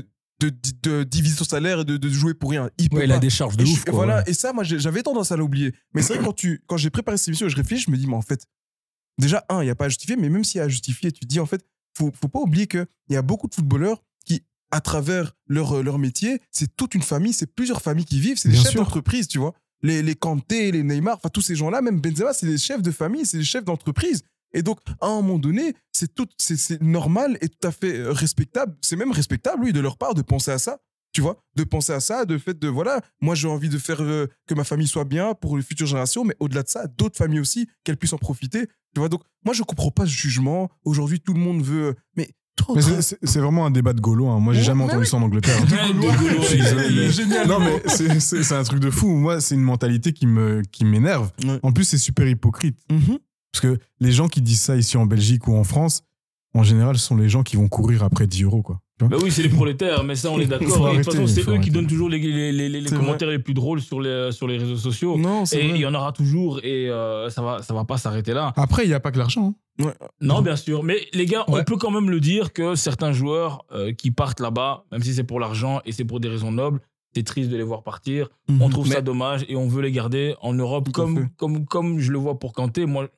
de diviser son salaire et de jouer pour rien.
Il a des charges de ouf.
Voilà. Et ça, moi, j'avais tendance à l'oublier. Mais c'est vrai que quand j'ai préparé cette émission et je réfléchis, je me dis, mais en fait, déjà, il n'y a pas à justifier, mais même s'il y a à justifier, tu te dis, en fait, faut pas oublier qu'il y a beaucoup de footballeurs qui, à travers leur métier, c'est toute une famille, c'est plusieurs familles qui vivent, c'est des chefs d'entreprise, tu vois. Les Kanté, les Neymar, enfin, tous ces gens-là, même Benzema, c'est des chefs de famille, c'est des chefs d'entreprise. Et donc, à un moment donné, c'est normal et tout à fait respectable. C'est même respectable, oui, de leur part, de penser à ça. Tu vois, de penser à ça, de fait de, voilà, moi j'ai envie de faire que ma famille soit bien pour les futures générations, mais au-delà de ça, d'autres familles aussi, qu'elles puissent en profiter. Tu vois, donc, moi je comprends pas ce jugement. Aujourd'hui, tout le monde veut. Mais
c'est vraiment un débat de Gaulois. Hein. Moi, j'ai jamais entendu ça en Angleterre.
Génial.
Non, mais c'est un truc de fou. Moi, c'est une mentalité qui m'énerve.
Ouais.
En plus, c'est super hypocrite. Parce que les gens qui disent ça ici en Belgique ou en France, en général, ce sont les gens qui vont courir après 10 €, quoi.
Bah oui, c'est les prolétaires, mais ça, on est d'accord. Et de toute façon, c'est eux qui donnent toujours les commentaires les plus drôles sur les réseaux sociaux.
Non, c'est
et
vrai.
il y en aura toujours, et ça va pas s'arrêter là.
Après, il n'y a pas que l'argent. Hein.
Ouais.
Non, bien sûr. Mais les gars, on peut quand même le dire que certains joueurs qui partent là-bas, même si c'est pour l'argent et c'est pour des raisons nobles, c'est triste de les voir partir. On trouve ça dommage et on veut les garder en Europe, comme je le vois pour Kanté. Moi,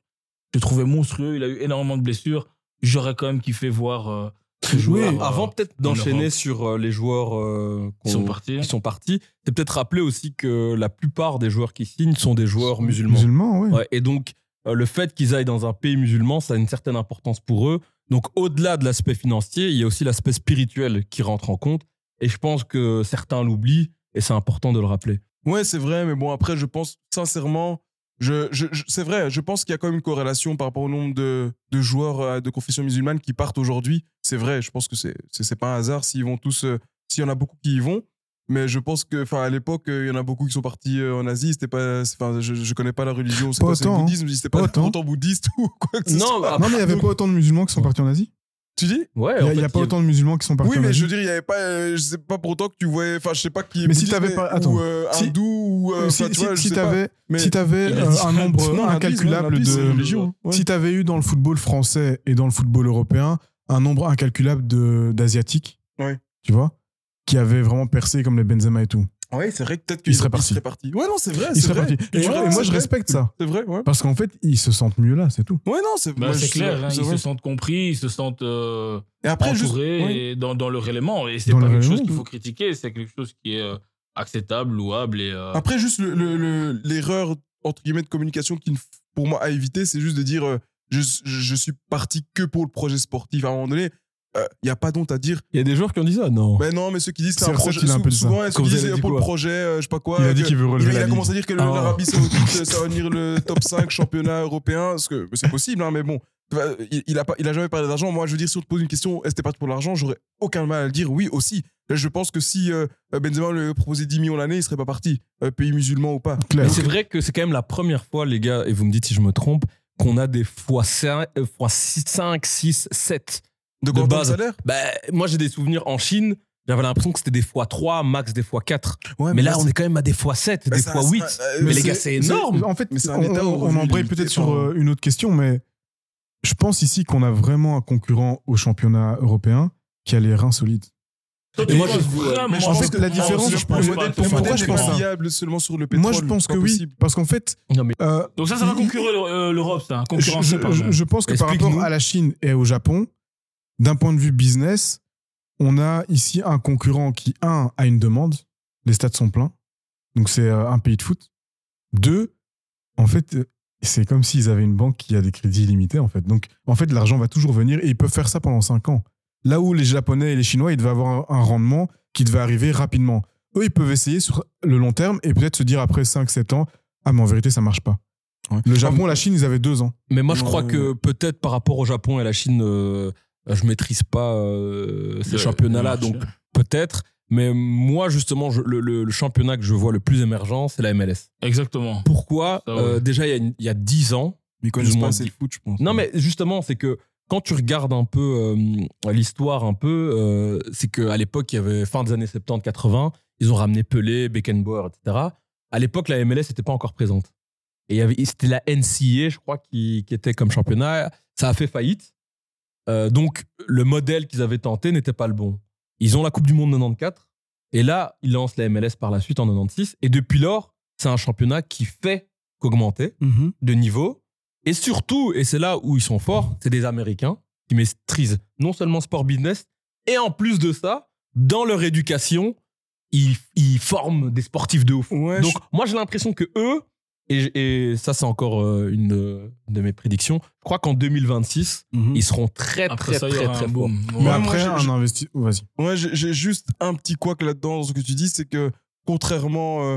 je le trouvais monstrueux. Il a eu énormément de blessures. J'aurais quand même kiffé voir ce joueur.
Avant peut-être
en
d'enchaîner
Europe.
sur les joueurs
Qui sont partis.
c'est peut-être rappeler aussi que la plupart des joueurs qui signent sont des joueurs musulmans.
Musulmans, oui.
Ouais, et donc, le fait qu'ils aillent dans un pays musulman, ça a une certaine importance pour eux. Donc, au-delà de l'aspect financier, il y a aussi l'aspect spirituel qui rentre en compte. Et je pense que certains l'oublient et c'est important de le rappeler.
Ouais, c'est vrai, mais bon, après, je pense sincèrement, c'est vrai, je pense qu'il y a quand même une corrélation par rapport au nombre de joueurs de confession musulmane qui partent aujourd'hui. C'est vrai, je pense que c'est pas un hasard s'ils vont tous, s'il y en a beaucoup qui y vont. Mais je pense que, à l'époque, il y en a beaucoup qui sont partis en Asie. C'était pas, je connais pas la religion. C'est
Pas
quoi, c'est le
autant,
bouddhisme. C'était pas
autant.
autant bouddhiste ou quoi que ce soit.
Non, mais il n'y avait pas autant de musulmans qui sont partis en Asie.
Tu dis?
Ouais,
Il n'y a pas autant de musulmans qui sont partis
Oui,
en
mais
Asie.
je veux dire, il y avait pas, je sais pas pour autant que tu voyais, je sais pas qui est
Mais si
bouddhiste,
t'avais pas- attends.
ou
Si-
hindou ou
si
tu vois, je
si
sais pas.
t'avais
Mais-
si t'avais un nombre
Non,
incalculable
l'hindouisme, c'est une
de
religion, ouais.
si t'avais eu dans le football français et dans le football européen un nombre incalculable d'asiatiques,
Ouais.
tu vois, qui avaient vraiment percé comme les Benzema et tout.
Ouais, c'est vrai que peut-être
Il
qu'ils
serait
seraient
parti.
partis. Ouais, non, c'est vrai.
Ils
c'est
seraient
vrai.
partis. Et
Ouais,
moi
c'est
je
vrai.
respecte ça
C'est vrai, ouais.
parce qu'en fait ils se sentent mieux là, c'est tout.
Ouais, non, c'est
Bah,
moi,
c'est
je-
clair, hein,
c'est
ils
vrai.
se sentent compris, ils se sentent
Et après, juste.
entourés
ouais.
et dans leur élément. Et c'est
Dans
pas
leur
quelque chose
élément,
qu'il
oui.
faut critiquer, c'est quelque chose qui est acceptable, louable. Et,
Après, juste l'erreur, entre guillemets, de communication qui, pour moi, à éviter, c'est juste de dire je suis parti que pour le projet sportif. À un moment donné, il n'y a pas d'honte à dire.
Il y a des joueurs qui ont dit ça, non?
Ben non, mais ceux qui disent c'est un
CR7,
projet.
il a un peu dit ça.
Souvent, ceux
Quand
qui
vous
disent
avez dit
pour le
quoi
projet, je sais pas quoi.
Il a dit qu'il veut relever
il
la
a commencé à
ligue.
dire que l'Arabie Saoudite, ça va venir le top 5 championnat européen. Parce que c'est possible, hein, mais bon. Il a jamais parlé d'argent. Moi, je veux dire, si on te pose une question, est-ce que t'es parti pour l'argent, j'aurais aucun mal à le dire. Oui, aussi. Là, je pense que si Benzema lui proposait 10 millions l'année, il serait pas parti. Pays musulman ou pas.
Clair.
Mais c'est vrai que c'est quand même la première fois, les gars, et vous me dites si je me trompe, qu'on a des fois 5, 6, 7
De
de
quoi
base.
salaire?
Bah, moi, j'ai des souvenirs en Chine. J'avais l'impression que c'était des fois 3, max des fois 4.
Ouais,
Mais là, on est quand même à des fois 7,
Bah,
des
ça-
fois
ça-
8. Mais les
c'est-
gars, c'est énorme.
En fait,
Mais c'est un
on,
état au
on
revenu
embraye
limité,
peut-être sur
enfin.
une autre question, mais je pense ici qu'on a vraiment un concurrent au championnat européen qui a les reins solides.
Et moi,
Et-
je vraiment.
Mais je
en
pense
fait,
que
la différence, je pense-
le modèle
pourquoi
n'est
je
pas
pense ça
viable seulement sur le pétrole.
Moi, je pense
pas
que oui,
possible.
parce qu'en fait,
Non, mais
Donc ça va concurrer l'Europe, ça. Concurrencer, pardon.
je pense que par
Explique-nous.
rapport à la Chine et au Japon, d'un point de vue business, on a ici un concurrent qui, a une demande, les stades sont pleins, donc c'est un pays de foot. 2, en fait, c'est comme s'ils avaient une banque qui a des crédits illimités, en fait. Donc, en fait, l'argent va toujours venir et ils peuvent faire ça pendant 5 ans. Là où les Japonais et les Chinois, ils devaient avoir un rendement qui devait arriver rapidement. Eux, ils peuvent essayer sur le long terme et peut-être se dire après 5-7 ans, ah, mais en vérité, ça marche pas.
Ouais.
Le Japon, la Chine, ils avaient 2 ans.
Mais moi, je
Ouais,
crois
ouais,
que peut-être par rapport au Japon et la Chine, je maîtrise pas ces championnats-là,
le marché.
donc peut-être. Mais moi, justement, le championnat que je vois le plus émergent, c'est la MLS.
Exactement.
Pourquoi
Ça, ouais.
Déjà, il y a 10 ans.
Mais ils connaissent
plus ou
pas
moins
assez le foot, je pense.
Non, mais justement, c'est que quand tu regardes un peu l'histoire, c'est qu'à l'époque, il y avait fin des années 70-80, ils ont ramené Pelé, Beckenbauer, etc. À l'époque, la MLS n'était pas encore présente. Et c'était la NCAA, je crois, qui était comme championnat. Ça a fait faillite. Donc, le modèle qu'ils avaient tenté n'était pas le bon. Ils ont la Coupe du Monde 94. Et là, ils lancent la MLS par la suite en 96. Et depuis lors, c'est un championnat qui fait qu'augmenter de niveau. Et surtout, et c'est là où ils sont forts, c'est des Américains qui maîtrisent non seulement sport business, et en plus de ça, dans leur éducation, ils forment des sportifs de ouf.
Ouais,
Donc, moi, j'ai l'impression que eux, et ça, c'est encore une de mes prédictions, je crois qu'en 2026, ils seront très,
Après
très,
ça, il y
très,
aura
très
un
forts.
boom.
Mais
Ouais.
après,
moi,
un investissement. Vas-y.
Ouais, j'ai juste un petit couac là-dedans dans ce que tu dis, c'est que contrairement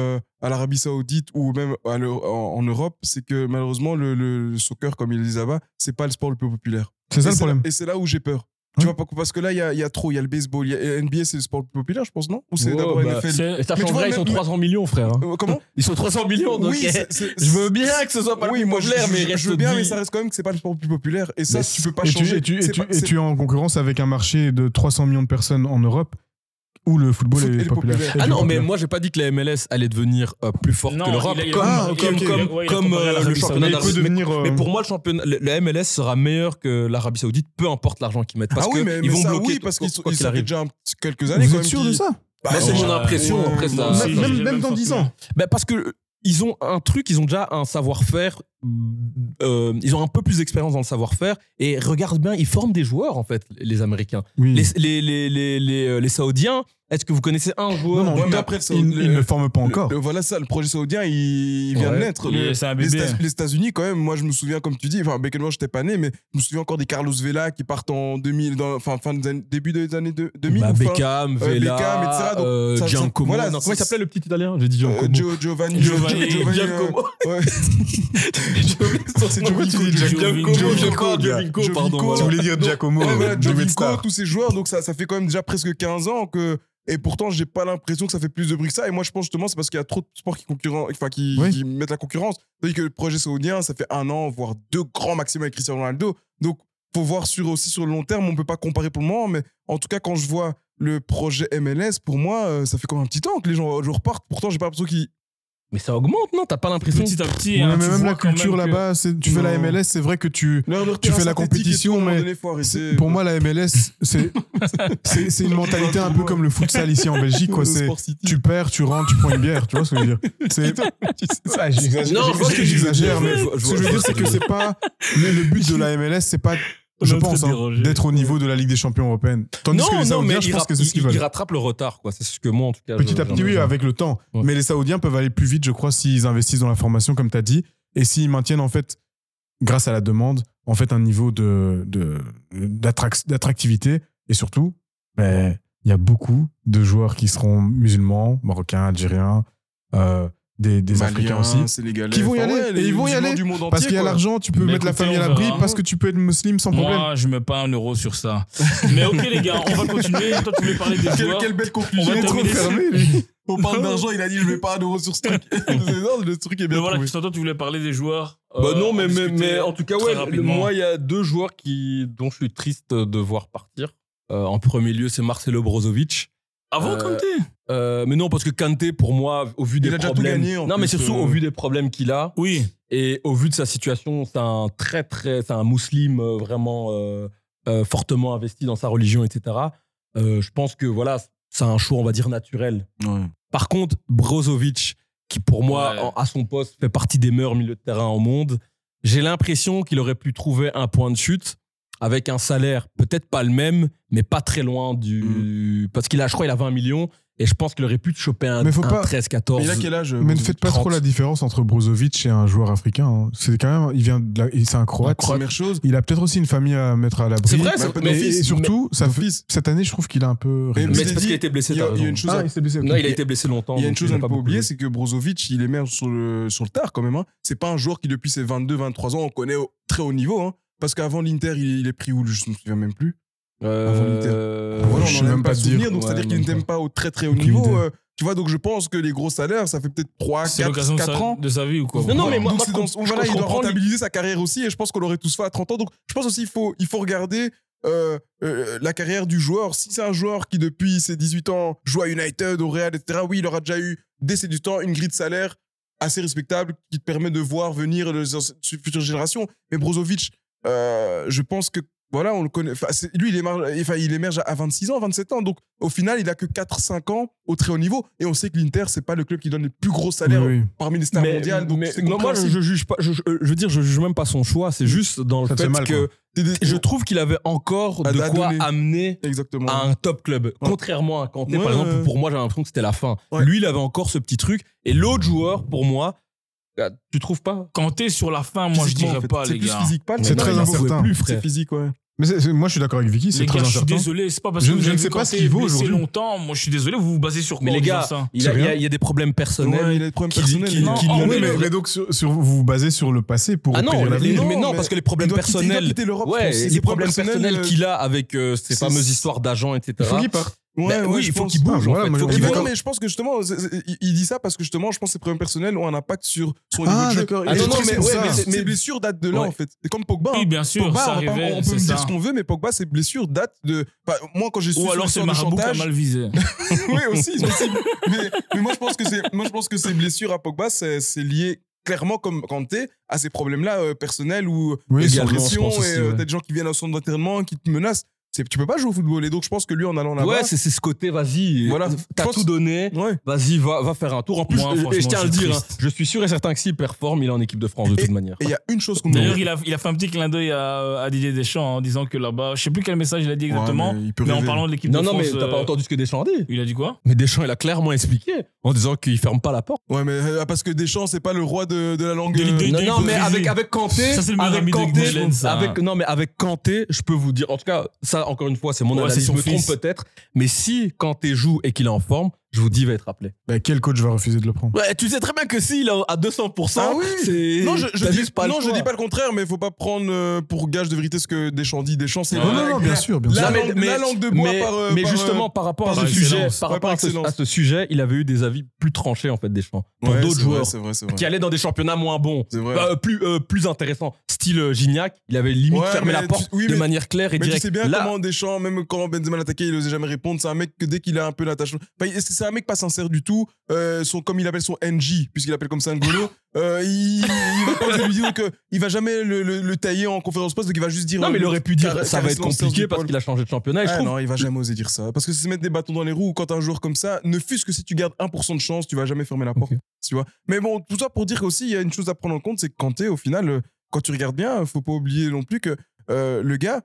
à l'Arabie Saoudite ou même en Europe, c'est que malheureusement le soccer, comme il le disait là-bas, c'est pas le sport le plus populaire.
C'est ça
Et
le problème.
Et c'est là où j'ai peur.
Ouais.
Tu vois, parce que là, il y a trop, il y a le baseball, il y a NBA, c'est le sport le plus populaire, je pense, non? Ou c'est
Ouais,
d'abord
bah,
NFL?
c'est-
Et ça
Mais tu
changerait,
vois,
ils sont
même-
300 millions, frère. hein.
Comment?
Ils sont 300 millions, donc
Oui,
je veux bien que ce soit pas le plus
moi,
populaire, mais il reste
je veux bien, mais
dix.
ça reste quand même que c'est pas le sport le plus populaire. Et ça,
Mais
tu peux pas
Et
changer.
tu
C'est pas- c'est-
es en concurrence avec un marché de 300 millions de personnes en Europe où le football
Foot
est
est
populaire.
populaire.
Et
Ah
du
non, mais
populaire.
moi, j'ai pas dit que la MLS allait devenir plus forte
Non,
que l'Europe,
il a-
comme,
Ah, ok,
comme,
ok.
comme,
Ouais, il a
comme,
comparé à
le
l'Arabie
championnat
Mais il peut
d'Arabie.
devenir.
Mais pour moi, la MLS sera meilleure que l'Arabie Saoudite, peu importe l'argent qu'ils mettent. Parce
Ah oui,
que
mais
ils vont
ça,
bloquer
oui, parce qu'ils
quoi qu'il
ça fait
arrive.
déjà quelques années
Vous
quand
êtes
même
sûr de
qu'ils-
ça
Bah,
Moi, c'est
ouais.
mon impression. Après, ça,
Ouais,
ça-
si,
Même
j'ai
même dans 10 ans.
Ben, parce que ils ont un truc, ils ont déjà un savoir-faire, ils ont un peu plus d'expérience dans le savoir-faire, et regarde bien, ils forment des joueurs en fait, les Américains.
Oui.
Les Saoudiens, est-ce que vous connaissez un joueur?
Non,
Ouais, mais
après,
après,
ils ne forment pas encore.
Voilà ça, le projet saoudien, il vient de
Ouais.
naître.
C'est un bébé.
Les États-Unis, quand même, moi je me souviens, comme tu dis, enfin, Beckenbauer, j'étais pas né, mais je me souviens encore des Carlos Vela qui partent en 2000, début des années 2000.
Bah,
ou fin-
Beckham, Vela,
Beckham, etc. Donc, ça-
Giacomo.
voilà,
Non, comment il
c'est-
s'appelait le petit italien? J'ai dit Giacomo.
Giovanni.
Giacomo.
Ouais.
C'est Jovinko,
Jovinko, pardon.
Tu
voilà.
voulais dire Giacomo,
Ouais, voilà,
du
Jovinko,
Medstar.
tous ces joueurs, donc ça fait quand même déjà presque 15 ans que. Et pourtant, j'ai pas l'impression que ça fait plus de bruit que ça. Et moi, je pense justement, c'est parce qu'il y a trop de sports qui mettent la concurrence. Tandis que le projet saoudien, ça fait 1 an, voire 2 grands maximum avec Cristiano Ronaldo. Donc, faut voir aussi sur le long terme. On peut pas comparer pour le moment, mais en tout cas, quand je vois le projet MLS, pour moi, ça fait quand même un petit temps que les gens repartent. Pourtant, j'ai pas l'impression qu'ils.
Mais ça augmente, non? T'as pas l'impression?
Petit à petit,
Ouais,
hein,
mais
tu
même
vois
la
quand
culture
même que-
là-bas, tu fais la
Non.
MLS, c'est vrai que tu
Leur
fais
terrain
la
synthétique et
compétition,
tout, à un moment
mais
donné, faut arrêter.
pour moi, la MLS, c'est une mentalité un peu comme le futsal ici en Belgique. Quoi.
Le
C'est,
Sport City.
tu perds, tu rentres, tu prends une bière. Tu vois ce que je veux dire? Ah, j'exagère.
Non, je vois ce que tu veux
j'exagère,
dire.
mais
Je
ce que je veux dire, c'est que c'est pas. Le but de la MLS, c'est pas, je
On est en train
pense,
de déranger.
d'être au niveau de la Ligue des Champions européenne. Tandis que les Saoudiens, je pense que c'est ce qu'ils
ils
veulent.
rattrapent le retard, quoi. C'est ce que moi, en tout cas.
Petit à petit, oui, avec le temps.
Ouais.
Mais les Saoudiens peuvent aller plus vite, je crois, s'ils investissent dans la formation, comme tu as dit, et s'ils maintiennent, en fait, grâce à la demande, en fait, un niveau d'attractivité. Et surtout, ben, il y a beaucoup de joueurs qui seront musulmans, marocains, algériens, des Africains aussi,
Sénégalais,
qui vont y
enfin,
aller.
ouais,
Et
les
ils vont y
musulmans
aller.
du monde
Parce
entier,
qu'il y a
quoi.
l'argent, tu peux
Mais
mettre la
écoutez,
famille à
on
l'abri,
verra.
parce que tu peux être musulman sans problème.
Moi, je mets pas 1 euro sur ça. Mais ok, les gars, on va continuer. Toi, tu voulais parler des joueurs.
Quelle belle
On
conclusion.
va
Il est trop
terminer
fermé, lui.
On parle d'argent, il a dit je mets pas 1 euro sur ce truc. Non, le truc est
Mais
bien
voilà,
trouvé.
Christian, toi, tu voulais parler des joueurs.
Bah non,
on
mais
discutait
en tout cas,
très
ouais,
rapidement.
moi, il y a 2 joueurs dont je suis triste de voir partir. En premier lieu, c'est Marcelo Brozovic.
Avant Kanté.
Mais non, parce que Kanté, pour moi, au vu des
a déjà tout
problèmes.
gagné, en
non, mais
plus,
surtout au vu des problèmes qu'il a.
Oui.
Et au vu de sa situation, c'est un musulman vraiment fortement investi dans sa religion, etc. Je pense que voilà, c'est un choix, on va dire, naturel.
Ouais.
Par contre, Brozovic, qui pour moi,
Ouais.
à son poste, fait partie des meilleurs milieux de terrain au monde, j'ai l'impression qu'il aurait pu trouver un point de chute avec un salaire peut-être pas le même, mais pas très loin du. Parce qu'il a, je crois, il a 20 millions. Et je pense qu'il aurait pu te choper un
Mais faut pas-
13-14.
Mais il a quel âge
Mais ne faites pas
30.
trop la différence entre Brozovic et un joueur africain. hein. C'est quand même, c'est un Croate.
Première chose.
Il a peut-être aussi une famille à mettre à l'abri.
C'est vrai,
Mais
fils,
et surtout,
son fils.
cette année, je trouve qu'il a un peu.
Mais
Mais
je
c'est
t'ai
parce
dit,
qu'il a été blessé,
il y a
t'as raison.
une chose à-
il s'est blessé. ok.
Non, il a été blessé longtemps.
Il y a une
donc
chose à ne
pas
pas
beaucoup
oublier,
joué.
c'est que Brozovic, il émerge sur le tard quand même. Hein. C'est pas un joueur qui, depuis ses 22-23 ans, on connaît au très haut niveau. Hein. Parce qu'avant l'Inter, il est pris où je me souviens même plus. Avant l'Inter. Voilà,
je
on
sais
n'en a
même
même
pas
pas
te
souvenir.
dire.
Donc,
Ouais,
c'est-à-dire qu'il
même
ne t'aime pas au très très haut
Aucune
niveau.
idée.
Tu vois, donc je pense que les gros salaires, ça fait peut-être 3,
C'est
4,
l'occasion
4 ans.
de sa vie ou quoi.
Non, non, mais moi,
Donc,
moi,
c'est
je
dans-
comprends-
voilà,
je
il doit
comprends
rentabiliser sa carrière aussi, et je pense qu'on l'aurait tous fait à 30 ans. Donc, je pense aussi il faut regarder la carrière du joueur. Si c'est un joueur qui, depuis ses 18 ans, joue à United, au Real, etc., oui, il aura déjà eu, dès ses 18 ans, une grille de salaire assez respectable qui te permet de voir venir les futures générations. Mais Brozovic, je pense que voilà, on le connaît. Lui, il émerge à 26 ans, 27 ans. Donc, au final, il a que 4-5 ans au très haut niveau. Et on sait que l'Inter, c'est pas le club qui donne les plus gros salaires
Oui, oui.
parmi les stars mondiales. Donc, c'est
non, moi,
compréhensible.
je juge pas. Je veux dire, je juge même pas son choix. C'est juste dans le
Ça te
fait
fait mal,
que je trouve qu'il avait encore
À
de quoi
donner.
amener
Exactement.
à un top club. Contrairement à Kanté,
Ouais,
par exemple,
ouais.
où pour moi, j'avais l'impression que c'était la fin.
Ouais.
Lui, il avait encore ce petit truc. Et l'autre joueur, pour moi, tu trouves pas?
Kanté sur la fin, moi je
Physiquement,
dirais
en fait.
pas,
C'est
les
plus
gars.
physique, pas
C'est très
il pouvait
incertain.
plus,
C'est
frère.
physique, ouais.
Mais moi, je suis d'accord avec Vicky, c'est
Les
très
gars, je suis
incertain.
désolé, c'est pas parce
Je-
que vous
je ne
avez
sais
vu
pas ce
Kanté
qu'il vaut
blessé
aujourd'hui.
longtemps. Moi, je suis désolé, vous vous basez sur quoi
Mais les
en disant
gars,
ça
il
C'est rien.
y a des problèmes personnels.
Ouais, il a des problèmes
qui-
personnels.
qui-
Non,
qui-
en
qui-
vrai,
mais donc, vous vous basez sur le passé pour
Ah non,
prédire l'avenir.
mais non,
mais
parce que les problèmes
il doit quitter- il doit
personnels.
quitter l'Europe, je
Ouais,
pense. C'est
les
ses
problèmes
problèmes
personnels
personnels,
qu'il a avec ces
c'est-
fameuses histoires d'agents, etc.
Il faut qu'il parte.
Ouais,
oui,
je
il faut
pense.
qu'il bouge.
Ah, voilà,
en fait.
moi,
Faut
on
qu'il
est
bouge.
d'accord.
Mais je pense que justement, il dit ça parce que justement, je pense que ses problèmes personnels ont un impact sur son niveau
Ah,
de jeu.
d'accord.
Et
Ah,
je
non,
pense
non,
que
mais
c'est
ouais,
ça.
mais
c'est-
Ses blessures datent de là,
Ouais.
en fait. C'est comme Pogba.
Oui,
hein.
bien sûr,
Pogba,
ça
on
arrivait.
peut
c'est
me dire
ça.
ce qu'on veut, mais Pogba, ses blessures datent de. Enfin, moi, quand j'ai su
Ou alors c'est
sur
le
l'histoire de
marabout qui a
chantage.
mal visé.
Oui, aussi, c'est possible. Mais moi, je pense que ces blessures à Pogba, c'est lié clairement comme Kanté à ces problèmes-là personnels ou
Oui,
de
également,
pression
je pense
et
aussi, ouais.
peut-être des gens qui viennent au centre d'entraînement qui te menacent. Tu peux pas jouer au football. Et donc, je pense que lui, en allant là-bas.
Ouais, c'est ce côté, vas-y,
Voilà.
t'as
Je pense-
tout donné,
Ouais.
vas-y, va faire un tour. En plus,
Moi,
et
franchement,
je tiens à le
je suis
dire, hein,
triste.
je suis sûr et certain que s'il performe, il est en équipe de France de toute manière.
Et il y a une chose qu'on
D'ailleurs, il a fait un petit clin d'œil à Didier Deschamps en disant que là-bas, je sais plus quel message il a dit exactement,
mais il peut
mais en
rêver.
parlant de l'équipe
Non,
de
non,
France.
mais t'as pas entendu ce que Deschamps a dit.
Il a dit quoi?
Mais Deschamps, il a clairement expliqué en disant qu'il ferme pas la porte.
Ouais, mais parce que Deschamps, c'est pas le roi de la langue.
De l'idée.
Non, non, mais
hypocrisie.
avec Kanté,
Ça, c'est le meilleur
avec
ami de
Kanté,
Ghislaine, ça.
avec Kanté, je peux vous dire, en tout cas, ça, encore une fois, c'est mon
Ouais,
analyse,
c'est
je
son
me trompe
fils.
peut-être, mais si Kanté joue et qu'il est en forme, je vous dis, il va être rappelé.
Bah, quel coach va refuser de le prendre?
Ouais, tu sais très bien que s'il est à 200%,
Ah oui.
c'est.
Non, je
t'as
dis,
juste pas le
non, je
choix.
dis pas le contraire, mais il faut pas prendre pour gage de vérité ce que Deschamps dit. Deschamps, c'est
Non, bien sûr, bien sûr.
la,
Non,
langue, la langue de bois
mais justement, par rapport
par
à ce sujet,
excellence.
par
Ouais,
rapport
par
à ce,
excellence.
à ce sujet, il avait eu des avis plus tranchés, en fait, Deschamps. Pour
Ouais,
d'autres
c'est vrai,
joueurs
c'est vrai, c'est vrai.
qui allaient dans des championnats moins bons,
C'est vrai.
plus intéressants, style Gignac, il avait limite
Ouais,
fermé
mais
la porte
oui,
de
mais-
manière claire et
Mais tu
directe.
sais bien
Là,
comment Deschamps, même quand Benzema l'attaquait, il osait jamais répondre. C'est un mec que dès qu'il a un peu l'attachement. Enfin, c'est un mec pas sincère du tout. Comme il appelle son NJ, puisqu'il appelle comme ça N'Golo, il va pas oser lui dire qu'il va jamais le tailler en conférence presse, donc il va juste dire.
non, mais il aurait pu dire ça va être
caresse
compliqué
l'épaule.
parce qu'il a changé de championnat. Et je
Ah
trouve
non, il va jamais oser dire ça. Parce que c'est se mettre des bâtons dans les roues quand un joueur comme ça, ne fût-ce que si tu gardes 1% de chance, tu vas jamais fermer la porte.
Ok.
Tu vois. Mais bon, tout ça pour dire qu'aussi, il y a une chose à prendre en compte, c'est que Kanté, au final, quand tu regardes bien, faut pas oublier non plus que le gars,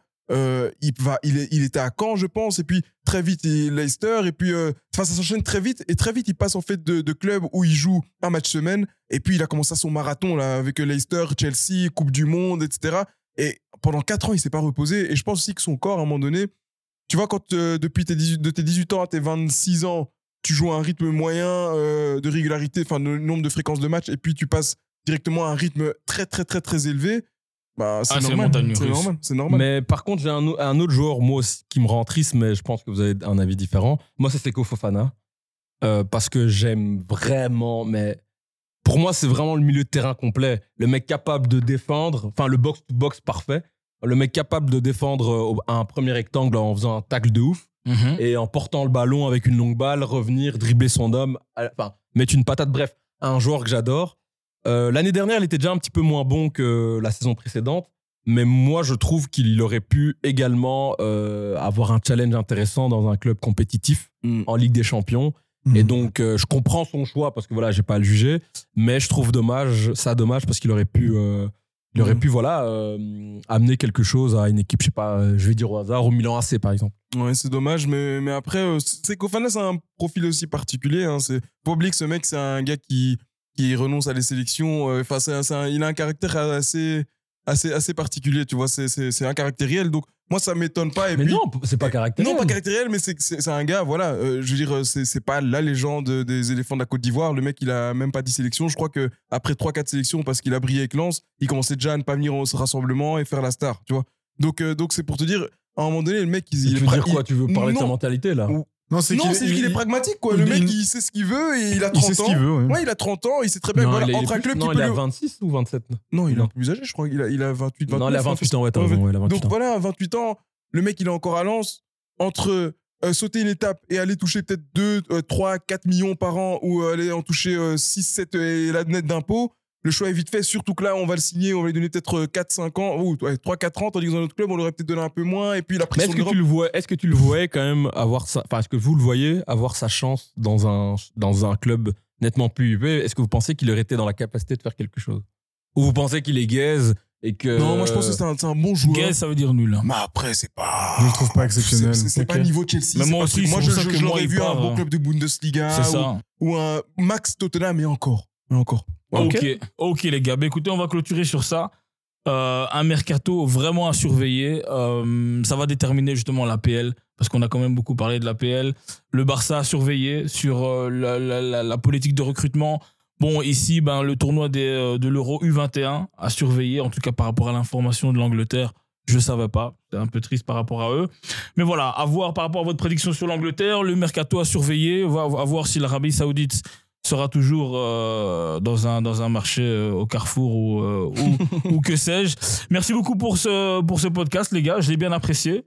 il était à Caen, je pense, et puis très vite, Leicester, et puis ça s'enchaîne très vite, et très vite, il passe en fait de club où il joue un match semaine, et puis il a commencé son marathon là, avec Leicester, Chelsea, Coupe du Monde, etc. Et pendant 4 ans, il s'est pas reposé, et je pense aussi que son corps, à un moment donné, tu vois, quand depuis tes 18 ans à tes 26 ans, tu joues à un rythme moyen de régularité, enfin, de nombre de fréquences de match, et puis tu passes directement à un rythme très, très, très, très élevé, bah, c'est
Ah, c'est les
normal.
montagnes
C'est
russes.
normal. C'est normal.
Mais par contre, j'ai un autre joueur, moi aussi, qui me rend triste, mais je pense que vous avez un avis différent. Moi, c'est Seko Fofana. Parce que j'aime vraiment, mais pour moi, c'est vraiment le milieu de terrain complet. Le mec capable de défendre, enfin, le box-to-box parfait. Le mec capable de défendre un premier rectangle en faisant un tacle de ouf
Mhm.
et en portant le ballon avec une longue balle, revenir, dribbler son homme, enfin, mettre une patate. Bref, un joueur que j'adore. L'année dernière, il était déjà un petit peu moins bon que la saison précédente, mais moi, je trouve qu'il aurait pu également avoir un challenge intéressant dans un club compétitif en Ligue des Champions. Et donc, je comprends son choix parce que voilà, j'ai pas à le juger, mais je trouve ça dommage parce qu'il aurait pu, amener quelque chose à une équipe, je sais pas, je vais dire au hasard, au Milan AC par exemple.
Ouais, c'est dommage, mais après, Seko Fofana, c'est un profil aussi particulier. Hein. Faut oublier que ce mec, c'est un gars qui renonce à les sélections. Enfin, il a un caractère assez particulier, tu vois. C'est un caractériel. Donc, moi, ça m'étonne pas. Et
Mais
puis,
non, c'est pas caractériel.
Non, pas caractériel, mais c'est un gars, voilà. Je veux dire, c'est pas la légende des éléphants de la Côte d'Ivoire. Le mec, il a même pas 10 sélections. Je crois qu'après 3-4 sélections, parce qu'il a brillé avec Lens, il commençait déjà à ne pas venir au rassemblement et faire la star, tu vois. Donc c'est pour te dire, à un moment donné, le mec,
Tu veux dire quoi? Tu veux parler de sa
Non.
mentalité là?
Non, c'est
Non, c'est qu'il est pragmatique, quoi. Le mec, il sait ce qu'il veut et il a 30 ans.
Il sait ce qu'il veut, ouais.
Ouais, il a 30 ans, il sait très bien.
Non,
Voilà,
il est
entre un
plus-
club
non,
qui
il
peut
a
le-
26 ou 27?
Non, il est
Non.
un peu plus âgé, je crois. Il a 28, 29.
Non, il a 28 ans, ouais, t'as raison, ouais, il a 28
Donc
ans.
voilà, à 28 ans, le mec, il est encore à Lens. Entre sauter une étape et aller toucher peut-être 2, 3, 4 millions par an ou aller en toucher 6, 7 et la net d'impôts, le choix est vite fait. Surtout que là, on va le signer, on va lui donner peut-être 4, 5 ans ou 3, 4 ans, tandis que dans notre club, on l'aurait peut-être donné un peu moins. Et puis la
Mais
pression
est-ce
de
que
l'Europe.
est-ce que tu le voyais quand même avoir ça, enfin, est-ce que vous le voyez avoir sa chance dans un club nettement plus huppé? Est-ce que vous pensez qu'il aurait été dans la capacité de faire quelque chose? Ou vous pensez qu'il est gaze et que.
Non, moi je pense que c'est un bon joueur.
Gay, ça veut dire nul. Hein.
Mais après, c'est pas.
Je le trouve pas exceptionnel.
C'est pas
Ok.
niveau Chelsea.
Mais
c'est
moi
pas-
aussi,
moi
c'est
je,
pour ça que
je
moi,
l'aurais
il
vu à un
part,
bon
hein.
club de Bundesliga
C'est ça.
ou un Max Tottenham, mais encore. Et encore.
Ok les gars. Bah, écoutez, on va clôturer sur ça. Un mercato vraiment à surveiller. Ça va déterminer justement l'APL parce qu'on a quand même beaucoup parlé de l'APL. Le Barça à surveiller sur la politique de recrutement. Bon, ici, le tournoi de l'Euro U21 à surveiller, en tout cas par rapport à l'information de l'Angleterre. Je ne savais pas. C'est un peu triste par rapport à eux. Mais voilà, à voir par rapport à votre prédiction sur l'Angleterre, le mercato à surveiller, à voir si l'Arabie Saoudite sera toujours dans un marché au Carrefour ou que sais-je. Merci beaucoup pour ce podcast, les gars. Je l'ai bien apprécié.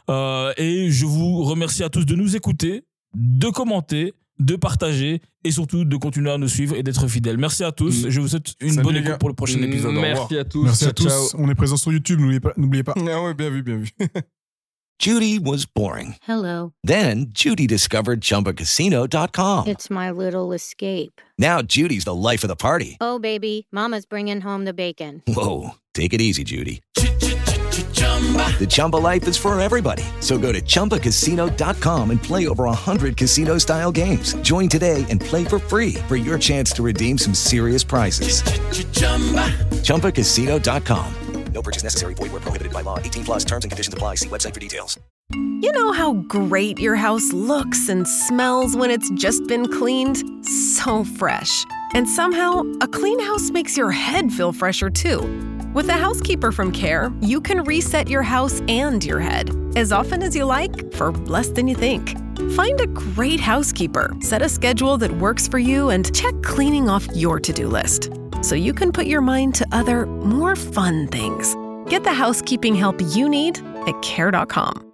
Et je vous remercie à tous de nous écouter, de commenter, de partager et surtout de continuer à nous suivre et d'être fidèles. Merci à tous. Je vous souhaite une
Salut,
bonne
les
écoute
gars.
pour le prochain épisode. Au revoir.
Merci à tous.
Merci à
Ciao, ciao.
tous. On est présent sur YouTube, n'oubliez pas.
Ah ouais, bien vu, bien vu.
Judy was boring.
Hello.
Then Judy discovered ChumbaCasino.com.
It's my little escape.
Now Judy's the life of the party.
Oh, baby, mama's bringing home the bacon.
Whoa, take it easy, Judy. The Chumba life is for everybody. So go to ChumbaCasino.com and play over 100 casino-style games. Join today and play for free for your chance to redeem some serious prizes. ChumbaCasino.com. No purchase necessary. Void where prohibited by law. 18 plus terms and conditions apply. See website for details.
You know how great your house looks and smells when it's just been cleaned? So fresh. And somehow, a clean house makes your head feel fresher too. With a housekeeper from Care, you can reset your house and your head as often as you like for less than you think. Find a great housekeeper, set a schedule that works for you, and check cleaning off your to-do list so you can put your mind to other, more fun things. Get the housekeeping help you need at Care.com.